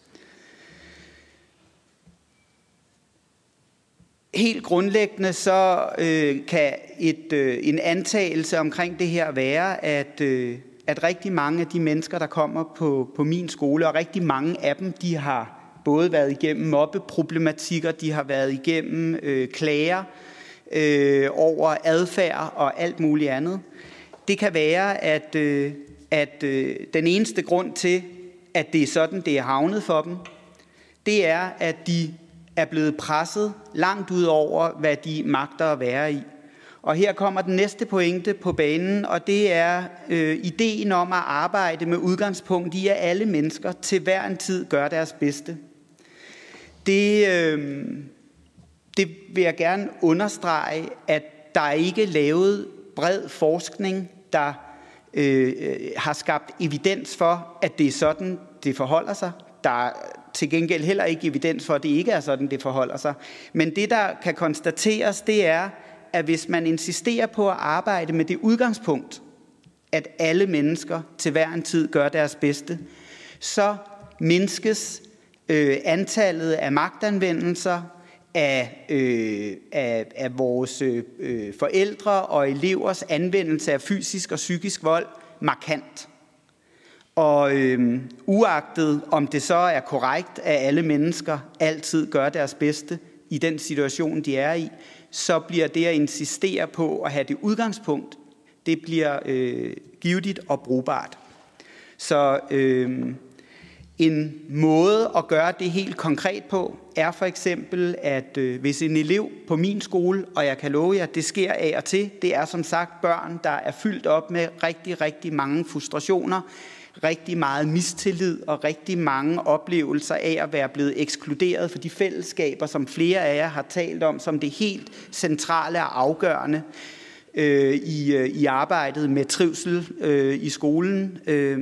N: Helt grundlæggende så kan en antagelse omkring det her være, at rigtig mange af de mennesker, der kommer på min skole, og rigtig mange af dem, de har både været igennem mobbeproblematikker, de har været igennem klager over adfærd og alt muligt andet. Det kan være, at den eneste grund til, at det er sådan, det er havnet for dem, det er, at de er blevet presset langt ud over, hvad de magter at være i. Og her kommer den næste pointe på banen, og det er ideen om at arbejde med udgangspunkt i, at alle mennesker til hver en tid gør deres bedste. Det vil jeg gerne understrege, at der ikke er lavet bred forskning, der har skabt evidens for, at det er sådan, det forholder sig. Der er til gengæld heller ikke evidens for, at det ikke er sådan, det forholder sig. Men det, der kan konstateres, det er, at hvis man insisterer på at arbejde med det udgangspunkt, at alle mennesker til hver en tid gør deres bedste, så mindskes antallet af magtanvendelser, af vores forældre og elevers anvendelse af fysisk og psykisk vold markant. Og uagtet om det så er korrekt, at alle mennesker altid gør deres bedste i den situation, de er i, så bliver det at insistere på at have det udgangspunkt, det bliver givtigt og brugbart. Så en måde at gøre det helt konkret på, er for eksempel, at hvis en elev på min skole, og jeg kan love jer, at det sker af og til, det er som sagt børn, der er fyldt op med rigtig, rigtig mange frustrationer, rigtig meget mistillid og rigtig mange oplevelser af at være blevet ekskluderet for de fællesskaber, som flere af jer har talt om, som det helt centrale og afgørende i arbejdet med trivsel i skolen.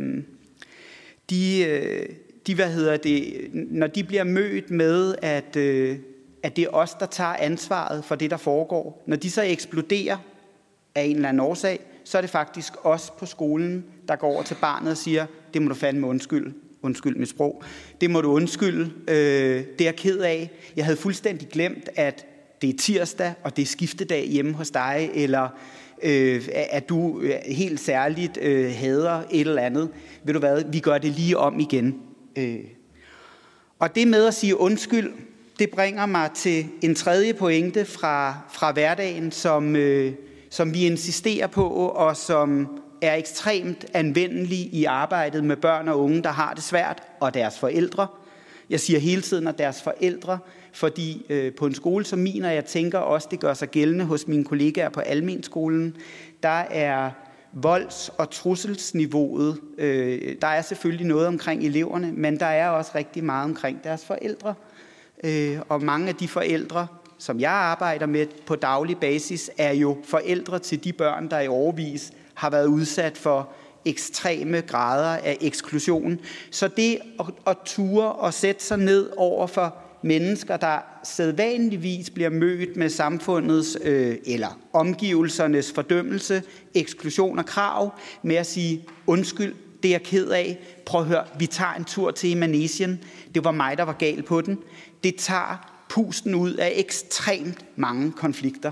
N: Når de bliver mødt med, at det er os, der tager ansvaret for det, der foregår, når de så eksploderer af en eller anden årsag, så er det faktisk os på skolen, der går over til barnet og siger, det må du fandme undskyld mit sprog, det må du undskylde, det er jeg ked af. Jeg havde fuldstændig glemt, at det er tirsdag, og det er skiftedag hjemme hos dig, eller at du helt særligt hader et eller andet. Ved du hvad, vi gør det lige om igen. Og det med at sige undskyld, det bringer mig til en tredje pointe fra hverdagen, som vi insisterer på, og som er ekstremt anvendelig i arbejdet med børn og unge, der har det svært, og deres forældre. Jeg siger hele tiden, at deres forældre, fordi på en skole som min, og jeg tænker også, det gør sig gældende hos mine kollegaer på almenskolen, der er volds- og trusselsniveauet. Der er selvfølgelig noget omkring eleverne, men der er også rigtig meget omkring deres forældre. Og mange af de forældre, som jeg arbejder med på daglig basis, er jo forældre til de børn, der i årevis har været udsat for ekstreme grader af eksklusion. Så det at ture og sætte sig ned over for mennesker, der sædvanligvis bliver mødt med samfundets eller omgivelsernes fordømmelse, eksklusion og krav, med at sige, undskyld, det er jeg ked af, prøv at høre, vi tager en tur til Manesien, det var mig, der var gal på den. Det tager pusten ud af ekstremt mange konflikter.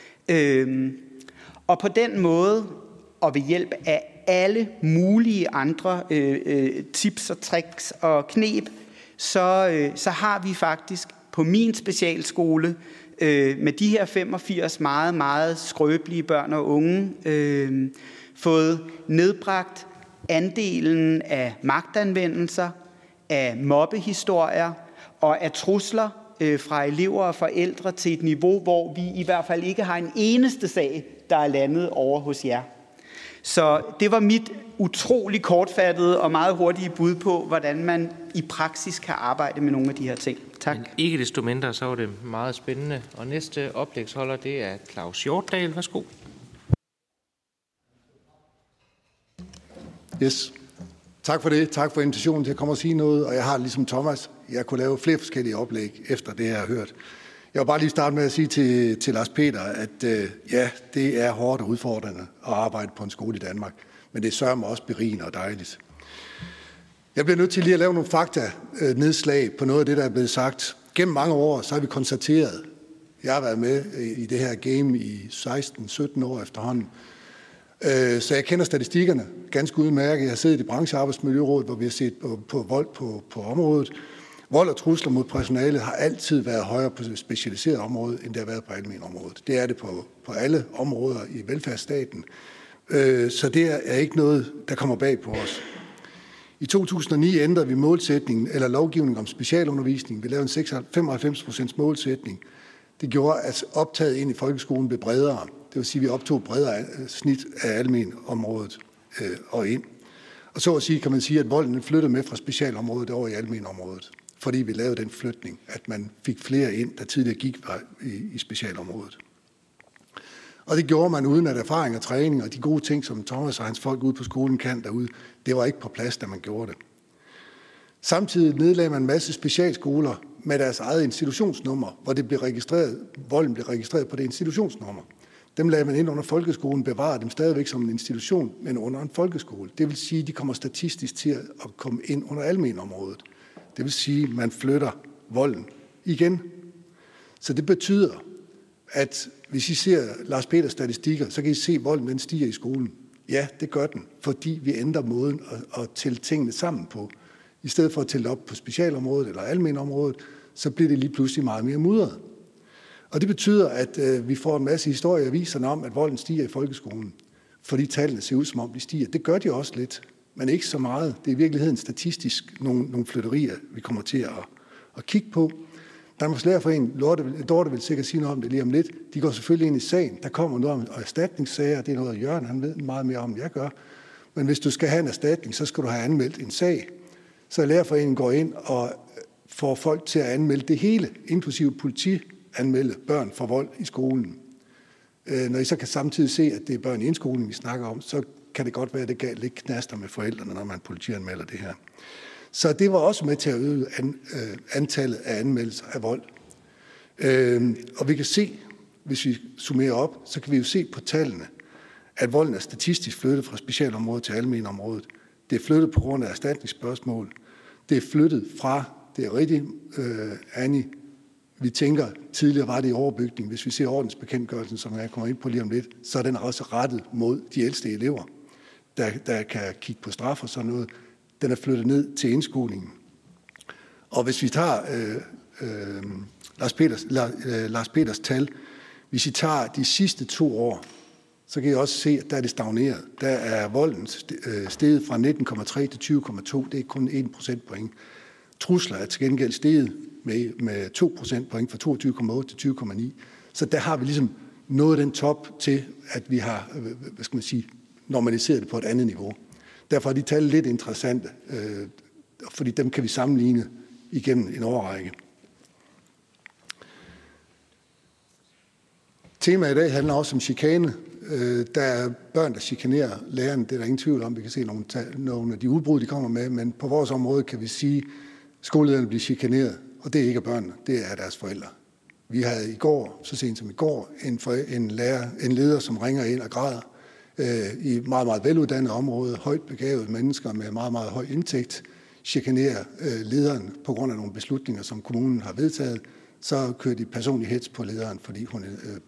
N: Og på den måde, og ved hjælp af alle mulige andre tips og tricks og knep, så har vi faktisk på min specialskole med de her 85 meget, meget skrøbelige børn og unge fået nedbragt andelen af magtanvendelser, af mobbehistorier og af trusler fra elever og forældre til et niveau, hvor vi i hvert fald ikke har en eneste sag, der er landet over hos jer. Så det var mit utrolig kortfattede og meget hurtige bud på, hvordan man i praksis kan arbejde med nogle af de her ting. Tak.
A: Men ikke desto mindre, så var det meget spændende. Og næste oplægsholder, det er Claus Hjortdal. Værsgo.
O: Yes. Tak for det. Tak for invitationen til at komme og sige noget. Og jeg har ligesom Thomas, jeg kunne lave flere forskellige oplæg efter det, jeg har hørt. Jeg vil bare lige starte med at sige til Lars Peter, at ja, det er hårdt og udfordrende at arbejde på en skole i Danmark. Men det sørger mig også berigende og dejligt. Jeg bliver nødt til lige at lave nogle fakta-nedslag på noget af det, der er blevet sagt. Gennem mange år, så har vi konstateret, jeg har været med i det her game i 16-17 år efterhånden, så jeg kender statistikkerne ganske udmærket. Jeg har siddet i branchearbejdsmiljørådet, hvor vi har set på vold på området. Vold og trusler mod personalet har altid været højere på det specialiserede område, end det har været på almenområdet. Det er det på alle områder i velfærdsstaten. Så det er ikke noget, der kommer bag på os. I 2009 ændrede vi målsætningen, eller lovgivningen om specialundervisning. Vi lavede en 95% målsætning. Det gjorde, at optaget ind i folkeskolen blev bredere. Det vil sige, at vi optog bredere snit af almenområdet og ind. Og så at sige, kan man sige, at volden flyttede med fra specialområdet over i almenområdet, fordi vi lavede den flytning, at man fik flere ind, der tidligere gik i specialområdet. Og det gjorde man uden at erfaring og træning og de gode ting, som Thomas og hans folk ude på skolen kan derude, det var ikke på plads, da man gjorde det. Samtidig nedlagde man en masse specialskoler med deres eget institutionsnummer, hvor det blev registreret, volden blev registreret på det institutionsnummer. Dem lagde man ind under folkeskolen, bevarede dem stadigvæk som en institution, men under en folkeskole. Det vil sige, at de kommer statistisk til at komme ind under almenområdet. Det vil sige, at man flytter volden igen. Så det betyder, at hvis I ser Lars Peters statistikker, så kan I se, at volden den stiger i skolen. Ja, det gør den, fordi vi ændrer måden at tælle tingene sammen på. I stedet for at tælle op på specialområdet eller almenområdet, så bliver det lige pludselig meget mere mudret. Og det betyder, at vi får en masse historier i aviserne om, at volden stiger i folkeskolen, fordi tallene ser ud, som om de stiger. Det gør de også lidt, men ikke så meget. Det er i virkeligheden statistisk nogle flytterier, vi kommer til at kigge på. Danmarks Lærerforening, Dorte vil sikkert sige noget om det lige om lidt, de går selvfølgelig ind i sagen. Der kommer noget om erstatningssager, det er noget, Jørgen han ved meget mere om, end jeg gør. Men hvis du skal have en erstatning, så skal du have anmeldt en sag. Så Lærerforeningen går ind og får folk til at anmelde det hele, inklusive politianmelde børn for vold i skolen. Når I så kan samtidig se, at det er børn i indskolen, vi snakker om, så kan det godt være, at det gav lidt knaster med forældrene, når man politianmelder det her. Så det var også med til at øge antallet af anmeldelser af vold. Og vi kan se, hvis vi summerer op, så kan vi jo se på tallene, at volden er statistisk flyttet fra specialområdet til almenområdet. Det er flyttet på grund af erstatningsspørgsmål. Det er flyttet fra, det er rigtigt, Annie, vi tænker, tidligere var det i overbygning. Hvis vi ser ordensbekendtgørelsen, som jeg kommer ind på lige om lidt, så er den også rettet mod de ældste elever, der kan kigge på straf og sådan noget. Den er flyttet ned til indskolingen. Og hvis vi tager Lars Peters tal, hvis I tager de sidste 2 år, så kan I også se, at der er det stagneret. Der er volden steget fra 19,3 til 20,2. Det er kun 1 procentpoint. Trusler er til gengæld steget med 2 procentpoint fra 22,8 til 20,9. Så der har vi ligesom nået den top til, at vi har, normaliseret det på et andet niveau. Derfor er de tal lidt interessante, fordi dem kan vi sammenligne igennem en årrække. Temaet i dag handler også om chikane. Der er børn, der chikanerer lærerne. Det er der ingen tvivl om. Vi kan se nogle af de udbrud, de kommer med. Men på vores område kan vi sige, at skolelederne bliver chikaneret. Og det er ikke af børnene, det er deres forældre. Vi havde i går, så sent som i går, en leder, som ringer ind og græder i meget, meget veluddannede områder, højt begavede mennesker med meget, meget høj indtægt, chikanerer lederen på grund af nogle beslutninger, som kommunen har vedtaget. Så kører de personlig hets på lederen, fordi hun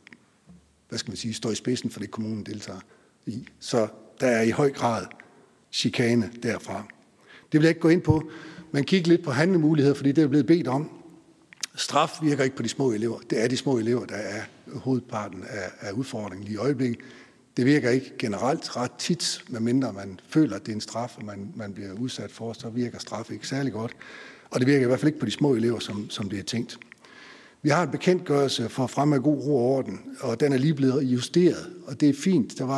O: står i spidsen for det, kommunen deltager i. Så der er i høj grad chikane derfra. Det vil jeg ikke gå ind på, men kigge lidt på handlemuligheder, fordi det er blevet bedt om. Straf virker ikke på de små elever. Det er de små elever, der er hovedparten af udfordringen lige i øjeblikket. Det virker ikke generelt ret tit, medmindre man føler, at det er en straf, og man bliver udsat for, så virker straf ikke særlig godt. Og det virker i hvert fald ikke på de små elever, som det er tænkt. Vi har en bekendtgørelse for fremme af god ro og orden, og den er lige blevet justeret, og det er fint. Der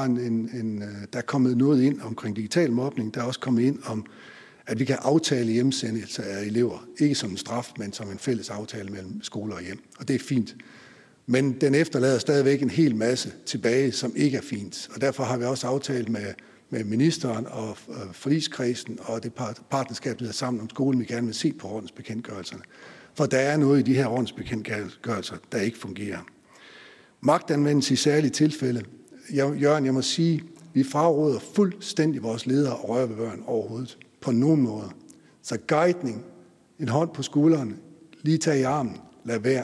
O: er kommet noget ind omkring digital mobning. Der er også kommet ind om, at vi kan aftale hjemsendelse af elever. Ikke som en straf, men som en fælles aftale mellem skole og hjem. Og det er fint. Men den efterlader stadigvæk en hel masse tilbage, som ikke er fint. Og derfor har vi også aftalt med ministeren og forligskredsen og det partnerskab, der er sammen om skolen, vi gerne vil se på ordensbekendtgørelserne. For der er noget i de her ordensbekendtgørelser, der ikke fungerer. Magtanvendelse i særlige tilfælde. Jørgen, jeg må sige, vi fraråder fuldstændig vores ledere at røre ved børn overhovedet. På nogen måde. Så guidning, en hånd på skulderen, lige tag i armen, lad være.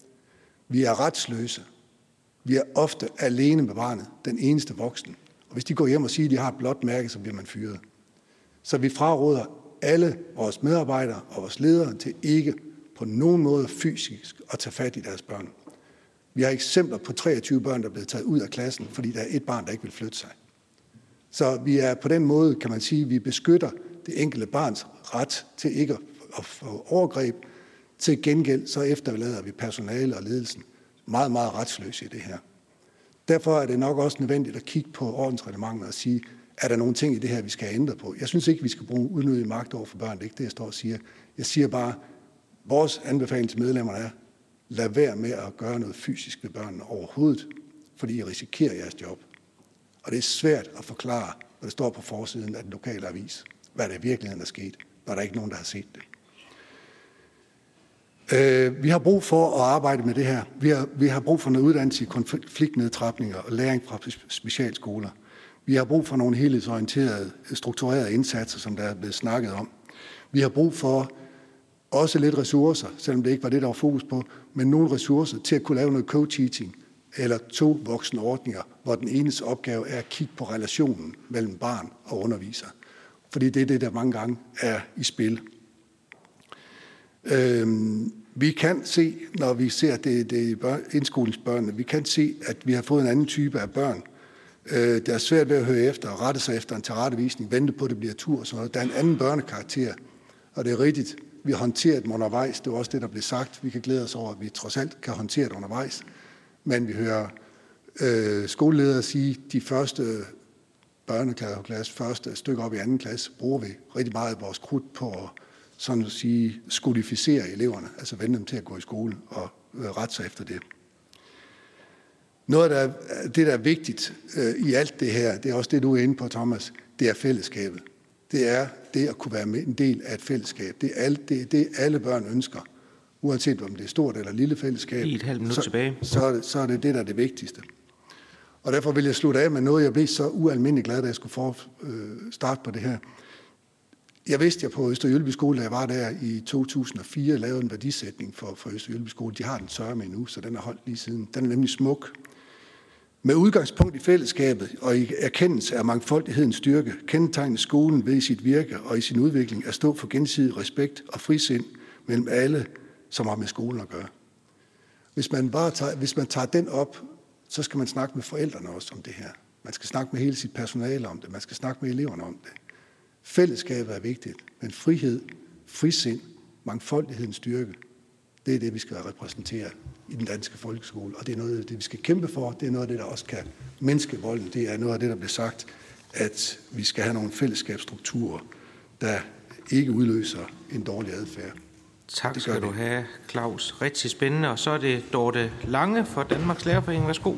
O: Vi er retsløse. Vi er ofte alene med barnet, den eneste voksen. Og hvis de går hjem og siger, at de har et blåt mærke, så bliver man fyret. Så vi fraråder alle vores medarbejdere og vores ledere til ikke på nogen måde fysisk at tage fat i deres børn. Vi har eksempler på 23 børn, der er blevet taget ud af klassen, fordi der er et barn, der ikke vil flytte sig. Så vi er på den måde, kan man sige, vi beskytter det enkelte barns ret til ikke at få overgreb. Til gengæld så efterlader vi personale og ledelsen meget, meget retsløse i det her. Derfor er det nok også nødvendigt at kigge på ordensreglementet og sige, er der nogle ting i det her, vi skal ændre på? Jeg synes ikke, vi skal bruge unødig magt over for børn. Det er ikke det, jeg står og siger. Jeg siger bare, vores anbefaling til medlemmerne er, lad være med at gøre noget fysisk ved børnene overhovedet, fordi I risikerer jeres job. Og det er svært at forklare, når det står på forsiden af den lokale avis, hvad der i virkeligheden er sket, når der ikke er nogen, der har set det. Vi har brug for at arbejde med det her. Vi har brug for noget uddannelse i konfliktnedtrapninger og læring fra specialskoler. Vi har brug for nogle helhedsorienterede, strukturerede indsatser, som der er blevet snakket om. Vi har brug for Også lidt ressourcer, selvom det ikke var det, der var fokus på, men nogle ressourcer til at kunne lave noget co-teaching eller 2 voksenordninger, hvor den enes opgave er at kigge på relationen mellem barn og underviser. Fordi det er det, der mange gange er i spil. Vi kan se, når vi ser det i indskolingsbørnene, vi kan se, at vi har fået en anden type af børn. Det er svært ved at høre efter og rette sig efter en tilrettevisning, vente på, at det bliver tur. Så der er en anden børnekarakter, og det er rigtigt. Vi har håndteret dem undervejs. Det var også det, der blev sagt. Vi kan glæde os over, at vi trods alt kan håndtere det undervejs. Men vi hører skoleledere sige, at de første børneklasse, første stykke op i anden klasse, bruger vi rigtig meget af vores krudt på at sådan at sige, skolificere eleverne, altså vende dem til at gå i skole og rette sig efter det. Noget af det, der er vigtigt i alt det her, det er også det, du er inde på, Thomas, det er fællesskabet. Det er det at kunne være en del af et fællesskab. Det er det alle børn ønsker. Uanset om det er stort eller lille fællesskab,
A: lige et halvt minut tilbage.
O: Så er det det, der er det vigtigste. Og derfor vil jeg slutte af med noget, jeg blev så ualmindelig glad, da jeg skulle starte på det her. Jeg vidste, at jeg på Øster-Jylby Skole, da jeg var der i 2004, lavede en værdisætning for Øster-Jylby Skole. De har den sørme endnu, så den er holdt lige siden. Den er nemlig smuk. Med udgangspunkt i fællesskabet og i erkendelse af mangfoldighedens styrke, kendetegner skolen ved i sit virke og i sin udvikling at stå for gensidig respekt og frisind mellem alle, som har med skolen at gøre. Hvis man tager den op, så skal man snakke med forældrene også om det her. Man skal snakke med hele sit personale om det. Man skal snakke med eleverne om det. Fællesskabet er vigtigt, men frihed, frisind, mangfoldighedens styrke, det er det, vi skal repræsentere i den danske folkeskole. Og det er noget af det, vi skal kæmpe for. Det er noget af det, der også kan mindske volden. Det er noget af det, der bliver sagt, at vi skal have nogle fællesskabsstrukturer, der ikke udløser en dårlig adfærd.
A: Tak skal du have, Claus. Rigtig spændende. Og så er det Dorte Lange fra Danmarks Lærerforening. Værsgo.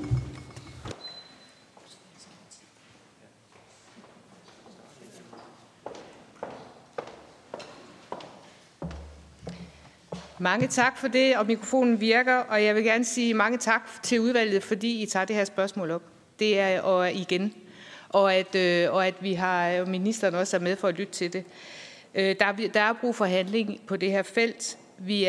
P: Mange tak for det, og mikrofonen virker, og jeg vil gerne sige mange tak til udvalget, fordi I tager det her spørgsmål op. Det er og igen, og at vi har ministeren også er med for at lytte til det. Der er brug for handling på det her felt. Vi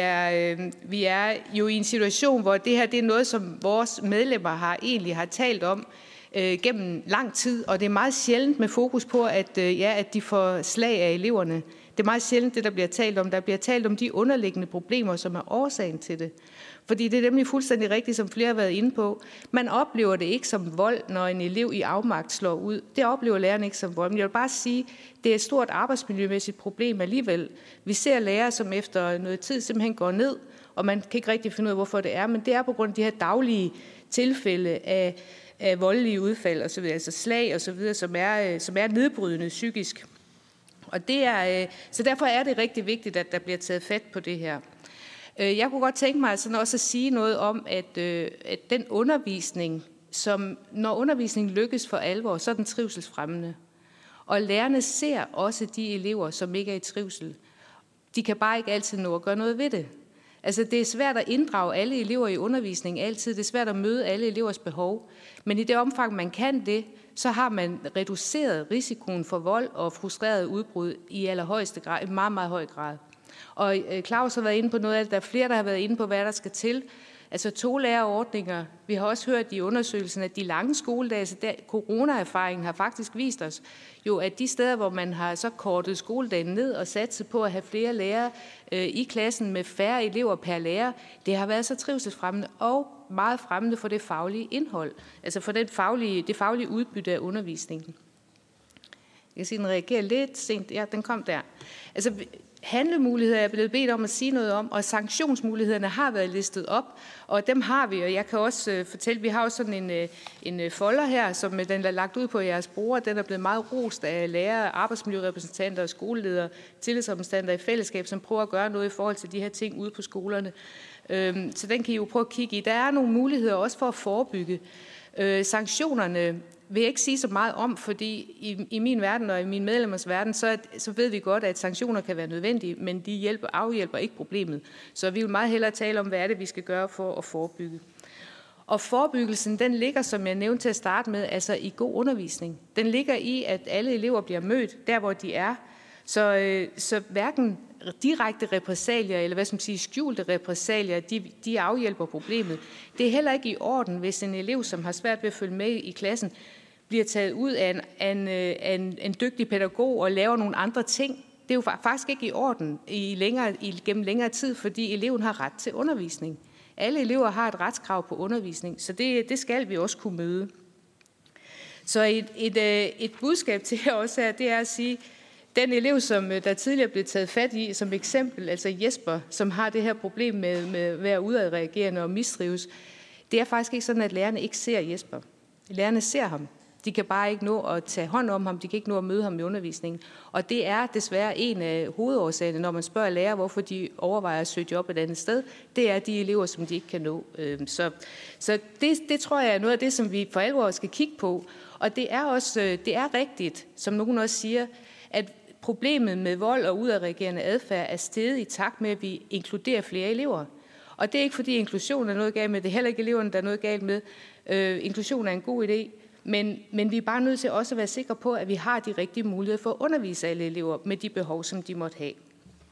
P: er jo i en situation, hvor det her det er noget, som vores medlemmer egentlig har talt om gennem lang tid, og det er meget sjældent med fokus på, at de får slag af eleverne. Det er meget sjældent det, der bliver talt om. Der bliver talt om de underliggende problemer, som er årsagen til det. Fordi det er nemlig fuldstændig rigtigt, som flere har været inde på. Man oplever det ikke som vold, når en elev i afmagt slår ud. Det oplever lærerne ikke som vold. Men jeg vil bare sige, det er et stort arbejdsmiljømæssigt problem alligevel. Vi ser lærere, som efter noget tid simpelthen går ned, og man kan ikke rigtig finde ud af, hvorfor det er. Men det er på grund af de her daglige tilfælde af voldelige udfald, og så videre, altså slag og så videre, som er nedbrydende psykisk. Og så derfor er det rigtig vigtigt, at der bliver taget fat på det her. Jeg kunne godt tænke mig sådan også at sige noget om, at den undervisning, når undervisningen lykkes for alvor, så er den trivselsfremmende. Og lærerne ser også de elever, som ikke er i trivsel. De kan bare ikke altid nå at gøre noget ved det. Altså det er svært at inddrage alle elever i undervisningen altid. Det er svært at møde alle elevers behov. Men i det omfang, man kan det, så har man reduceret risikoen for vold og frustreret udbrud i allerhøjeste grad, i meget, meget høj grad. Og Claus har været inde på noget af det. Der er flere, der har været inde på, hvad der skal til. Altså 2 lærerordninger. Vi har også hørt i undersøgelsen, at de lange skoledage, altså corona-erfaringen har faktisk vist os, jo at de steder, hvor man har så kortet skoledagen ned og satset på at have flere lærere i klassen med færre elever per lærer, det har været så trivselsfremmende og meget fremmende for det faglige indhold, altså for det faglige udbytte af undervisningen. Jeg kan sige, den reagerer lidt sent. Ja, den kom der. Altså, handlemuligheder er blevet bedt om at sige noget om, og sanktionsmulighederne har været listet op, og dem har vi, og jeg kan også fortælle, vi har også sådan en folder her, som den er lagt ud på jeres bruger, den er blevet meget rost af lærere, arbejdsmiljørepræsentanter og skoleledere, tillidsrepræsentanter i fællesskab, som prøver at gøre noget i forhold til de her ting ude på skolerne. Så den kan I jo prøve at kigge i. Der er nogle muligheder også for at forebygge. Sanktionerne vil jeg ikke sige så meget om, fordi i min verden og i min medlemmers verden, så ved vi godt, at sanktioner kan være nødvendige, men de afhjælper ikke problemet. Så vi vil meget hellere tale om, hvad er det, vi skal gøre for at forebygge. Og forebyggelsen, den ligger, som jeg nævnte til at starte med, altså i god undervisning. Den ligger i, at alle elever bliver mødt der, hvor de er, Så hverken direkte repressalier, eller hvad skal man sige, skjulte repressalier, de afhjælper problemet. Det er heller ikke i orden, hvis en elev, som har svært ved at følge med i klassen, bliver taget ud af en dygtig pædagog og laver nogle andre ting. Det er jo faktisk ikke i orden gennem længere tid, fordi eleven har ret til undervisning. Alle elever har et retskrav på undervisning, så det skal vi også kunne møde. Så et budskab til jer også her, det er at sige, den elev, som der tidligere blev taget fat i som eksempel, altså Jesper, som har det her problem med at være udadreagerende og mistrives, det er faktisk ikke sådan, at lærerne ikke ser Jesper. Lærerne ser ham. De kan bare ikke nå at tage hånd om ham, de kan ikke nå at møde ham i undervisningen. Og det er desværre en af hovedårsagerne, når man spørger lærer, hvorfor de overvejer at søge job et andet sted. Det er de elever, som de ikke kan nå. Så det tror jeg er noget af det, som vi for alvor skal kigge på. Og det er rigtigt, som nogen også siger, at problemet med vold og udadreagerende adfærd er steget i takt med, at vi inkluderer flere elever. Og det er ikke, fordi inklusion er noget galt med, det er heller ikke eleverne, der er noget galt med. Inklusion er en god idé, men vi er bare nødt til også at være sikre på, at vi har de rigtige muligheder for at undervise alle elever med de behov, som de måtte have.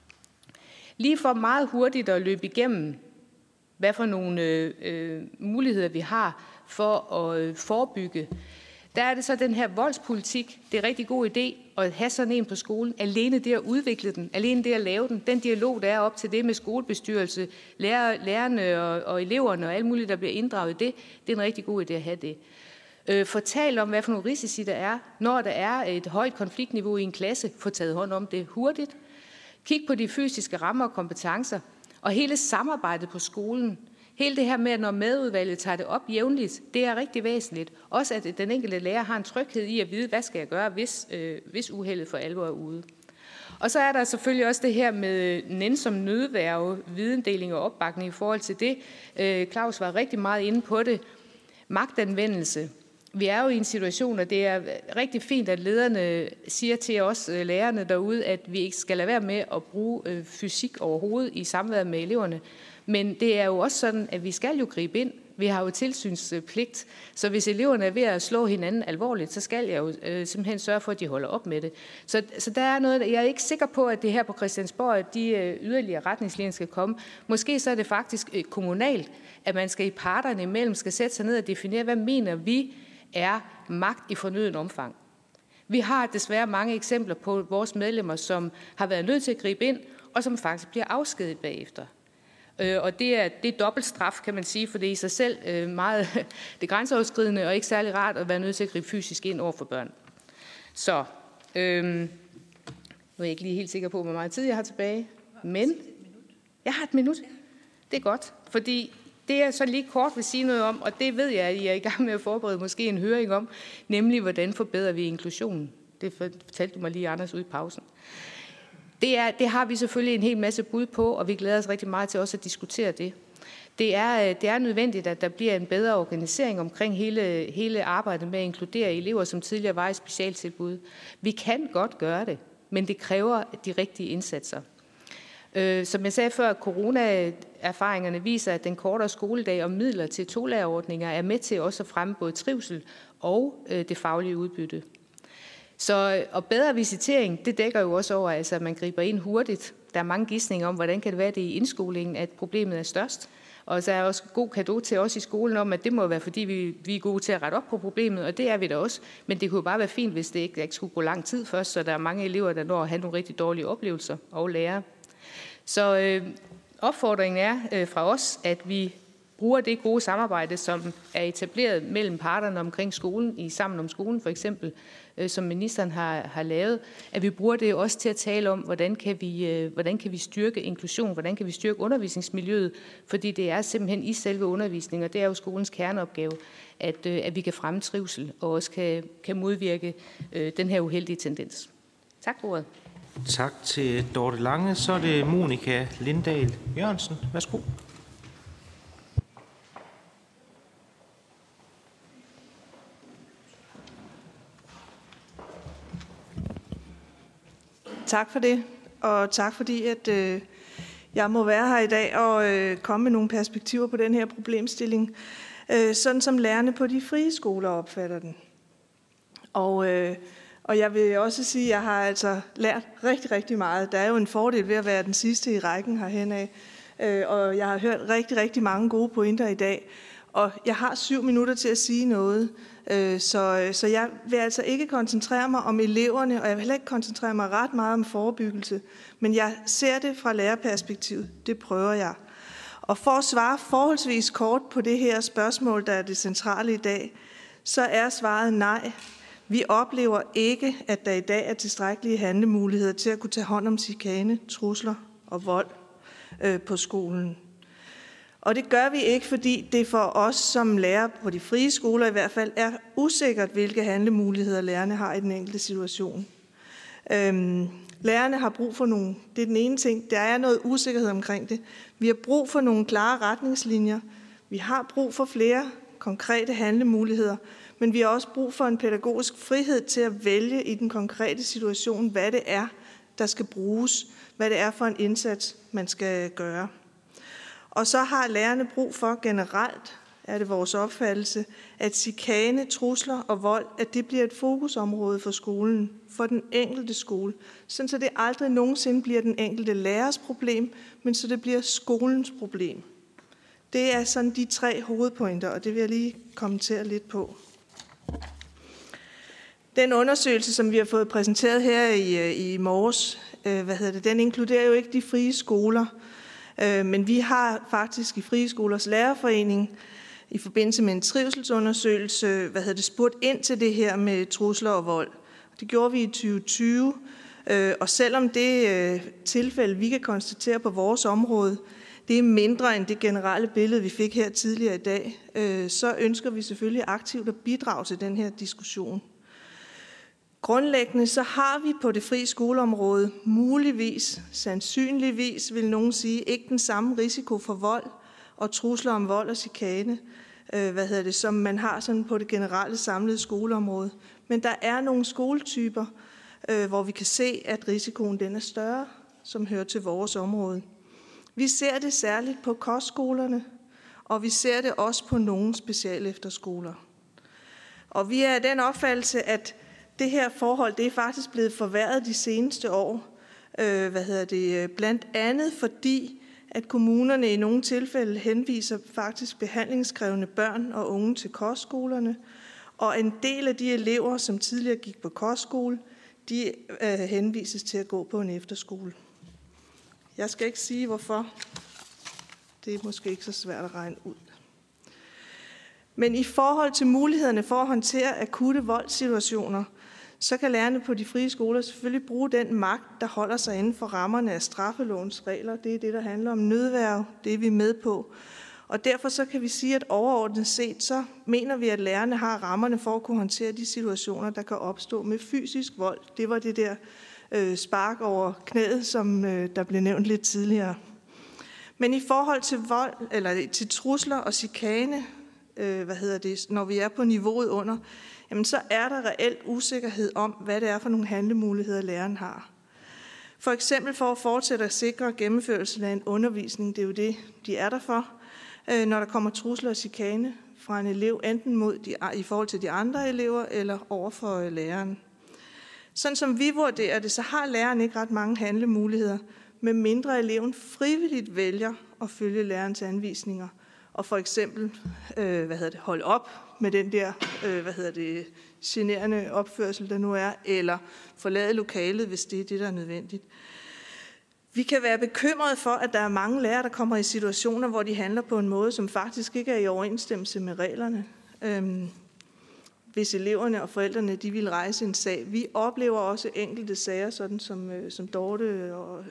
P: Lige for meget hurtigt at løbe igennem, hvad for nogle muligheder vi har for at forebygge. Der er det så den her voldspolitik. Det er en rigtig god idé at have sådan en på skolen. Alene det at udvikle den, alene det at lave den, den dialog, der er op til det med skolebestyrelse, lærerne og eleverne og alt muligt, der bliver inddraget i det, det er en rigtig god idé at have det. Fortæl om, hvad for nogle risici der er, når der er et højt konfliktniveau i en klasse. Få taget hånd om det hurtigt. Kig på de fysiske rammer og kompetencer. Og hele samarbejdet på skolen. Hele det her med, at når medudvalget tager det op jævnligt, det er rigtig væsentligt. Også at den enkelte lærer har en tryghed i at vide, hvad skal jeg gøre, hvis uheldet for alvor er ude. Og så er der selvfølgelig også det her med nænsom nødværge, videndeling og opbakning i forhold til det. Claus var rigtig meget inde på det. Magtanvendelse. Vi er jo i en situation, og det er rigtig fint, at lederne siger til os lærerne derude, at vi ikke skal lade være med at bruge fysik overhovedet i samvær med eleverne. Men det er jo også sådan, at vi skal jo gribe ind. Vi har jo tilsynspligt, så hvis eleverne er ved at slå hinanden alvorligt, så skal jeg jo simpelthen sørge for, at de holder op med det. Så der er noget, jeg er ikke sikker på, at det her på Christiansborg, at de yderligere retningslinjer skal komme. Måske så er det faktisk kommunalt, at man skal i parterne imellem, skal sætte sig ned og definere, hvad mener vi er magt i fornøden omfang. Vi har desværre mange eksempler på vores medlemmer, som har været nødt til at gribe ind, og som faktisk bliver afskediget bagefter. Og det er dobbelt straf, kan man sige, for det er i sig selv meget det grænseoverskridende og ikke særlig rart at være nødt til at gribe fysisk ind over for børn. Så nu er jeg ikke lige helt sikker på, hvor meget tid jeg har tilbage, men jeg har et minut. Det er godt, fordi det jeg så lige kort vil sige noget om, og det ved jeg, at I er i gang med at forberede måske en høring om, nemlig hvordan forbedrer vi inklusionen. Det fortalte du mig lige, Anders, ude i pausen. Det har vi selvfølgelig en hel masse bud på, og vi glæder os rigtig meget til også at diskutere det. Det er nødvendigt, at der bliver en bedre organisering omkring hele arbejdet med at inkludere elever, som tidligere var i specialtilbud. Vi kan godt gøre det, men det kræver de rigtige indsatser. Som jeg sagde før, corona-erfaringerne viser, at den kortere skoledag og midler til tolærerordninger er med til også at fremme både trivsel og det faglige udbytte. Og bedre visitering, det dækker jo også over, altså, at man griber ind hurtigt. Der er mange gidsninger om, hvordan kan det være, det i indskolingen, at problemet er størst. Og så er også god cadeau til os i skolen om, at det må være, fordi vi er gode til at rette op på problemet, og det er vi da også. Men det kunne jo bare være fint, hvis det ikke skulle gå lang tid først, så der er mange elever, der når at have nogle rigtig dårlige oplevelser og lærere. Så opfordringen er fra os, at vi bruger det gode samarbejde, som er etableret mellem parterne omkring skolen, i Sammen om skolen for eksempel, som ministeren har lavet, at vi bruger det også til at tale om, hvordan kan vi styrke inklusion, hvordan kan vi styrke undervisningsmiljøet, fordi det er simpelthen i selve undervisningen, og det er jo skolens kerneopgave, at vi kan fremme trivsel og også kan modvirke den her uheldige tendens. Tak for ordet.
A: Tak til Dorte Lange. Så er det Monika Lindahl Jørgensen. Værsgo.
Q: Tak for det, og tak fordi, at jeg må være her i dag og komme med nogle perspektiver på den her problemstilling, sådan som lærerne på de frie skoler opfatter den. Og Og jeg vil også sige, at jeg har altså lært rigtig, rigtig meget. Der er jo en fordel ved at være den sidste i rækken herhen af. Og jeg har hørt rigtig, rigtig mange gode pointer i dag. Og jeg har 7 minutter til at sige noget. Så jeg vil altså ikke koncentrere mig om eleverne, og jeg vil heller ikke koncentrere mig ret meget om forebyggelse. Men jeg ser det fra lærerperspektivet. Det prøver jeg. Og for at svare forholdsvis kort på det her spørgsmål, der er det centrale i dag, så er svaret nej. Vi oplever ikke, at der i dag er tilstrækkelige handlemuligheder til at kunne tage hånd om chikane, trusler og vold på skolen. Og det gør vi ikke, fordi det for os som lærer på de frie skoler i hvert fald er usikkert, hvilke handlemuligheder lærerne har i den enkelte situation. Lærerne har brug for nogle, det er den ene ting, der er noget usikkerhed omkring det. Vi har brug for nogle klare retningslinjer. Vi har brug for flere konkrete handlemuligheder, men vi har også brug for en pædagogisk frihed til at vælge i den konkrete situation, hvad det er, der skal bruges, hvad det er for en indsats, man skal gøre. Og så har lærerne brug for generelt, er det vores opfattelse, at chikane, trusler og vold, at det bliver et fokusområde for skolen, for den enkelte skole, sådan så det aldrig nogensinde bliver den enkelte lærers problem, men så det bliver skolens problem. Det er sådan de 3 hovedpointer, og det vil jeg lige kommentere lidt på. Den undersøgelse, som vi har fået præsenteret her i morges, den inkluderer jo ikke de frie skoler, men vi har faktisk i Frie Skolers Lærerforening i forbindelse med en trivselsundersøgelse spurgt ind til det her med trusler og vold. Det gjorde vi i 2020, og selvom det tilfælde, vi kan konstatere på vores område, det er mindre end det generelle billede, vi fik her tidligere i dag, så ønsker vi selvfølgelig aktivt at bidrage til den her diskussion. Grundlæggende så har vi på det frie skoleområde muligvis, sandsynligvis vil nogen sige, ikke den samme risiko for vold og trusler om vold og chikane, som man har sådan på det generelle samlede skoleområde. Men der er nogle skoletyper, hvor vi kan se, at risikoen den er større, som hører til vores område. Vi ser det særligt på kostskolerne, og vi ser det også på nogle specialefterskoler. Og vi er af den opfattelse, at det her forhold, det er faktisk blevet forværret de seneste år. Blandt andet fordi, at kommunerne i nogle tilfælde henviser faktisk behandlingskrævende børn og unge til kostskolerne. Og en del af de elever, som tidligere gik på kostskole, de henvises til at gå på en efterskole. Jeg skal ikke sige, hvorfor. Det er måske ikke så svært at regne ud. Men i forhold til mulighederne for at håndtere akutte voldssituationer, så kan lærerne på de frie skoler selvfølgelig bruge den magt, der holder sig inden for rammerne af straffelovens regler. Det er det, der handler om nødværge. Det er vi med på. Og derfor så kan vi sige, at overordnet set, så mener vi, at lærerne har rammerne for at kunne håndtere de situationer, der kan opstå med fysisk vold. Det var det der spark over knæet, som der blev nævnt lidt tidligere. Men i forhold til vold, eller til trusler og chikane, når vi er på niveauet under, jamen så er der reelt usikkerhed om, hvad det er for nogle handlemuligheder, læreren har. For eksempel for at fortsætte at sikre gennemførelsen af en undervisning, det er jo det, de er der for, når der kommer trusler og chikane fra en elev, enten i forhold til de andre elever eller over for læreren. Sådan som vi vurderer det, så har læreren ikke ret mange handlemuligheder, medmindre eleven frivilligt vælger at følge lærerens anvisninger, og for eksempel holde op med den der generende opførsel, der nu er, eller forlade lokalet, hvis det er det, der er nødvendigt. Vi kan være bekymrede for, at der er mange lærere, der kommer i situationer, hvor de handler på en måde, som faktisk ikke er i overensstemmelse med reglerne. Hvis eleverne og forældrene de vil rejse en sag. Vi oplever også enkelte sager, sådan som Dorte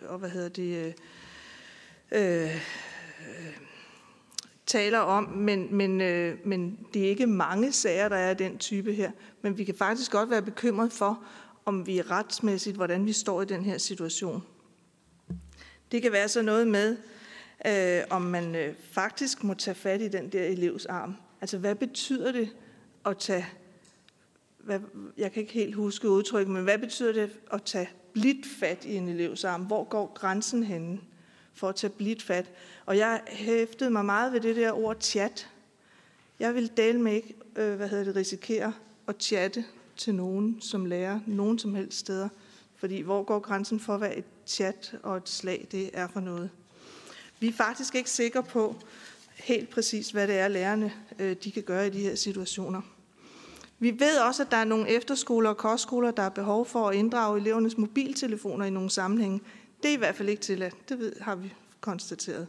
Q: taler om, men det er ikke mange sager, der er den type her. Men vi kan faktisk godt være bekymret for, om vi retsmæssigt, hvordan vi står i den her situation. Det kan være så noget med, om man faktisk må tage fat i den der elevs arm. Altså, hvad betyder det at tage, jeg kan ikke helt huske udtrykket, men hvad betyder det at tage blidt fat i en elevs arm? Hvor går grænsen henne for at tage blidt fat? Og jeg hæftede mig meget ved det der ord chat. Jeg vil dele med ikke, risikere at chatte til nogen som lærer, nogen som helst steder. Fordi hvor går grænsen for, hvad et chat og et slag det er for noget? Vi er faktisk ikke sikre på helt præcis, hvad det er, lærerne de kan gøre i de her situationer. Vi ved også, at der er nogle efterskoler og kostskoler, der er behov for at inddrage elevernes mobiltelefoner i nogle sammenhænge. Det er i hvert fald ikke tilladt. Det har vi konstateret.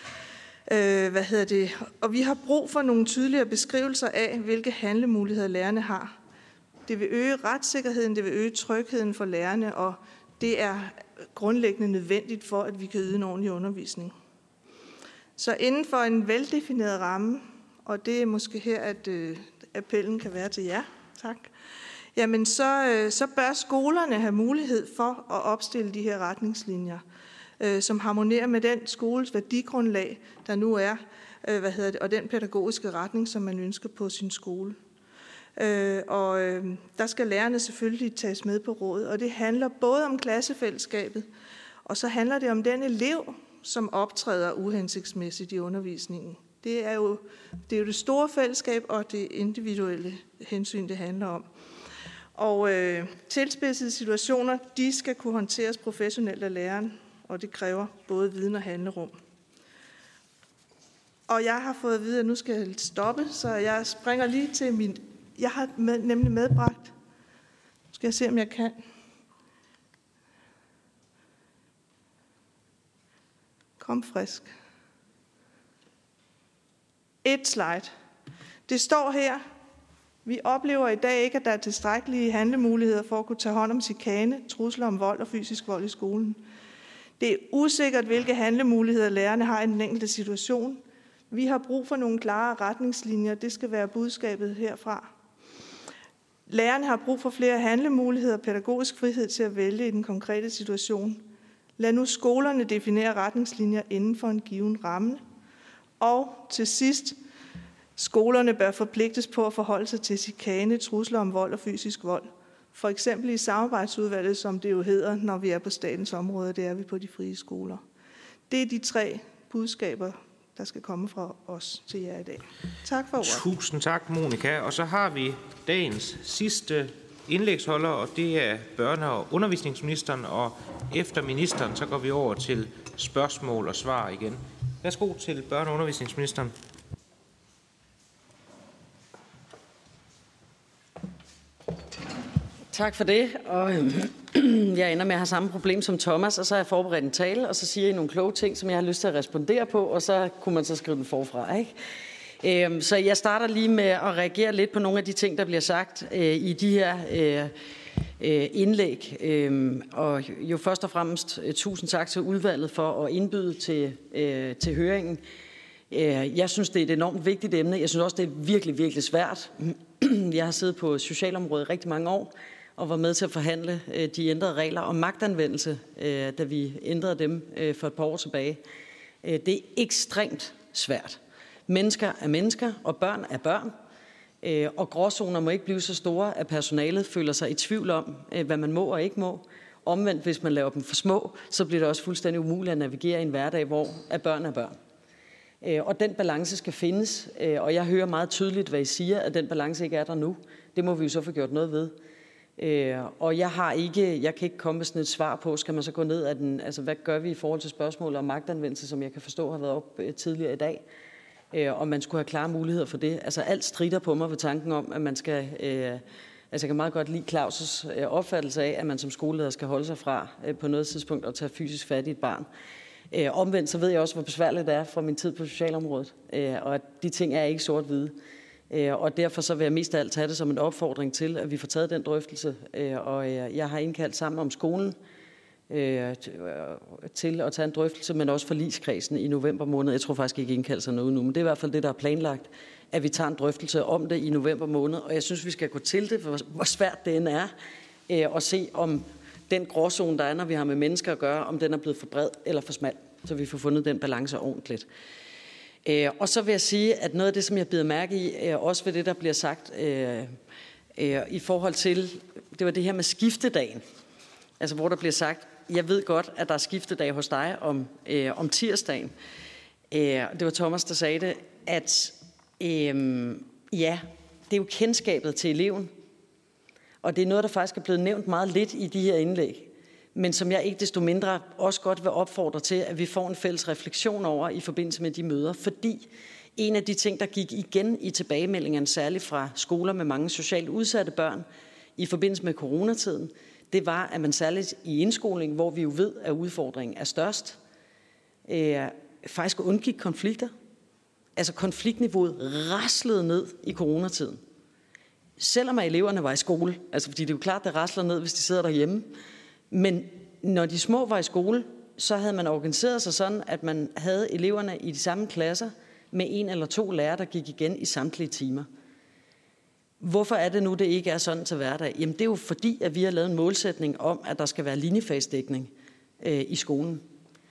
Q: Og vi har brug for nogle tydeligere beskrivelser af, hvilke handlemuligheder lærerne har. Det vil øge retssikkerheden, det vil øge trygheden for lærerne, og det er grundlæggende nødvendigt for, at vi kan yde en ordentlig undervisning. Så inden for en veldefineret ramme, og det er måske her, at appellen kan være til jer, tak, jamen så bør skolerne have mulighed for at opstille de her retningslinjer, som harmonerer med den skoles værdigrundlag, der nu er, og den pædagogiske retning, som man ønsker på sin skole. Der skal lærerne selvfølgelig tages med på råd, og det handler både om klassefællesskabet, og så handler det om den elev, som optræder uhensigtsmæssigt i undervisningen. Det er jo det store fællesskab og det individuelle hensyn, det handler om. Og tilspidsede situationer, de skal kunne håndteres professionelt af læreren, og det kræver både viden og handlerum. Og jeg har fået at vide, at nu skal jeg stoppe, så jeg springer lige til min... Jeg har nemlig medbragt. Nu skal jeg se, om jeg kan. Kom frisk. Et slide. Det står her. Vi oplever i dag ikke, at der er tilstrækkelige handlemuligheder for at kunne tage hånd om chikane, trusler om vold og fysisk vold i skolen. Det er usikkert, hvilke handlemuligheder lærerne har i den enkelte situation. Vi har brug for nogle klare retningslinjer. Det skal være budskabet herfra. Lærerne har brug for flere handlemuligheder og pædagogisk frihed til at vælge i den konkrete situation. Lad nu skolerne definere retningslinjer inden for en given ramme. Og til sidst, skolerne bør forpligtes på at forholde sig til chikane, trusler om vold og fysisk vold. For eksempel i samarbejdsudvalget, som det jo hedder, når vi er på statens område, det er vi på de frie skoler. Det er de 3 budskaber, der skal komme fra os til jer i dag. Tak for ordet.
A: Tusind tak, Monika. Og så har vi dagens sidste indlægsholder, og det er børne- og undervisningsministeren. Og efter ministeren, så går vi over til spørgsmål og svar igen. Værsgo til børne- og undervisningsministeren.
R: Tak for det, og jeg ender med at have samme problem som Thomas, og så har jeg forberedt en tale, og så siger I nogle kloge ting, som jeg har lyst til at respondere på, og så kunne man så skrive den forfra, ikke? Så jeg starter lige med at reagere lidt på nogle af de ting, der bliver sagt i de her indlæg. Og jo først og fremmest tusind tak til udvalget for at indbyde til høringen. Jeg synes, det er et enormt vigtigt emne. Jeg synes også, det er virkelig, virkelig svært. Jeg har siddet på socialområdet rigtig mange år og var med til at forhandle de ændrede regler om magtanvendelse, da vi ændrede dem for et par år tilbage. Det er ekstremt svært. Mennesker er mennesker, og børn er børn. Og gråzoner må ikke blive så store, at personalet føler sig i tvivl om, hvad man må og ikke må. Omvendt, hvis man laver dem for små, så bliver det også fuldstændig umuligt at navigere i en hverdag, hvor børn er børn. Og den balance skal findes, og jeg hører meget tydeligt, hvad I siger, at den balance ikke er der nu. Det må vi jo så få gjort noget ved. Og jeg kan ikke komme med sådan et svar på, skal man så gå ned af den, altså hvad gør vi i forhold til spørgsmålet om magtanvendelse, som jeg kan forstå har været op tidligere i dag, og man skulle have klare muligheder for det. Altså alt stritter på mig ved tanken om, at man skal, altså jeg kan meget godt lide Claus' opfattelse af, at man som skoleleder skal holde sig fra på noget tidspunkt at tage fysisk fat i et barn. Omvendt så ved jeg også, hvor besværligt det er fra min tid på socialområdet, og at de ting er ikke sort-hvide. Og derfor så vil jeg mest af alt tage det som en opfordring til, at vi får taget den drøftelse, og jeg har indkaldt sammen om skolen til at tage en drøftelse, men også forligskredsen i november måned. Jeg tror faktisk ikke indkaldt sig noget nu, men det er i hvert fald det, der er planlagt, at vi tager en drøftelse om det i november måned, og jeg synes, vi skal gå til det, hvor svært det end er, og se om den gråzone, der er, når vi har med mennesker at gøre, om den er blevet for bred eller for smal, så vi får fundet den balance ordentligt. Og så vil jeg sige, at noget af det, som jeg bider mærke i, også ved det, der bliver sagt i forhold til, det var det her med skiftedagen. Altså hvor der bliver sagt, jeg ved godt, at der er skiftedag hos dig om tirsdagen. Det var Thomas, der sagde det, at ja, det er jo kendskabet til eleven. Og det er noget, der faktisk er blevet nævnt meget lidt i de her indlæg, men som jeg ikke desto mindre også godt vil opfordre til, at vi får en fælles refleksion over i forbindelse med de møder. Fordi en af de ting, der gik igen i tilbagemeldingerne, særligt fra skoler med mange socialt udsatte børn i forbindelse med coronatiden, det var, at man særligt i indskoling, hvor vi jo ved, at udfordringen er størst, faktisk undgik konflikter. Altså konfliktniveauet raslede ned i coronatiden. Selvom eleverne var i skole, altså fordi det er jo klart, det rasler ned, hvis de sidder derhjemme. Men når de små var i skole, så havde man organiseret sig sådan, at man havde eleverne i de samme klasser med 1 eller 2 lærere, der gik igen i samtlige timer. Hvorfor er det nu, det ikke er sådan til hverdag? Jamen det er jo fordi, at vi har lavet en målsætning om, at der skal være linjefagsdækning i skolen.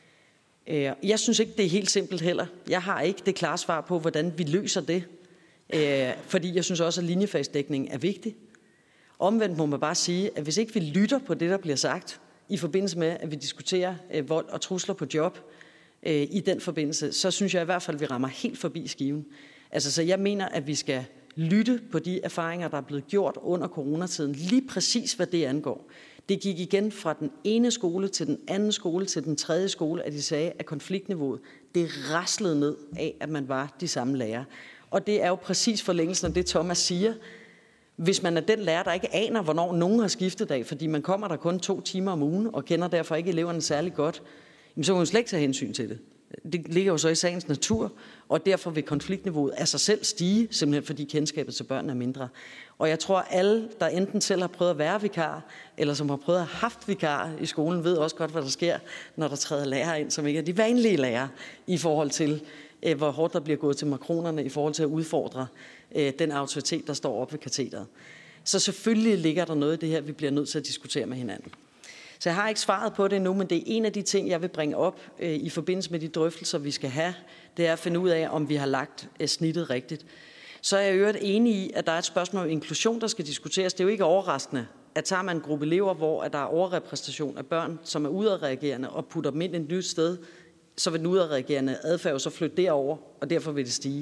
R: Jeg synes ikke, det er helt simpelt heller. Jeg har ikke det klare svar på, hvordan vi løser det. Fordi jeg synes også, at linjefagsdækning er vigtig. Omvendt må man bare sige, at hvis ikke vi lytter på det, der bliver sagt, i forbindelse med, at vi diskuterer vold og trusler på job i den forbindelse, så synes jeg i hvert fald, at vi rammer helt forbi skiven. Altså, så jeg mener, at vi skal lytte på de erfaringer, der er blevet gjort under coronatiden, lige præcis hvad det angår. Det gik igen fra den ene skole til den anden skole til den tredje skole, at de sagde, at konfliktniveauet, det raslede ned af, at man var de samme lærere. Og det er jo præcis forlængelsen af det, Thomas siger. Hvis man er den lærer, der ikke aner, hvornår nogen har skiftet dag, fordi man kommer der kun 2 timer om ugen, og kender derfor ikke eleverne særlig godt, så må man slet ikke tage hensyn til det. Det ligger jo så i sagens natur, og derfor vil konfliktniveauet af sig selv stige, simpelthen fordi kendskabet til børn er mindre. Og jeg tror, alle, der enten selv har prøvet at være vikar, eller som har prøvet at have haft vikar i skolen, ved også godt, hvad der sker, når der træder lærere ind, som ikke er de vanlige lærere, i forhold til, hvor hårdt der bliver gået til makronerne, i forhold til at udfordre den autoritet, der står oppe ved katedret. Så selvfølgelig ligger der noget i det her, vi bliver nødt til at diskutere med hinanden. Så jeg har ikke svaret på det endnu, men det er en af de ting, jeg vil bringe op i forbindelse med de drøftelser, vi skal have. Det er at finde ud af, om vi har lagt snittet rigtigt. Så er jeg i øvrigt enig i, at der er et spørgsmål om inklusion, der skal diskuteres. Det er jo ikke overraskende, at tager man en gruppe elever, hvor der er overrepræsentation af børn, som er udadreagerende, og putter dem ind et nyt sted, så vil den udadreagerende adfærd jo så flytte derover, og derfor vil det stige.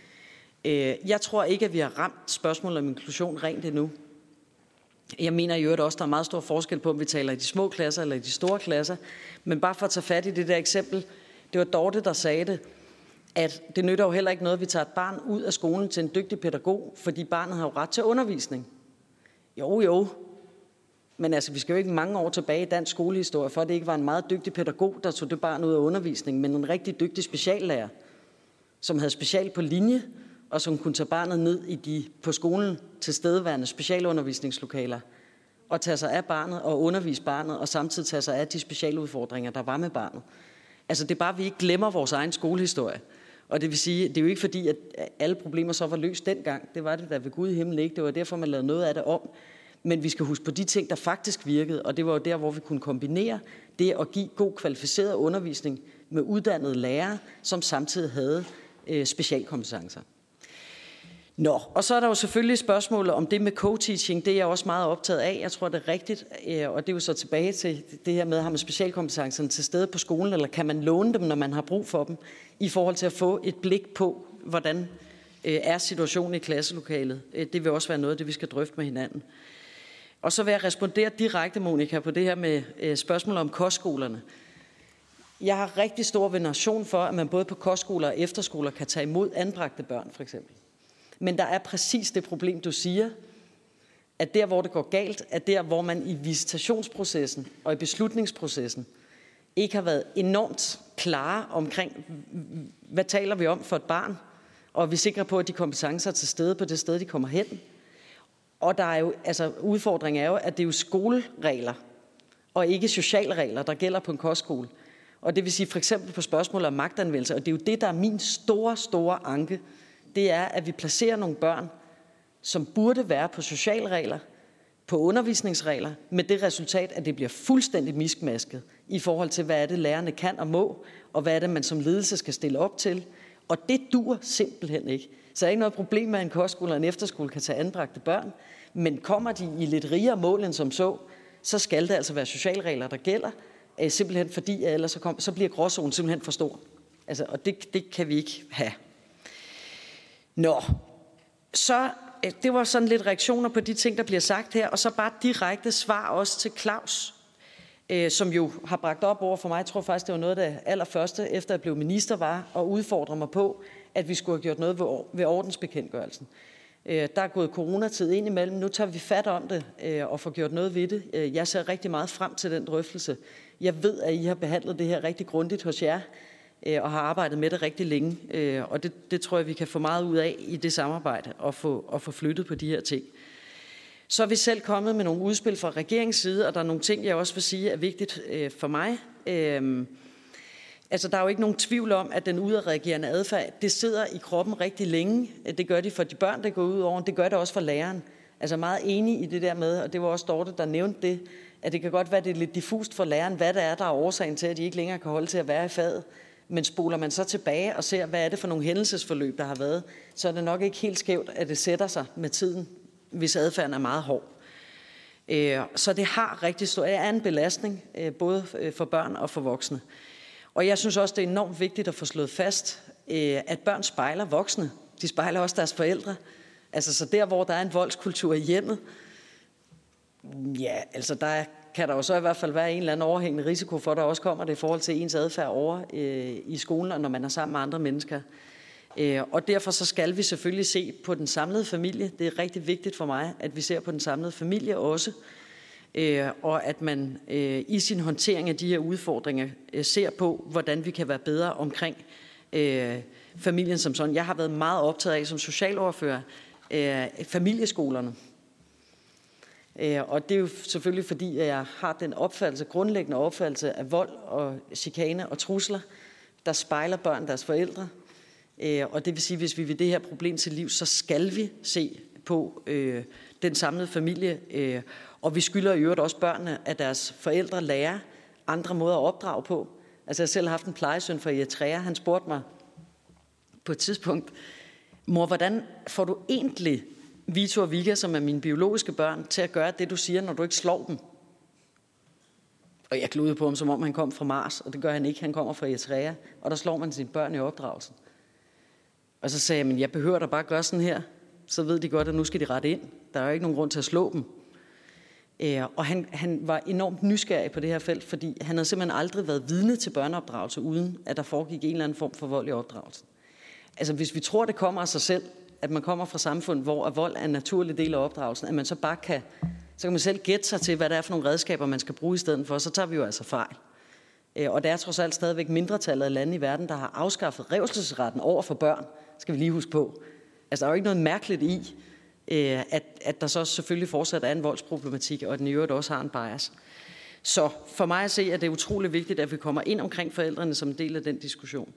R: Jeg tror ikke, at vi har ramt spørgsmålet om inklusion rent endnu. Jeg mener i øvrigt også, at der er meget stor forskel på, om vi taler i de små klasser eller i de store klasser. Men bare for at tage fat i det der eksempel, det var Dorte, der sagde det, at det nytter jo heller ikke noget, at vi tager et barn ud af skolen til en dygtig pædagog, fordi barnet har jo ret til undervisning. Jo. Men altså, vi skal jo ikke mange år tilbage i dansk skolehistorie, for det ikke var en meget dygtig pædagog, der tog det barn ud af undervisning, men en rigtig dygtig speciallærer, som havde special på linje, og som kunne tage barnet ned i de på skolen tilstedeværende specialundervisningslokaler, og tage sig af barnet og undervise barnet, og samtidig tage sig af de specialudfordringer, der var med barnet. Altså det er bare, at vi ikke glemmer vores egen skolehistorie. Og det vil sige, det er jo ikke fordi, at alle problemer så var løst dengang. Det var det der ved Gud i himlen ikke. Det var derfor, man lavede noget af det om. Men vi skal huske på de ting, der faktisk virkede, og det var jo der, hvor vi kunne kombinere det at give god kvalificeret undervisning med uddannede lærere, som samtidig havde specialkompetencer. Og så er der jo selvfølgelig spørgsmålet om det med co-teaching. Det er jeg også meget optaget af. Jeg tror, det er rigtigt, og det er jo så tilbage til det her med, at har man specialkompetencerne til stede på skolen, eller kan man låne dem, når man har brug for dem, i forhold til at få et blik på, hvordan er situationen i klasselokalet. Det vil også være noget af det, vi skal drøfte med hinanden. Og så vil jeg respondere direkte, Monika, på det her med spørgsmål om kostskolerne. Jeg har rigtig stor veneration for, at man både på kostskoler og efterskoler kan tage imod anbragte børn, for eksempel. Men der er præcis det problem, du siger, at der, hvor det går galt, er der, hvor man i visitationsprocessen og i beslutningsprocessen ikke har været enormt klare omkring, hvad taler vi om for et barn, og vi er sikre på, at de kompetencer er til stede på det sted, de kommer hen. Og der er jo, altså udfordringen er jo, at det er jo skoleregler, og ikke socialregler, der gælder på en kostskole. Og det vil sige for eksempel på spørgsmål om magtanvendelse, og det er jo det, der er min store anke, det er, at vi placerer nogle børn, som burde være på socialregler, på undervisningsregler, med det resultat, at det bliver fuldstændig miskmasket i forhold til, hvad er det, lærerne kan og må, og hvad er det, man som ledelse skal stille op til. Og det dur simpelthen ikke. Så er ikke noget problem med, at en kostskole og en efterskole kan tage anbragte børn, men kommer de i lidt rigere mål end som så skal det altså være socialregler, der gælder, simpelthen fordi, ellers så bliver gråzonen simpelthen for stor. Altså, og det kan vi ikke have. Så det var sådan lidt reaktioner på de ting, der bliver sagt her, og så bare direkte svar også til Claus, som jo har bragt op over for mig. Jeg tror faktisk, det var noget af det allerførste, efter jeg blev minister, var at udfordre mig på, at vi skulle have gjort noget ved ordensbekendtgørelsen. Der er gået coronatid ind imellem. Nu tager vi fat om det og får gjort noget ved det. Jeg ser rigtig meget frem til den drøftelse. Jeg ved, at I har behandlet det her rigtig grundigt hos jer og har arbejdet med det rigtig længe. Og det tror jeg, vi kan få meget ud af i det samarbejde og få flyttet på de her ting. Så er vi selv kommet med nogle udspil fra regeringens side, og der er nogle ting, jeg også vil sige er vigtigt for mig. Altså, der er jo ikke nogen tvivl om, at den udadreagerende adfærd, det sidder i kroppen rigtig længe. Det gør de for de børn, der går ud over, det gør det også for læreren. Altså meget enig i det der med, og det var også Dorte, der nævnte det, at det kan godt være, det er lidt diffust for læreren, hvad det er, der er årsagen til, at de ikke længere kan holde til at være i faget. Men spoler man så tilbage og ser, hvad er det for nogle hændelsesforløb, der har været, så er det nok ikke helt skævt, at det sætter sig med tiden, hvis adfærden er meget hård. Så det har rigtig stor, er en belastning, både for børn og for voksne. Og jeg synes også, det er enormt vigtigt at få slået fast, at børn spejler voksne. De spejler også deres forældre. Altså så der, hvor der er en voldskultur i hjemmet, ja, altså der kan der jo så i hvert fald være en eller anden overhængende risiko for, at der også kommer det i forhold til ens adfærd over i skolen, og når man er sammen med andre mennesker. Og derfor så skal vi selvfølgelig se på den samlede familie. Det er rigtig vigtigt for mig, at vi ser på den samlede familie også, og at man i sin håndtering af de her udfordringer ser på, hvordan vi kan være bedre omkring familien som sådan. Jeg har været meget optaget af som socialordfører familieskolerne. Og det er jo selvfølgelig fordi, at jeg har den grundlæggende opfattelse af vold og chikane og trusler, der spejler børn deres forældre. Og det vil sige, at hvis vi vil det her problem til liv, så skal vi se på den samlede familie. Og vi skylder i øvrigt også børnene, at deres forældre lærer andre måder at opdrage på. Altså jeg selv har haft en plejesøn fra Eritrea. Han spurgte mig på et tidspunkt, mor, hvordan får du egentlig Vito og Vika, som er mine biologiske børn, til at gøre det, du siger, når du ikke slår dem? Og jeg glodede på ham, som om han kom fra Mars, og det gør han ikke. Han kommer fra Eritrea, og der slår man sine børn i opdragelsen. Og så sagde jeg, men jeg behøver da bare gøre sådan her, så ved de godt, at nu skal de rette ind. Der er jo ikke nogen grund til at slå dem. Og han var enormt nysgerrig på det her felt, fordi han havde simpelthen aldrig været vidne til børneopdragelse, uden at der foregik en eller anden form for vold i opdragelsen. Altså hvis vi tror, det kommer af sig selv, at man kommer fra samfund, hvor vold er en naturlig del af opdragelsen, at man så bare kan man selv gætte sig til, hvad det er for nogle redskaber, man skal bruge i stedet for, så tager vi jo altså fejl. Og der er trods alt stadigvæk mindretallet af lande i verden, der har afskaffet revselsesretten over for børn, skal vi lige huske på. Altså der er jo ikke noget mærkeligt i, at der så selvfølgelig fortsat er en voldsproblematik, og at den i øvrigt også har en bias. Så for mig at se, at det er utrolig vigtigt, at vi kommer ind omkring forældrene som en del af den diskussion.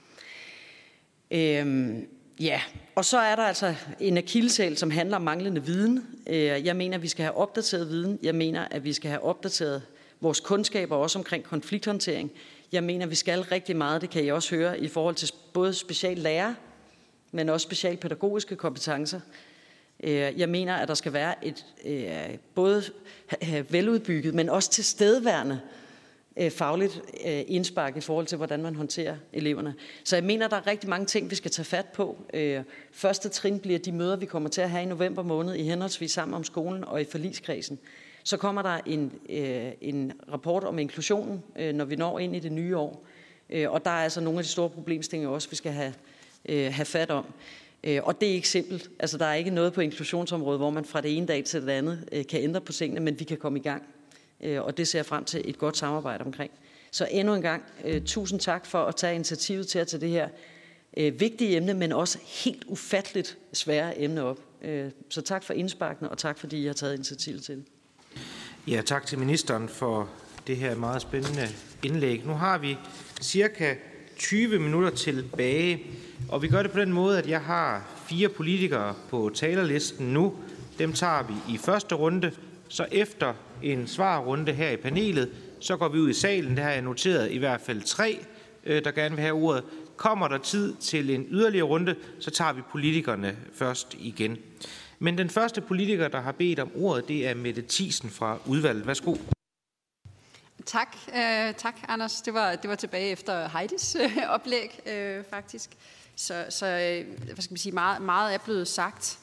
R: Ja, og så er der altså en akilleshæl, som handler om manglende viden. Jeg mener, at vi skal have opdateret viden. Jeg mener, at vi skal have opdateret vores kundskaber også omkring konflikthåndtering. Jeg mener, at vi skal rigtig meget, det kan I også høre, i forhold til både speciallærer, men også specialpædagogiske kompetencer. Jeg mener, at der skal være et både veludbygget, men også tilstedeværende fagligt indspark i forhold til, hvordan man håndterer eleverne. Så jeg mener, der er rigtig mange ting, vi skal tage fat på. Første trin bliver de møder, vi kommer til at have i november måned, i henholdsvis Sammen om skolen og i forligskredsen. Så kommer der en rapport om inklusionen, når vi når ind i det nye år. Og der er altså nogle af de store problemstillinger også, vi skal have fat om. Og det er ikke simpelt. Altså, der er ikke noget på inklusionsområdet, hvor man fra det ene dag til det andet kan ændre på tingene, men vi kan komme i gang. Og det ser jeg frem til et godt samarbejde omkring. Så endnu en gang, tusind tak for at tage initiativet til at tage det her vigtige emne, men også helt ufatteligt svære emne op. Så tak for indsparkene, og tak fordi I har taget initiativet til det.
A: Ja, tak til ministeren for det her meget spændende indlæg. Nu har vi cirka 20 minutter tilbage, og vi gør det på den måde, at jeg har 4 politikere på talerlisten nu. Dem tager vi i første runde, så efter en svarrunde her i panelet, så går vi ud i salen. Det har jeg noteret i hvert fald 3, der gerne vil have ordet. Kommer der tid til en yderligere runde, så tager vi politikerne først igen. Men den første politiker, der har bedt om ordet, det er Mette Thiesen fra udvalget. Værsgo.
E: Tak, Anders. Det var tilbage efter Heidis oplæg, faktisk. Så hvad skal man sige, meget er blevet sagt.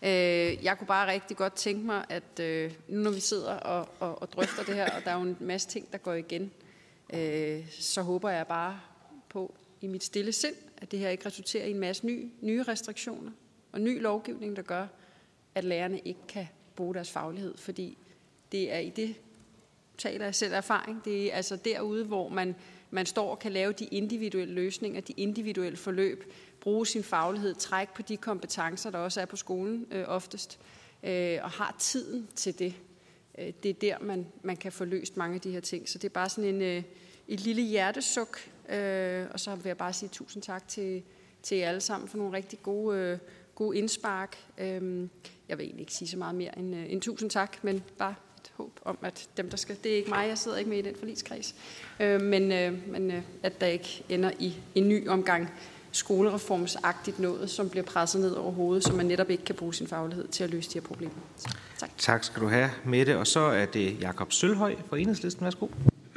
E: Jeg kunne bare rigtig godt tænke mig, at nu når vi sidder og drøfter det her, og der er jo en masse ting, der går igen, så håber jeg bare på i mit stille sind, at det her ikke resulterer i en masse nye restriktioner og ny lovgivning, der gør, at lærerne ikke kan bruge deres faglighed, fordi det er i det, taler jeg selv af erfaring, det er altså derude, hvor man står og kan lave de individuelle løsninger, de individuelle forløb, bruge sin faglighed, trække på de kompetencer, der også er på skolen oftest, og har tiden til det. Det er der, man kan få løst mange af de her ting. Så det er bare sådan et lille hjertesuk, og så vil jeg bare sige tusind tak til jer alle sammen for nogle rigtig gode indspark. Jeg vil egentlig ikke sige så meget mere end tusind tak, men bare et håb om, at dem, der skal... Det er ikke mig, jeg sidder ikke med i den forligskreds, men at der ikke ender i en ny omgang skolereformsagtigt noget, som bliver presset ned over hovedet, så man netop ikke kan bruge sin faglighed til at løse de her problemer. Tak.
A: Tak skal du have, Mette. Og så er det Jakob Sølhøj fra Enhedslisten. Værsgo.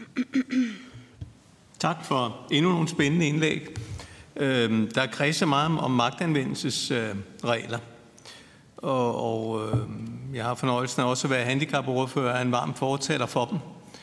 J: Tak for endnu nogle spændende indlæg. Der kredser meget om magtanvendelsesregler. Og jeg har fornøjelsen af også at være handicapordfører og en varm fortaler for dem.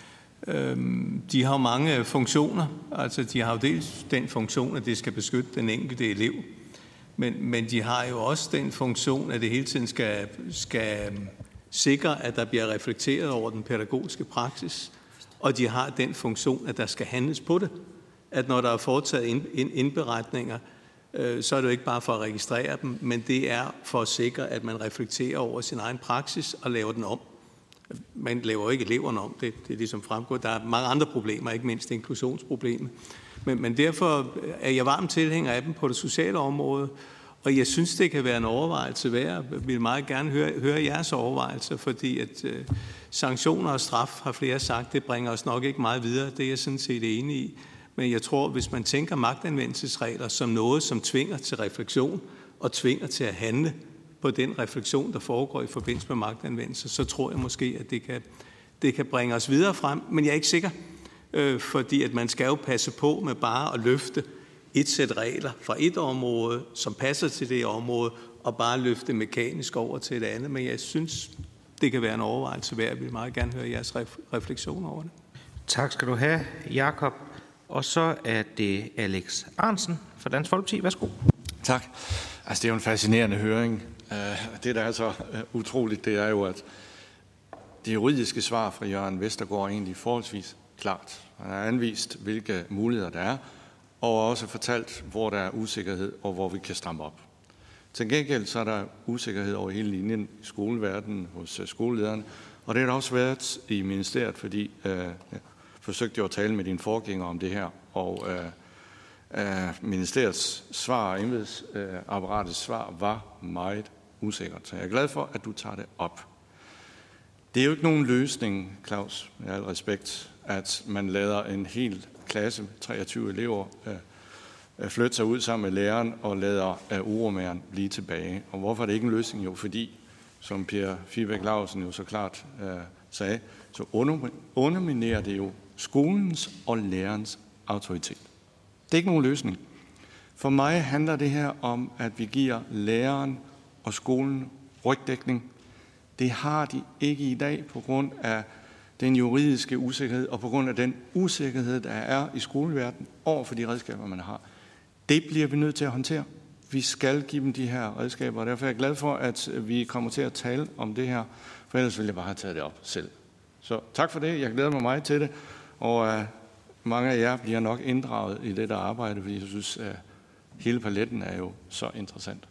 J: De har jo mange funktioner. Altså, de har jo dels den funktion, at det skal beskytte den enkelte elev. Men de har jo også den funktion, at det hele tiden skal sikre, at der bliver reflekteret over den pædagogiske praksis. Og de har den funktion, at der skal handles på det. At når der er foretaget indberetninger, så er det jo ikke bare for at registrere dem, men det er for at sikre, at man reflekterer over sin egen praksis og laver den om. Man laver jo ikke eleverne om, det er ligesom fremgået. Der er mange andre problemer, ikke mindst inklusionsproblemer. Men derfor er jeg varmt tilhænger af dem på det sociale område, og jeg synes, det kan være en overvejelse værd. Jeg vil meget gerne høre jeres overvejelser, fordi at sanktioner og straf, har flere sagt, det bringer os nok ikke meget videre. Det er jeg sådan set enig i. Men jeg tror, hvis man tænker magtanvendelsesregler som noget, som tvinger til refleksion og tvinger til at handle på den refleksion, der foregår i forbindelse med magtanvendelse, så tror jeg måske, at det kan bringe os videre frem. Men jeg er ikke sikker, fordi at man skal jo passe på med bare at løfte et sæt regler fra et område, som passer til det område, og bare løfte mekanisk over til et andet. Men jeg synes, det kan være en overvejelse værd. Jeg vil meget gerne høre jeres refleksion over det.
A: Tak skal du have, Jakob. Og så er det Alex Ahrendtsen fra Dansk Folkeparti. Værsgo.
C: Tak. Altså, det er jo en fascinerende høring. Det, der er så utroligt, det er jo, at det juridiske svar fra Jørgen Vestergaard er egentlig forholdsvis klart. Han har anvist, hvilke muligheder der er, og også fortalt, hvor der er usikkerhed, og hvor vi kan stramme op. Til gengæld så er der usikkerhed over hele linjen i skoleverdenen hos skolelederne, og det har der også været i ministeriet, fordi jeg forsøgte jo at tale med dine forgængere om det her, og ministeriets svar, embedsapparatets svar, var meget usikkert. Så jeg er glad for, at du tager det op. Det er jo ikke nogen løsning, Claus, med al respekt, at man lader en hel klasse med 23 elever flytte sig ud sammen med læreren og lader uromageren blive tilbage. Og hvorfor er det ikke en løsning? Jo, fordi, som Per Fibæk Lausen jo så klart sagde, så underminerer det jo skolens og lærerens autoritet. Det er ikke nogen løsning. For mig handler det her om, at vi giver læreren og skolen rygdækning. Det har de ikke i dag på grund af den juridiske usikkerhed og på grund af den usikkerhed, der er i skoleverdenen over for de redskaber, man har. Det bliver vi nødt til at håndtere. Vi skal give dem de her redskaber, og derfor er jeg glad for, at vi kommer til at tale om det her, for ellers ville jeg bare have taget det op selv. Så tak for det. Jeg glæder mig meget til det, og mange af jer bliver nok inddraget i det der arbejde, fordi jeg synes, at hele paletten er jo så interessant.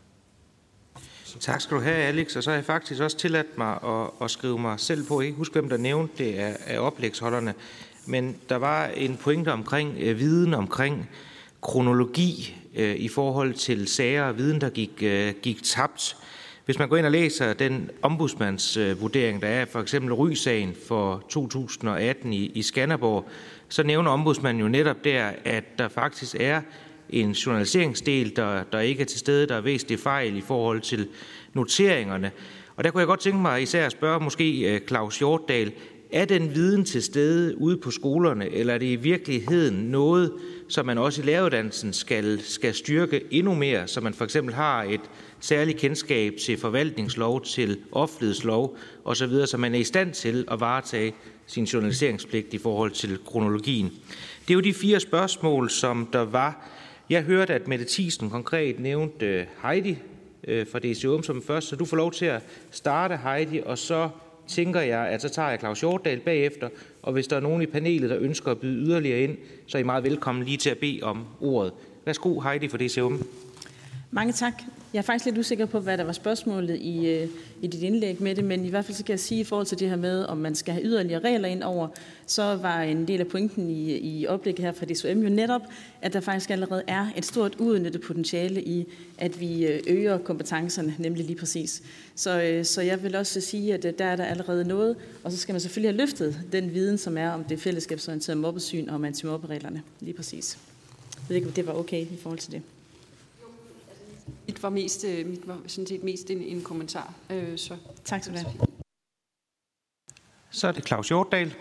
A: Tak skal du have, Alex. Og så har jeg faktisk også tilladt mig at skrive mig selv på. Jeg kan ikke huske, hvem der nævnte det af oplægsholderne. Men der var en pointe omkring viden, omkring kronologi i forhold til sager og viden, der gik tabt. Hvis man går ind og læser den ombudsmandsvurdering, der er for eksempel Ry-sagen for 2018 i Skanderborg, så nævner ombudsmanden jo netop der, at der faktisk er en journaliseringsdel, der ikke er til stede, der er væsentlige fejl i forhold til noteringerne. Og der kunne jeg godt tænke mig især at spørge måske Claus Hjortdal, Er den viden til stede ude på skolerne, eller er det i virkeligheden noget, som man også i læreruddannelsen skal styrke endnu mere, så man for eksempel har et særligt kendskab til forvaltningslov, til offentlighedslov osv., så man er i stand til at varetage sin journaliseringspligt i forhold til kronologien? Det er jo de 4 spørgsmål, som der var. Jeg hørte, at Mette Thiesen konkret nævnte Heidi fra DCUM som først, så du får lov til at starte, Heidi, og så tænker jeg, at så tager jeg Claus Hjortdal bagefter, og hvis der er nogen i panelet, der ønsker at byde yderligere ind, så er I meget velkommen lige til at bede om ordet. Værsgo, Heidi fra DCUM.
L: Mange tak. Jeg er faktisk lidt usikker på, hvad der var spørgsmålet i dit indlæg med det, men i hvert fald så kan jeg sige i forhold til det her med, om man skal have yderligere regler ind over, så var en del af pointen i oplægget her fra DSUM jo netop, at der faktisk allerede er et stort uudnyttet potentiale i, at vi øger kompetencerne, nemlig lige præcis. Så jeg vil også sige, at der er der allerede noget, og så skal man selvfølgelig have løftet den viden, som er om det fællesskabsorienterede mobbesyn og om antimobbereglerne, lige præcis. Jeg ved ikke, om det var okay i forhold til det.
E: Mit var sådan set mest en kommentar. Så.
L: Tak skal du have.
A: Så er det Claus Hjortdal.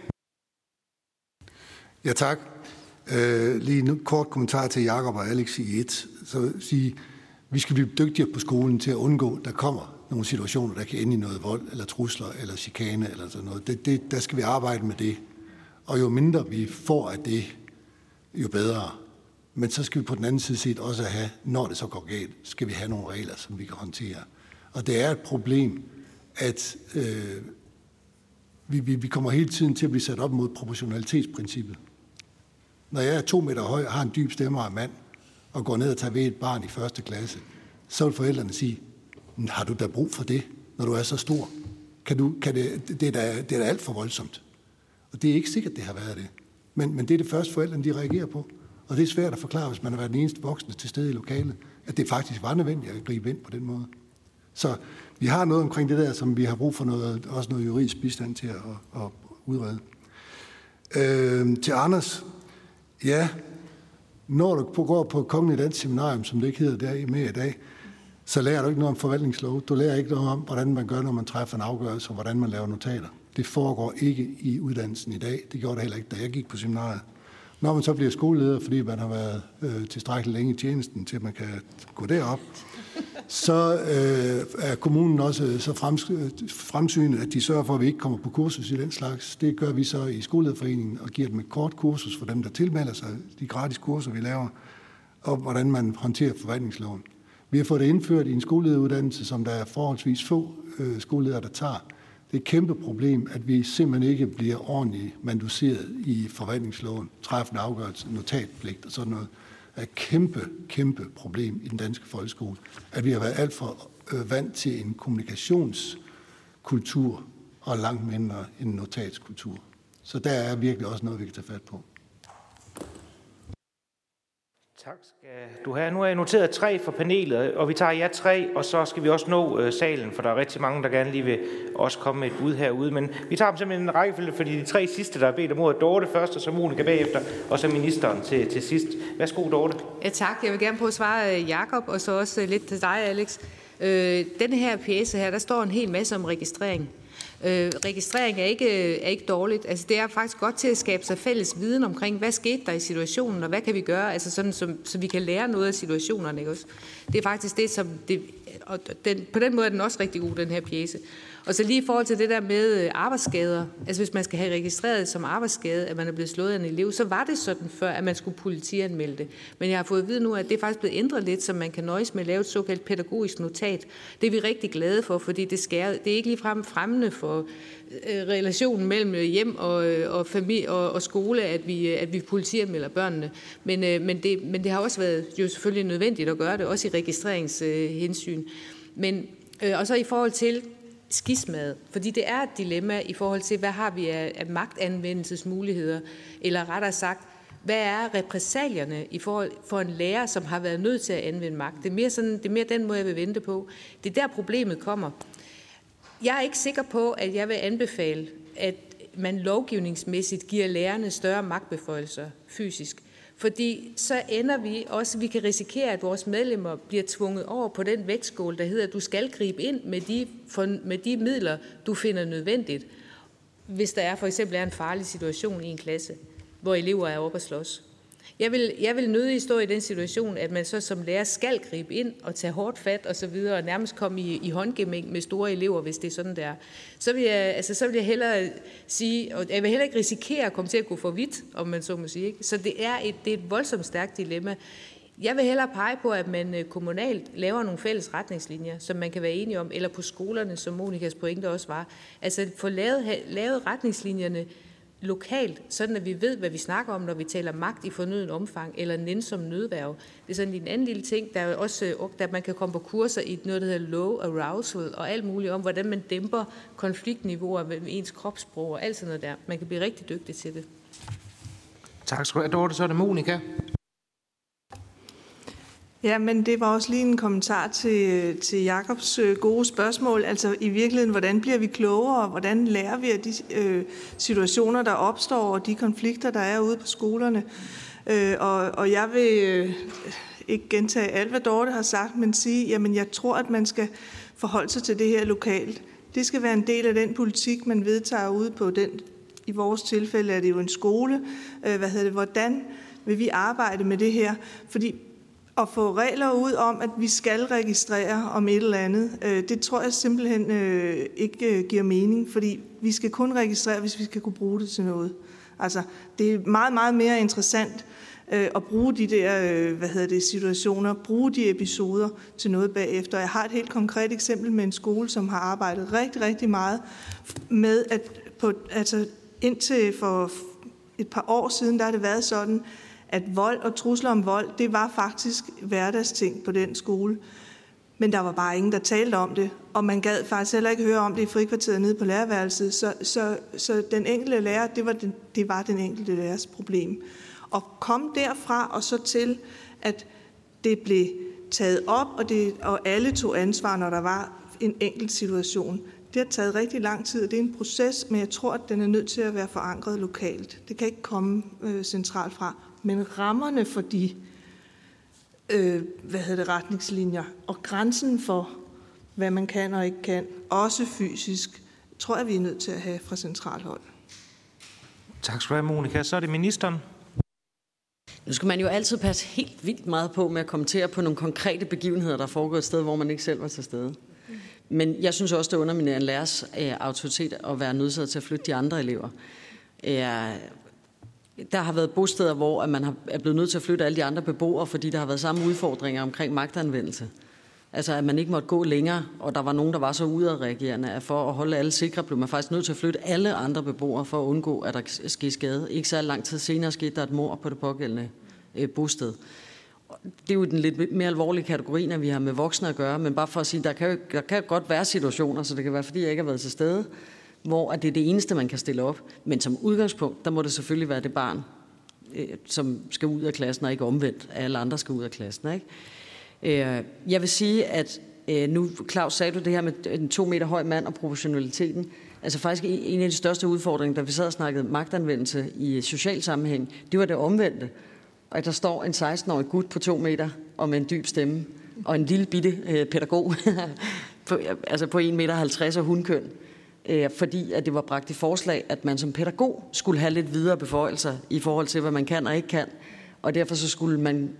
O: Ja, tak. Lige en kort kommentar til Jakob og Alex i et. Så sige, vi skal blive dygtigere på skolen til at undgå, at der kommer nogle situationer, der kan ende i noget vold, eller trusler, eller chikane, eller sådan noget. Der skal vi arbejde med det. Og jo mindre vi får af det, jo bedre. Men så skal vi på den anden side set også have, når det så går galt, skal vi have nogle regler, som vi kan håndtere. Og det er et problem, at vi kommer hele tiden til at blive sat op mod proportionalitetsprincippet. Når jeg er 2 meter høj og har en dyb stemme og er mand, og går ned og tager ved et barn i 1. klasse, så vil forældrene sige, har du da brug for det, når du er så stor? Det er da alt for voldsomt. Og det er ikke sikkert, det har været det. Men det er det første, forældrene de reagerer på. Og det er svært at forklare, hvis man har været den eneste voksne til stede i lokalet, at det faktisk var nødvendigt at gribe ind på den måde. Så vi har noget omkring det der, som vi har brug for også noget juridisk bistand til at udrede. Til Anders. Ja, når du går på Kongeligt Dansk Seminarium, som det ikke hedder der med i dag, så lærer du ikke noget om forvaltningslov. Du lærer ikke noget om, hvordan man gør, når man træffer en afgørelse, og hvordan man laver notater. Det foregår ikke i uddannelsen i dag. Det gjorde det heller ikke, da jeg gik på seminariet. Når man så bliver skoleleder, fordi man har været tilstrækkeligt længe i tjenesten, til at man kan gå derop, så er kommunen også så fremsynet, at de sørger for, at vi ikke kommer på kursus i den slags. Det gør vi så i Skolelederforeningen og giver dem et kort kursus for dem, der tilmelder sig, de gratis kurser, vi laver, om hvordan man håndterer forvaltningsloven. Vi har fået det indført i en skolelederuddannelse, som der er forholdsvis få skoleledere, der tager. Det er et kæmpe problem, at vi simpelthen ikke bliver ordentligt manduseret i forvaltningsloven, træffende afgørelse, notatpligt og sådan noget. Det er et kæmpe problem i den danske folkeskole, at vi har været alt for vant til en kommunikationskultur og langt mindre en notatskultur. Så der er virkelig også noget, vi kan tage fat på.
A: Tak skal du have. Nu har jeg noteret 3 for panelet, og vi tager jer 3, og så skal vi også nå salen, for der er rigtig mange, der gerne lige vil også komme med et bud herude. Men vi tager dem simpelthen en rækkefølge, fordi de 3 sidste, der er bedt om ordet, Dorte først, og så Monika bagefter, og så ministeren til sidst. Værsgo, Dorte.
P: Ja, tak. Jeg vil gerne prøve at svare Jakob, og så også lidt til dig, Alex. Denne her pjece her, der står en hel masse om registrering. Registrering er ikke dårligt. Altså, det er faktisk godt til at skabe sig fælles viden omkring, hvad skete der i situationen, og hvad kan vi gøre, altså sådan, så vi kan lære noget af situationerne. Ikke også? Det er faktisk det, som på den måde er den også rigtig god, den her pjece. Og så lige i forhold til det der med arbejdsskader, altså hvis man skal have registreret som arbejdsskade, at man er blevet slået af en elev, så var det sådan før, at man skulle politianmelde det. Men jeg har fået at vide nu, at det er faktisk blevet ændret lidt, så man kan nøjes med at lave et såkaldt pædagogisk notat. Det er vi rigtig glade for, fordi det er ikke ligefrem fremmende for relationen mellem hjem og familie og skole, at vi politianmelder børnene. Men det har også været jo selvfølgelig nødvendigt at gøre det, også i registreringshensyn. Og så i forhold til skismaet, fordi det er et dilemma i forhold til, hvad har vi af magtanvendelsesmuligheder, eller rettere sagt, hvad er repressalierne i forhold for en lærer, som har været nødt til at anvende magt. Det er mere den måde, jeg vil vente på. Det er der problemet kommer. Jeg er ikke sikker på, at jeg vil anbefale, at man lovgivningsmæssigt giver lærerne større magtbeføjelser fysisk. Fordi så ender vi kan risikere, at vores medlemmer bliver tvunget over på den vægtskål, der hedder, at du skal gribe ind med de midler, du finder nødvendigt. hvis der for eksempel er en farlig situation i en klasse, hvor elever er oppe at slås. Jeg vil nødig stå i den situation, at man så som lærer skal gribe ind og tage hårdt fat og så videre, og nærmest komme i håndgemæng med store elever, hvis det er sådan, der. Så vil jeg hellere sige, og jeg vil heller ikke risikere at komme til at gå for vidt, om man så må sige. Ikke? Så det er et voldsomt stærkt dilemma. Jeg vil hellere pege på, at man kommunalt laver nogle fælles retningslinjer, som man kan være enige om, eller på skolerne, som Monikas pointe også var. Altså få lavet retningslinjerne lokalt, sådan at vi ved, hvad vi snakker om, når vi taler magt i fornøden omfang, eller nænsom nødværge. Det er sådan en anden lille ting, der er også, at man kan komme på kurser i noget, der hedder low arousal, og alt muligt om, hvordan man dæmper konfliktniveauer med ens kropssprog, og alt sådan noget der. Man kan blive rigtig dygtig til det.
A: Tak skal du have, Dorte. Så er det Monika.
Q: Ja, men det var også lige en kommentar til Jakobs gode spørgsmål. Altså i virkeligheden, hvordan bliver vi klogere, og hvordan lærer vi af de situationer, der opstår, og de konflikter, der er ude på skolerne. Og jeg vil ikke gentage alt, hvad Dorte har sagt, men sige, jamen jeg tror, at man skal forholde sig til det her lokalt. Det skal være en del af den politik, man vedtager ude på den. I vores tilfælde er det jo en skole. Hvordan vil vi arbejde med det her? Fordi at få regler ud om, at vi skal registrere om et eller andet, det tror jeg simpelthen ikke giver mening, fordi vi skal kun registrere, hvis vi skal kunne bruge det til noget. Altså, det er meget, meget mere interessant at bruge de der situationer, bruge de episoder til noget bagefter. Jeg har et helt konkret eksempel med en skole, som har arbejdet rigtig, rigtig meget med, at indtil for et par år siden, der har det været sådan, at vold og trusler om vold, det var faktisk hverdagsting på den skole. Men der var bare ingen, der talte om det, og man gad faktisk heller ikke høre om det i frikvarteret nede på lærerværelset. Så den enkelte lærer, det var den enkelte lærers problem. Og kom derfra og så til, at det blev taget op, og alle tog ansvar, når der var en enkelt situation. Det har taget rigtig lang tid, og det er en proces, men jeg tror, at den er nødt til at være forankret lokalt. Det kan ikke komme centralt fra. Men rammerne for de retningslinjer og grænsen for, hvad man kan og ikke kan, også fysisk, tror jeg, vi er nødt til at have fra centralt hold.
A: Tak skal du have, Monika. Så er det ministeren.
R: Nu skal man jo altid passe helt vildt meget på med at kommentere på nogle konkrete begivenheder, der foregår et sted, hvor man ikke selv var til stede. Men jeg synes også, det underminerer en lærers autoritet at være nødsaget til at flytte de andre elever. Der har været bosteder, hvor man er blevet nødt til at flytte alle de andre beboere, fordi der har været samme udfordringer omkring magtanvendelse. Altså, at man ikke måtte gå længere, og der var nogen, der var så udadreagerende, at for at holde alle sikre, blev man faktisk nødt til at flytte alle andre beboere for at undgå, at der skete skade. Ikke så lang tid senere skete der et mord på det pågældende bosted. Det er jo den lidt mere alvorlige kategori, når vi har med voksne at gøre, men bare for at sige, der kan godt være situationer, så det kan være, fordi jeg ikke har været til stede, hvor det er det eneste, man kan stille op. Men som udgangspunkt, der må det selvfølgelig være det barn, som skal ud af klassen, og ikke omvendt, at alle andre skal ud af klassen. Ikke? Jeg vil sige, at nu, Claus, sagde du det her med en 2 meter høj mand og proportionaliteten. Altså faktisk en af de største udfordringer, da vi sad og snakkede magtanvendelse i social sammenhæng, det var det omvendte. Og at der står en 16-årig gut på 2 meter og med en dyb stemme, og en lille bitte pædagog på 1,50 meter og hundkøn. Fordi at det var bragt i forslag, at man som pædagog skulle have lidt videre beføjelser i forhold til, hvad man kan og ikke kan. Og derfor så skulle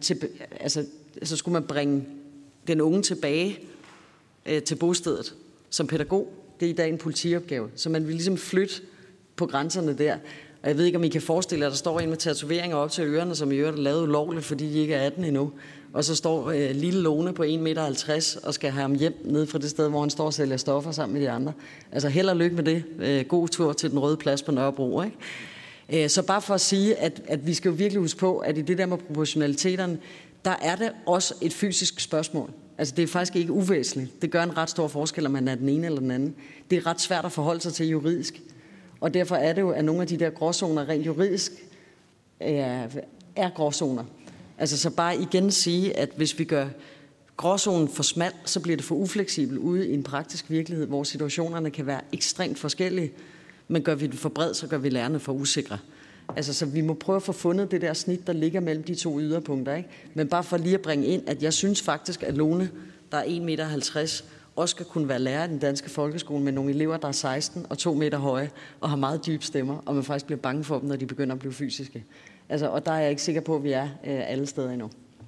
R: man bringe den unge tilbage til bostedet som pædagog. Det er i dag en politiopgave, så man vil ligesom flytte på grænserne der. Og jeg ved ikke, om I kan forestille jer, at der står en med tatoveringer op til ørerne, som i øvrigt er lavet ulovligt, fordi de ikke er 18 endnu. Og så står lille Lone på 1,50 meter og skal have ham hjem ned fra det sted, hvor han står og sælger stoffer sammen med de andre. Altså held og lykke med det. God tur til den røde plads på Nørrebro. Ikke? Så bare for at sige, at vi skal jo virkelig huske på, at i det der med proportionaliteterne, der er det også et fysisk spørgsmål. Altså det er faktisk ikke uvæsentligt. Det gør en ret stor forskel, om man er den ene eller den anden. Det er ret svært at forholde sig til juridisk. Og derfor er det jo, at nogle af de der gråzoner rent juridisk er gråzoner. Altså så bare igen sige, at hvis vi gør gråzonen for smal, så bliver det for ufleksibel ude i en praktisk virkelighed, hvor situationerne kan være ekstremt forskellige. Men gør vi det for bred, så gør vi lærerne for usikre. Altså så vi må prøve at få fundet det der snit, der ligger mellem de to yderpunkter. Ikke? Men bare for lige at bringe ind, at jeg synes faktisk, at Lone, der er 1,50 meter også skal kunne være lærer i den danske folkeskole med nogle elever, der er 16 og 2 meter høje og har meget dybe stemmer, og man faktisk bliver bange for dem, når de begynder at blive fysiske. Altså, og der er jeg ikke sikker på, at vi er alle steder endnu.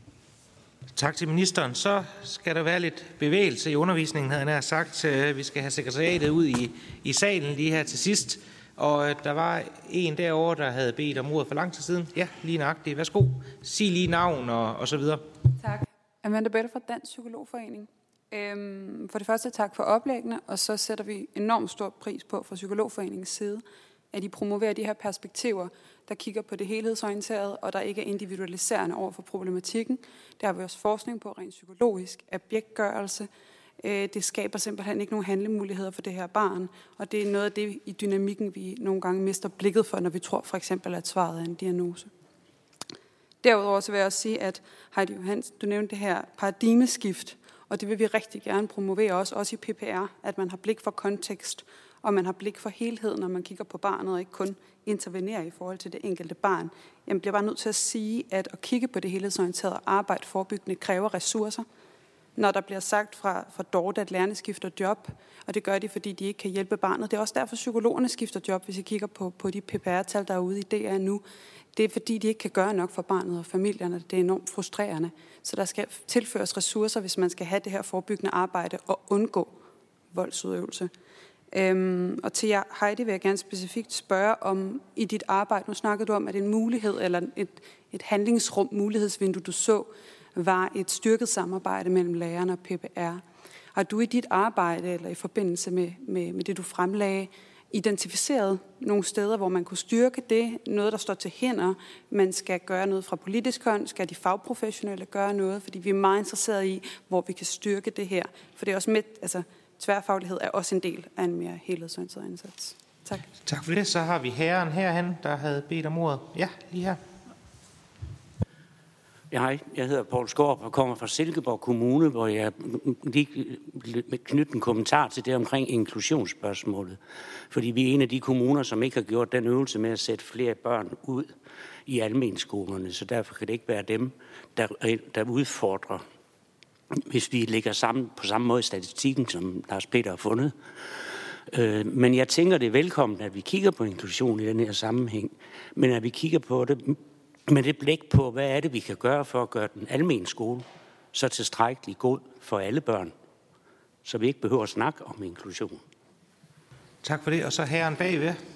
A: Tak til ministeren. Så skal der være lidt bevægelse i undervisningen, havde han sagt. Vi skal have sekretariatet ud i salen lige her til sidst. Og der var en derovre, der havde bedt om ordet for lang tid siden. Ja, lige nøjagtigt. Værsgo. Sig lige navn og så videre.
S: Tak. Amanda Bøtter fra Dansk Psykologforening. For det første tak for oplæggene, og så sætter vi enormt stor pris på fra Psykologforeningens side, at de promoverer de her perspektiver, der kigger på det helhedsorienterede, og der ikke er individualiserende over for problematikken. Der har vi også forskning på rent psykologisk, objektgørelse. Det skaber simpelthen ikke nogen handlemuligheder for det her barn, og det er noget af det i dynamikken, vi nogle gange mister blikket for, når vi tror for eksempel, at svaret er en diagnose. Derudover så vil jeg også sige, at Heidi Johansen, du nævnte det her paradigmeskift, og det vil vi rigtig gerne promovere også i PPR, at man har blik for kontekst, og man har blik for helheden, når man kigger på barnet, og ikke kun intervenerer i forhold til det enkelte barn. Jeg bliver bare nødt til at sige, at kigge på det helhedsorienterede arbejde forebyggende kræver ressourcer. Når der bliver sagt fra Dorte, at lærerne skifter job, og det gør de, fordi de ikke kan hjælpe barnet. Det er også derfor, psykologerne skifter job, hvis I kigger på de PPR-tal, der er ude i DR nu. Det er fordi, de ikke kan gøre nok for barnet og familierne. Det er enormt frustrerende. Så der skal tilføres ressourcer, hvis man skal have det her forebyggende arbejde og undgå voldsudøvelse. Og til jer, Heidi, vil jeg gerne specifikt spørge om i dit arbejde, nu snakkede du om, at en mulighed eller et handlingsrum, mulighedsvindue, du så, var et styrket samarbejde mellem lærerne og PPR. Har du i dit arbejde eller i forbindelse med det, du fremlagde, identificeret nogle steder, hvor man kunne styrke det, noget, der står til hænder, man skal gøre noget fra politisk hånd, skal de fagprofessionelle gøre noget, fordi vi er meget interesserede i, hvor vi kan styrke det her. For det er også med, altså tværfaglighed er også en del af en mere helhedsorienteret indsats. Tak.
A: Tak for det. Så har vi herren herhen, der havde bedt om ordet. Ja, lige her.
T: Ja, hej. Jeg hedder Poul Skaarup og kommer fra Silkeborg Kommune, hvor jeg lige knytte en kommentar til det omkring inklusionsspørgsmålet. Fordi vi er en af de kommuner, som ikke har gjort den øvelse med at sætte flere børn ud i almenskolerne, så derfor kan det ikke være dem, der udfordrer, hvis vi ligger sammen på samme måde i statistikken, som Lars Peter har fundet. Men jeg tænker, det er velkommen, at vi kigger på inklusion i den her sammenhæng, men at vi kigger på det med det blik på, hvad er det, vi kan gøre for at gøre den almene skole så tilstrækkeligt god for alle børn, så vi ikke behøver at snakke om inklusion.
A: Tak for det. Og så herren bagved.
U: Jeg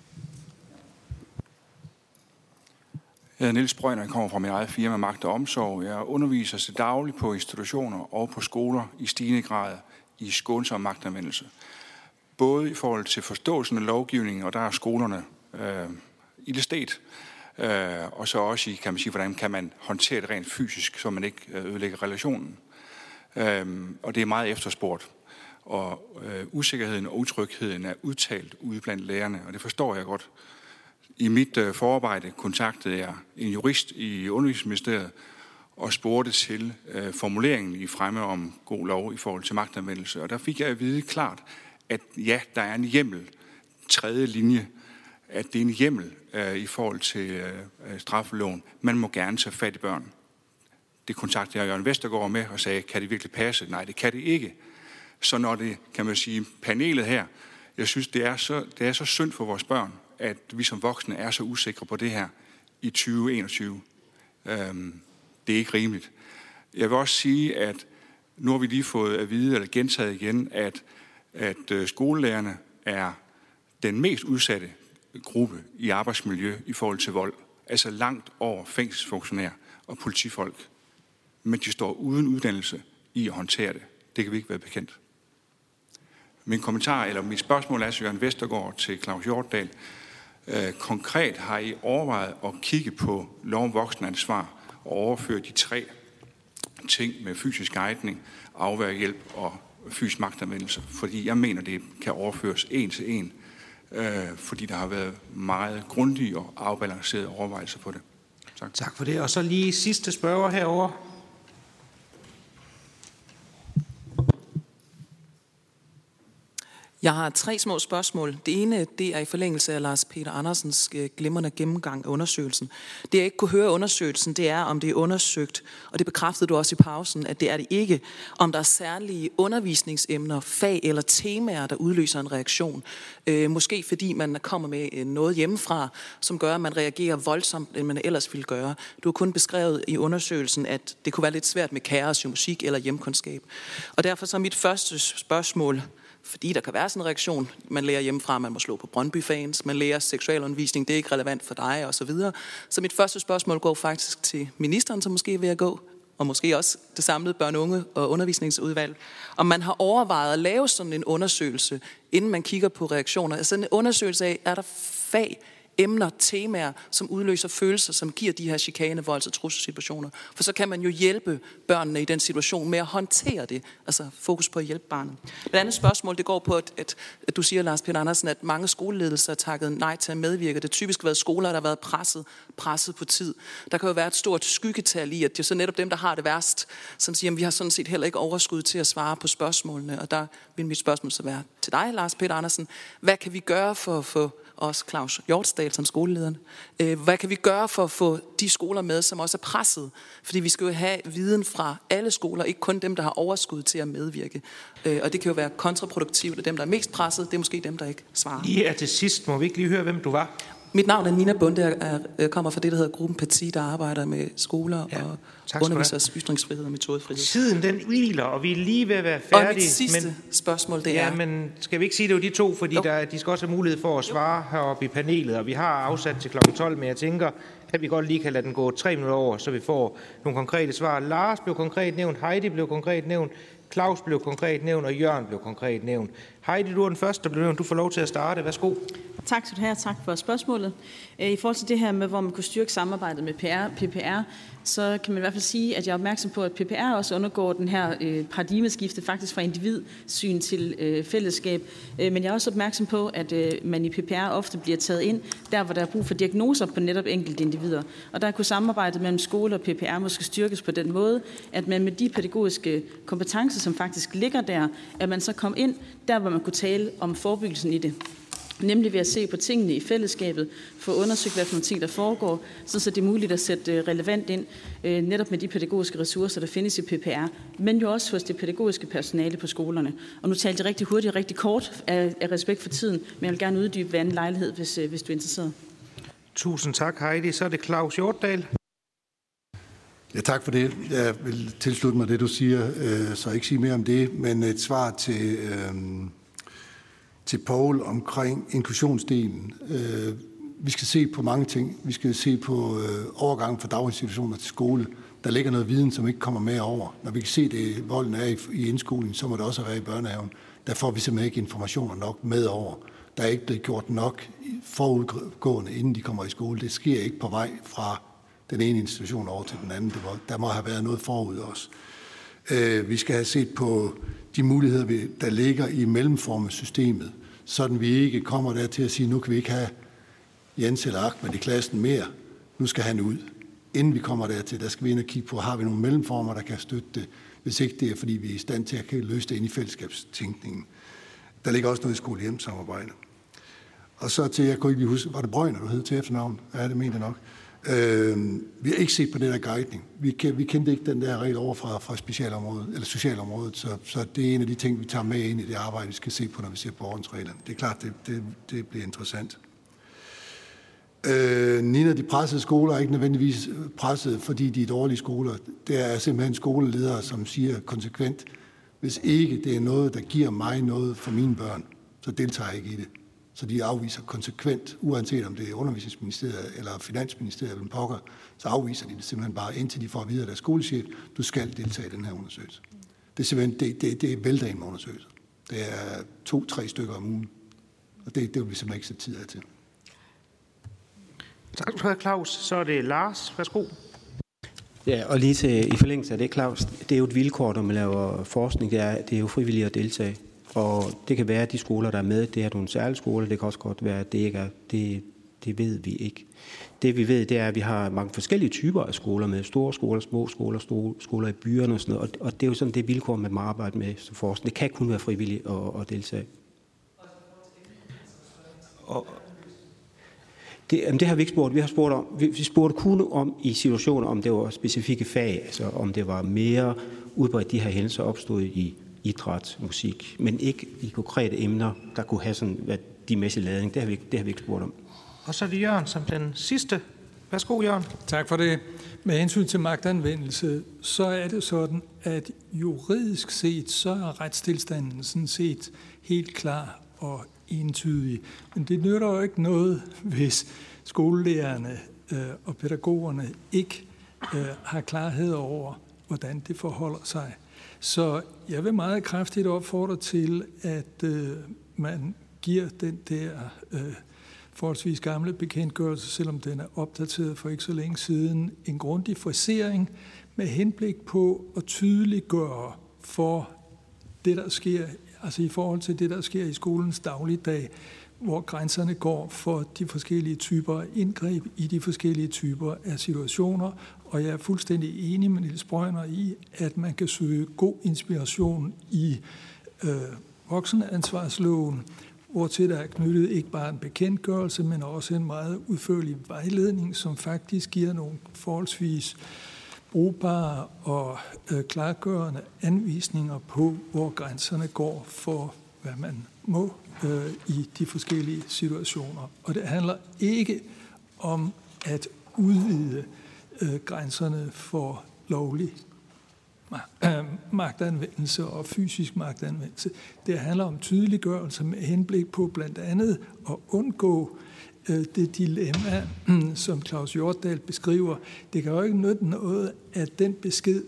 U: hedder Niels Brøgner, jeg kommer fra mit eget firma Magt og Omsorg. Jeg underviser til daglig på institutioner og på skoler i stigende grad i skånsom magtanvendelse. Både i forhold til forståelsen af lovgivningen, og der er skolerne illestet, og så også i, kan man sige, hvordan kan man håndtere det rent fysisk, så man ikke ødelægger relationen. Og det er meget efterspurgt. Og usikkerheden og utrygheden er udtalt ude blandt lærerne, og det forstår jeg godt. I mit forarbejde kontaktede jeg en jurist i Undervisningsministeriet og spurgte til formuleringen i fremme om god lov i forhold til magtanvendelse. Og der fik jeg at vide klart, at ja, der er en hjemmel, tredje linje, at det er en hjemmel i forhold til straffeloven. Man må gerne tage fat i børn. Det kontaktede jeg Jørgen Vestergaard med og sagde, kan det virkelig passe? Nej, det kan det ikke. Så når det, kan man sige, panelet her, jeg synes, det er så synd for vores børn, at vi som voksne er så usikre på det her i 2021. Det er ikke rimeligt. Jeg vil også sige, at nu har vi lige fået at vide, eller gentaget igen, at skolelærerne er den mest udsatte gruppe i arbejdsmiljø i forhold til vold. Altså langt over fængselsfunktionærer og politifolk. Men de står uden uddannelse i at håndtere det. Det kan vi ikke være bekendt. Min kommentar, eller mit spørgsmål er til Jørgen Vestergaard til Claus Hjortdal. Konkret har I overvejet at kigge på lov om voksenansvar og overføre de 3 ting med fysisk guidning, afværgehjælp og fysisk magtanvendelse, fordi jeg mener, det kan overføres en til en, fordi der har været meget grundige og afbalancerede overvejelser på det. Tak.
A: Tak for det. Og så lige sidste spørger herovre.
B: Jeg har 3 små spørgsmål. Det ene, det er i forlængelse af Lars Peter Andersens glimrende gennemgang af undersøgelsen. Det jeg ikke kunne høre af undersøgelsen, det er, om det er undersøgt, og det bekræftede du også i pausen, at det er det ikke, om der er særlige undervisningsemner, fag eller temaer, der udløser en reaktion. Måske fordi man kommer med noget hjemmefra, som gør, at man reagerer voldsomt, end man ellers ville gøre. Du har kun beskrevet i undersøgelsen, at det kunne være lidt svært med kaos i musik eller hjemkundskab. Og derfor så mit første spørgsmål, fordi der kan være sådan en reaktion. Man lærer hjemmefra, man må slå på Brøndby-fans, man lærer seksualundervisning, det er ikke relevant for dig, osv. Så mit første spørgsmål går faktisk til ministeren, som måske vil gå, og måske også det samlede børne-, unge- og undervisningsudvalg, om man har overvejet at lave sådan en undersøgelse, inden man kigger på reaktioner. Altså en undersøgelse af, er der fag, emner, temaer, som udløser følelser, som giver de her chikane, volds- og trusselssituationer. For så kan man jo hjælpe børnene i den situation med at håndtere det. Altså fokus på at hjælpe barnet. Det andet spørgsmål, det går på, at du siger, Lars Peter Andersen, at mange skoleledelser har takket nej til at medvirke. Det har typisk været skoler, der har været presset på tid. Der kan jo være et stort skyggetal i, at det er så netop dem, der har det værst, som siger, at vi har sådan set heller ikke overskud til at svare på spørgsmålene. Og der vil mit spørgsmål så være til dig, Lars Peter Andersen. Hvad kan vi gøre for at få også Claus Hjortsdal som skolelederen? Hvad kan vi gøre for at få de skoler med, som også er presset? Fordi vi skal jo have viden fra alle skoler, ikke kun dem, der har overskud til at medvirke. Og det kan jo være kontraproduktivt, at dem, der er mest presset, det er måske dem, der ikke svarer.
A: Lige til sidst, må vi ikke lige høre, hvem du var?
B: Mit navn er Nina Bunde, jeg kommer fra det, der hedder Gruppen Petit, der arbejder med skoler og undervisers ytringsfrihed og metodefrihed.
A: Tiden den hviler, og vi er lige ved at være færdige.
B: Og mit sidste spørgsmål, det er...
A: men skal vi ikke sige, det er de to, fordi de skal også have mulighed for at svare heroppe i panelet, og vi har afsat til kl. 12, men jeg tænker, at vi godt lige kan lade den gå 3 minutter over, så vi får nogle konkrete svar. Lars blev konkret nævnt, Heidi blev konkret nævnt, Claus blev konkret nævnt, og Jørgen blev konkret nævnt. Heidi, du er den første, der blev nævnt. Du får lov til at starte. Værsgo.
L: Tak skal du have, tak for spørgsmålet. I forhold til det her med, hvor man kunne styrke samarbejdet med PPR, så kan man i hvert fald sige, at jeg er opmærksom på, at PPR også undergår den her paradigmeskifte faktisk fra individsyn til fællesskab. Men jeg er også opmærksom på, at man i PPR ofte bliver taget ind, der hvor der er brug for diagnoser på netop enkelte individer. Og der kunne samarbejdet mellem skole og PPR måske styrkes på den måde, at man med de pædagogiske kompetencer, som faktisk ligger der, at man så kom ind der, hvor man kunne tale om forebyggelsen i det. Nemlig ved at se på tingene i fællesskabet, få undersøgt, hvad for nogle ting, der foregår, så det er muligt at sætte relevant ind, netop med de pædagogiske ressourcer, der findes i PPR, men jo også hos det pædagogiske personale på skolerne. Og nu talte jeg rigtig hurtigt og rigtig kort af respekt for tiden, men jeg vil gerne uddybe ved anden lejlighed, hvis du er interesseret.
A: Tusind tak, Heidi. Så er det Claus Hjortdal.
O: Ja, tak for det. Jeg vil tilslutte mig det, du siger, så ikke sige mere om det, men et svar til Poul omkring inklusionsdelen. Vi skal se på mange ting. Vi skal se på overgangen fra daginstitutioner til skole. Der ligger noget viden, som ikke kommer med over. Når vi kan se, at volden er i indskolen, så må det også være i børnehaven. Der får vi simpelthen ikke informationer nok med over. Der er ikke blevet gjort nok forudgående, inden de kommer i skole. Det sker ikke på vej fra den ene institution over til den anden. Der må have været noget forud også. Vi skal have set på de muligheder, der ligger i mellemformesystemet, sådan vi ikke kommer der til at sige, nu kan vi ikke have Jens eller Ahmed i klassen mere. Nu skal han ud. Inden vi kommer dertil, der skal vi ind og kigge på, har vi nogle mellemformer, der kan støtte det, hvis ikke det er, fordi vi er i stand til at løse det ind i fællesskabstænkningen. Der ligger også noget i skole-hjem-samarbejde. Og så til, jeg kunne ikke lige huske, var det Brøgner, du hed til efternavn? Ja, det mente jeg nok. Vi har ikke set på den der guidning. Vi kendte ikke den der regel over fra specialområdet, eller socialområdet, så det er en af de ting, vi tager med ind i det arbejde, vi skal se på, når vi ser på ordensreglerne. Det er klart, det bliver interessant. Nina, de pressede skoler er ikke nødvendigvis presset, fordi de er dårlige skoler. Det er simpelthen skoleledere, som siger konsekvent, hvis ikke det er noget, der giver mig noget for mine børn, så deltager jeg ikke i det. Så de afviser konsekvent, uanset om det er undervisningsministeriet eller finansministeriet eller pokker, så afviser de det simpelthen bare, indtil de får at vide af deres skolechef, du skal deltage i den her undersøgelse. Det er simpelthen, det er vælter en undersøgelse. Det er 2-3 stykker om ugen, og det vil vi simpelthen ikke sætte tid af til.
A: Tak skal du have, Claus. Så er det Lars. Værsgo.
V: Ja, og lige til i forlængelse af det, Claus, det er jo et vilkår, når man laver forskning, det er jo frivilligt at deltage. Og det kan være, at de skoler, der er med, det er nogle særlige skoler. Det kan også godt være, at det ikke er. Det ved vi ikke. Det vi ved, det er, at vi har mange forskellige typer af skoler med. Store skoler, små skoler, store skoler i byerne og sådan noget. Og det er jo sådan det vilkår, man må arbejde med som forskning. Det kan kun være frivilligt at deltage. Det har vi ikke spurgt. Vi spurgte kun om i situationer, om det var specifikke fag, altså om det var mere udbredt, de her hændelser opstod i idræt, musik, men ikke i konkrete emner, der kunne have sådan værdimæssig ladning. Det har vi ikke spurgt om.
A: Og så er det Jørgen som den sidste. Værsgo, Jørgen.
K: Tak for det. Med hensyn til magtanvendelse, så er det sådan, at juridisk set, så er retstilstanden sådan set helt klar og entydig. Men det nytter jo ikke noget, hvis skolelærerne og pædagogerne ikke har klarhed over, hvordan det forholder sig. Så jeg vil meget kraftigt opfordre til, at man giver den der forholdsvis gamle bekendtgørelse, selvom den er opdateret for ikke så længe siden, en grundig frisering med henblik på at tydeliggøre for det, der sker, altså i forhold til det, der sker i skolens dagligdag, hvor grænserne går for de forskellige typer indgreb i de forskellige typer af situationer. Og jeg er fuldstændig enig med Niels Brøgner i, at man kan søge god inspiration i voksenansvarsloven, hvortil der er knyttet ikke bare en bekendtgørelse, men også en meget udførlig vejledning, som faktisk giver nogle forholdsvis brugbare og klargørende anvisninger på, hvor grænserne går for, hvad man må i de forskellige situationer. Og det handler ikke om at udvide grænserne for lovlig magtanvendelse og fysisk magtanvendelse. Det handler om tydeliggørelse med henblik på blandt andet at undgå det dilemma, som Claus Hjortdal beskriver. Det kan jo ikke nytte noget, at den besked,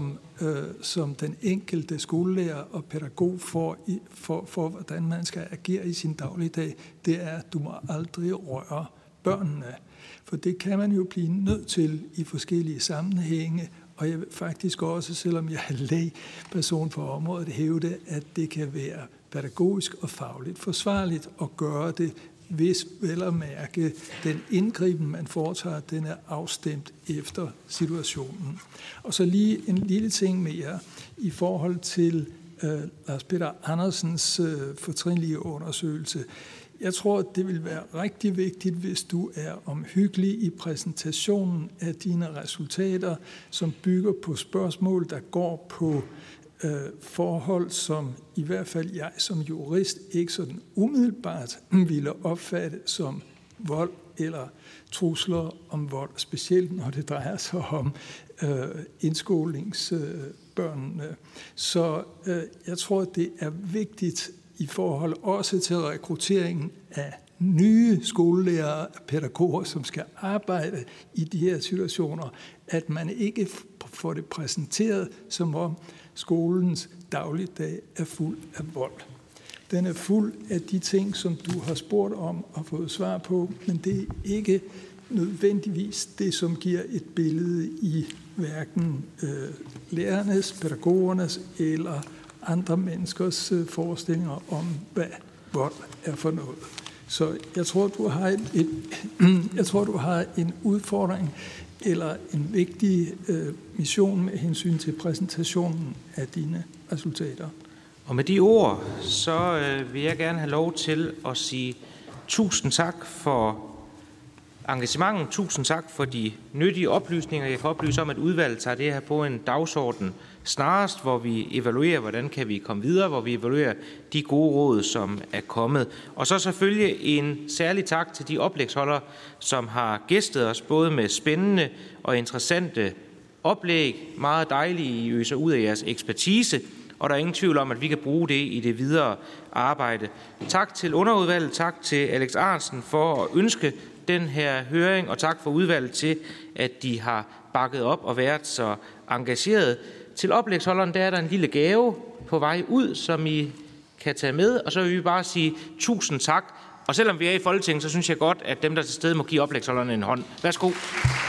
K: som den enkelte skolelærer og pædagog får for, hvordan man skal agere i sin dagligdag, det er, at du må aldrig røre børnene. For det kan man jo blive nødt til i forskellige sammenhænge, og jeg vil faktisk også, selvom jeg er lægperson på området, hævde, at det kan være pædagogisk og fagligt forsvarligt at gøre det, hvis vel at mærke den indgriben, man foretager, den er afstemt efter situationen. Og så lige en lille ting mere i forhold til Lars Peter Andersens fortrinlige undersøgelse. Jeg tror, det vil være rigtig vigtigt, hvis du er omhyggelig i præsentationen af dine resultater, som bygger på spørgsmål, der går på forhold, som i hvert fald jeg som jurist ikke sådan umiddelbart ville opfatte som vold eller trusler om vold, specielt når det drejer sig om indskolingsbørnene. Så jeg tror, det er vigtigt i forhold også til rekrutteringen af nye skolelærere og pædagoger, som skal arbejde i de her situationer, at man ikke får det præsenteret, som om skolens dagligdag er fuld af vold. Den er fuld af de ting, som du har spurgt om og fået svar på, men det er ikke nødvendigvis det, som giver et billede i hverken lærernes, pædagogernes eller andre menneskers forestillinger om, hvad vold er for noget. Så jeg tror, du har en udfordring eller en vigtig mission med hensyn til præsentationen af dine resultater.
A: Og med de ord, så vil jeg gerne have lov til at sige tusind tak for engagementet. Tusind tak for de nyttige oplysninger. Jeg kan oplyse om, at udvalget tager det her på en dagsorden snarest, hvor vi evaluerer, hvordan kan vi komme videre, hvor vi evaluerer de gode råd, som er kommet. Og så selvfølgelig en særlig tak til de oplægsholdere, som har gæstet os, både med spændende og interessante oplæg. Meget dejligt, I øser ud af jeres ekspertise, og der er ingen tvivl om, at vi kan bruge det i det videre arbejde. Tak til underudvalget, tak til Alex Ahrendtsen for at ønske den her høring, og tak for udvalget til, at de har bakket op og været så engageret. Til oplægsholderen, der er der en lille gave på vej ud, som I kan tage med, og så vil vi bare sige tusind tak. Og selvom vi er i Folketinget, så synes jeg godt, at dem, der er til stede, må give oplægsholderne en hånd. Værsgo.